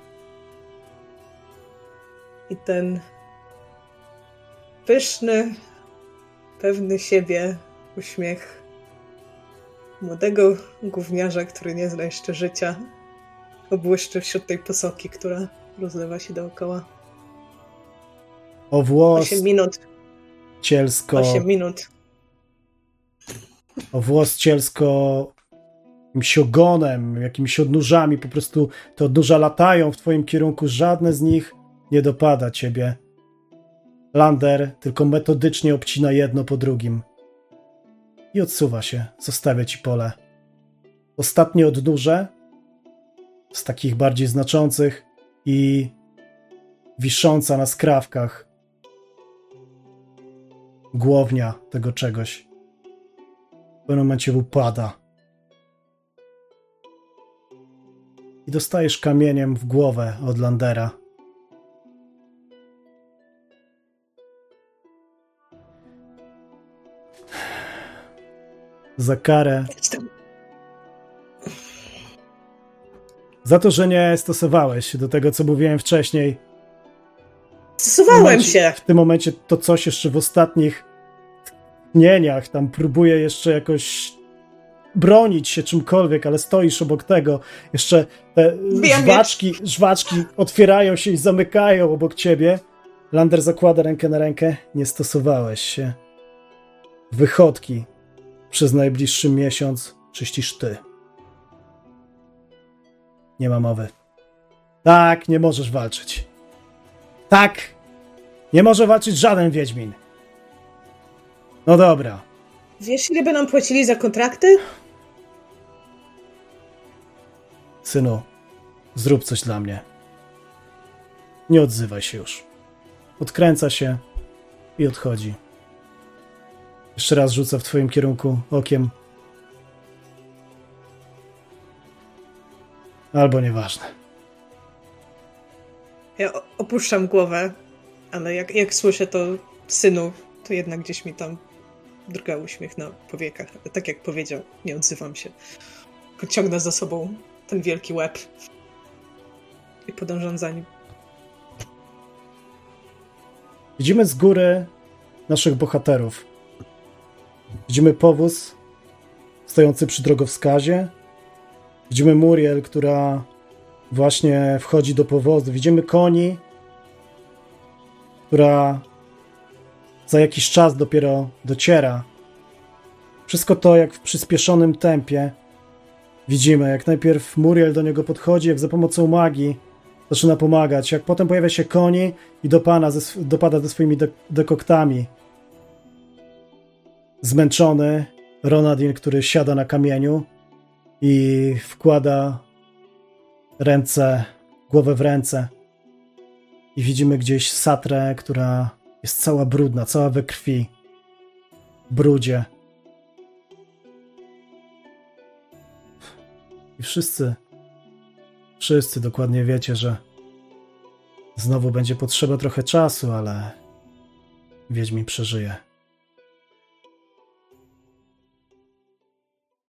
I ten pyszny, pewny siebie uśmiech młodego gówniarza, który nie zna jeszcze życia, obłyszczy wśród tej posoki, która rozlewa się dookoła. O włos 8 minut. Cielsko. 8 minut. O włos cielsko jakimś ogonem, jakimiś odnóżami, po prostu te odnóża latają w twoim kierunku, żadne z nich nie dopada ciebie. Lander tylko metodycznie obcina jedno po drugim i odsuwa się, zostawia ci pole. Ostatnie odnóże z takich bardziej znaczących i wisząca na skrawkach głownia tego czegoś w pewnym momencie upada i dostajesz kamieniem w głowę od Landera. Za karę. Za to, że nie stosowałeś się do tego, co mówiłem wcześniej. Stosowałem się! W tym momencie to coś jeszcze w ostatnich tnieniach tam próbuje jeszcze jakoś bronić się czymkolwiek, ale stoisz obok tego. Jeszcze te żwaczki otwierają się i zamykają obok ciebie. Lander zakłada rękę na rękę. Nie stosowałeś się. Wychodki przez najbliższy miesiąc czyścisz ty. Nie ma mowy. Tak, nie możesz walczyć. Tak, nie może walczyć żaden Wiedźmin. No dobra. Wiesz, ile by nam płacili za kontrakty? Synu, zrób coś dla mnie. Nie odzywaj się już. Odkręca się i odchodzi. Jeszcze raz rzuca w twoim kierunku okiem. Albo nieważne. Ja opuszczam głowę, ale jak słyszę to synu, to jednak gdzieś mi tam drga uśmiech na powiekach. Ale tak jak powiedział, nie odzywam się. Tylko ciągnę za sobą ten wielki łeb i podążam za nim. Widzimy z góry naszych bohaterów. Widzimy powóz stojący przy drogowskazie. Widzimy Muriel, która właśnie wchodzi do powozu. Widzimy koni, która za jakiś czas dopiero dociera. Wszystko to jak w przyspieszonym tempie. Widzimy, jak najpierw Muriel do niego podchodzi, jak za pomocą magii zaczyna pomagać, jak potem pojawia się koni i dopada ze swoimi dekoktami. Zmęczony Ronadin, który siada na kamieniu i wkłada głowę w ręce. I widzimy gdzieś Satrę, która jest cała brudna, cała we krwi, w brudzie. I wszyscy dokładnie wiecie, że znowu będzie potrzeba trochę czasu, ale Wiedźmin przeżyje.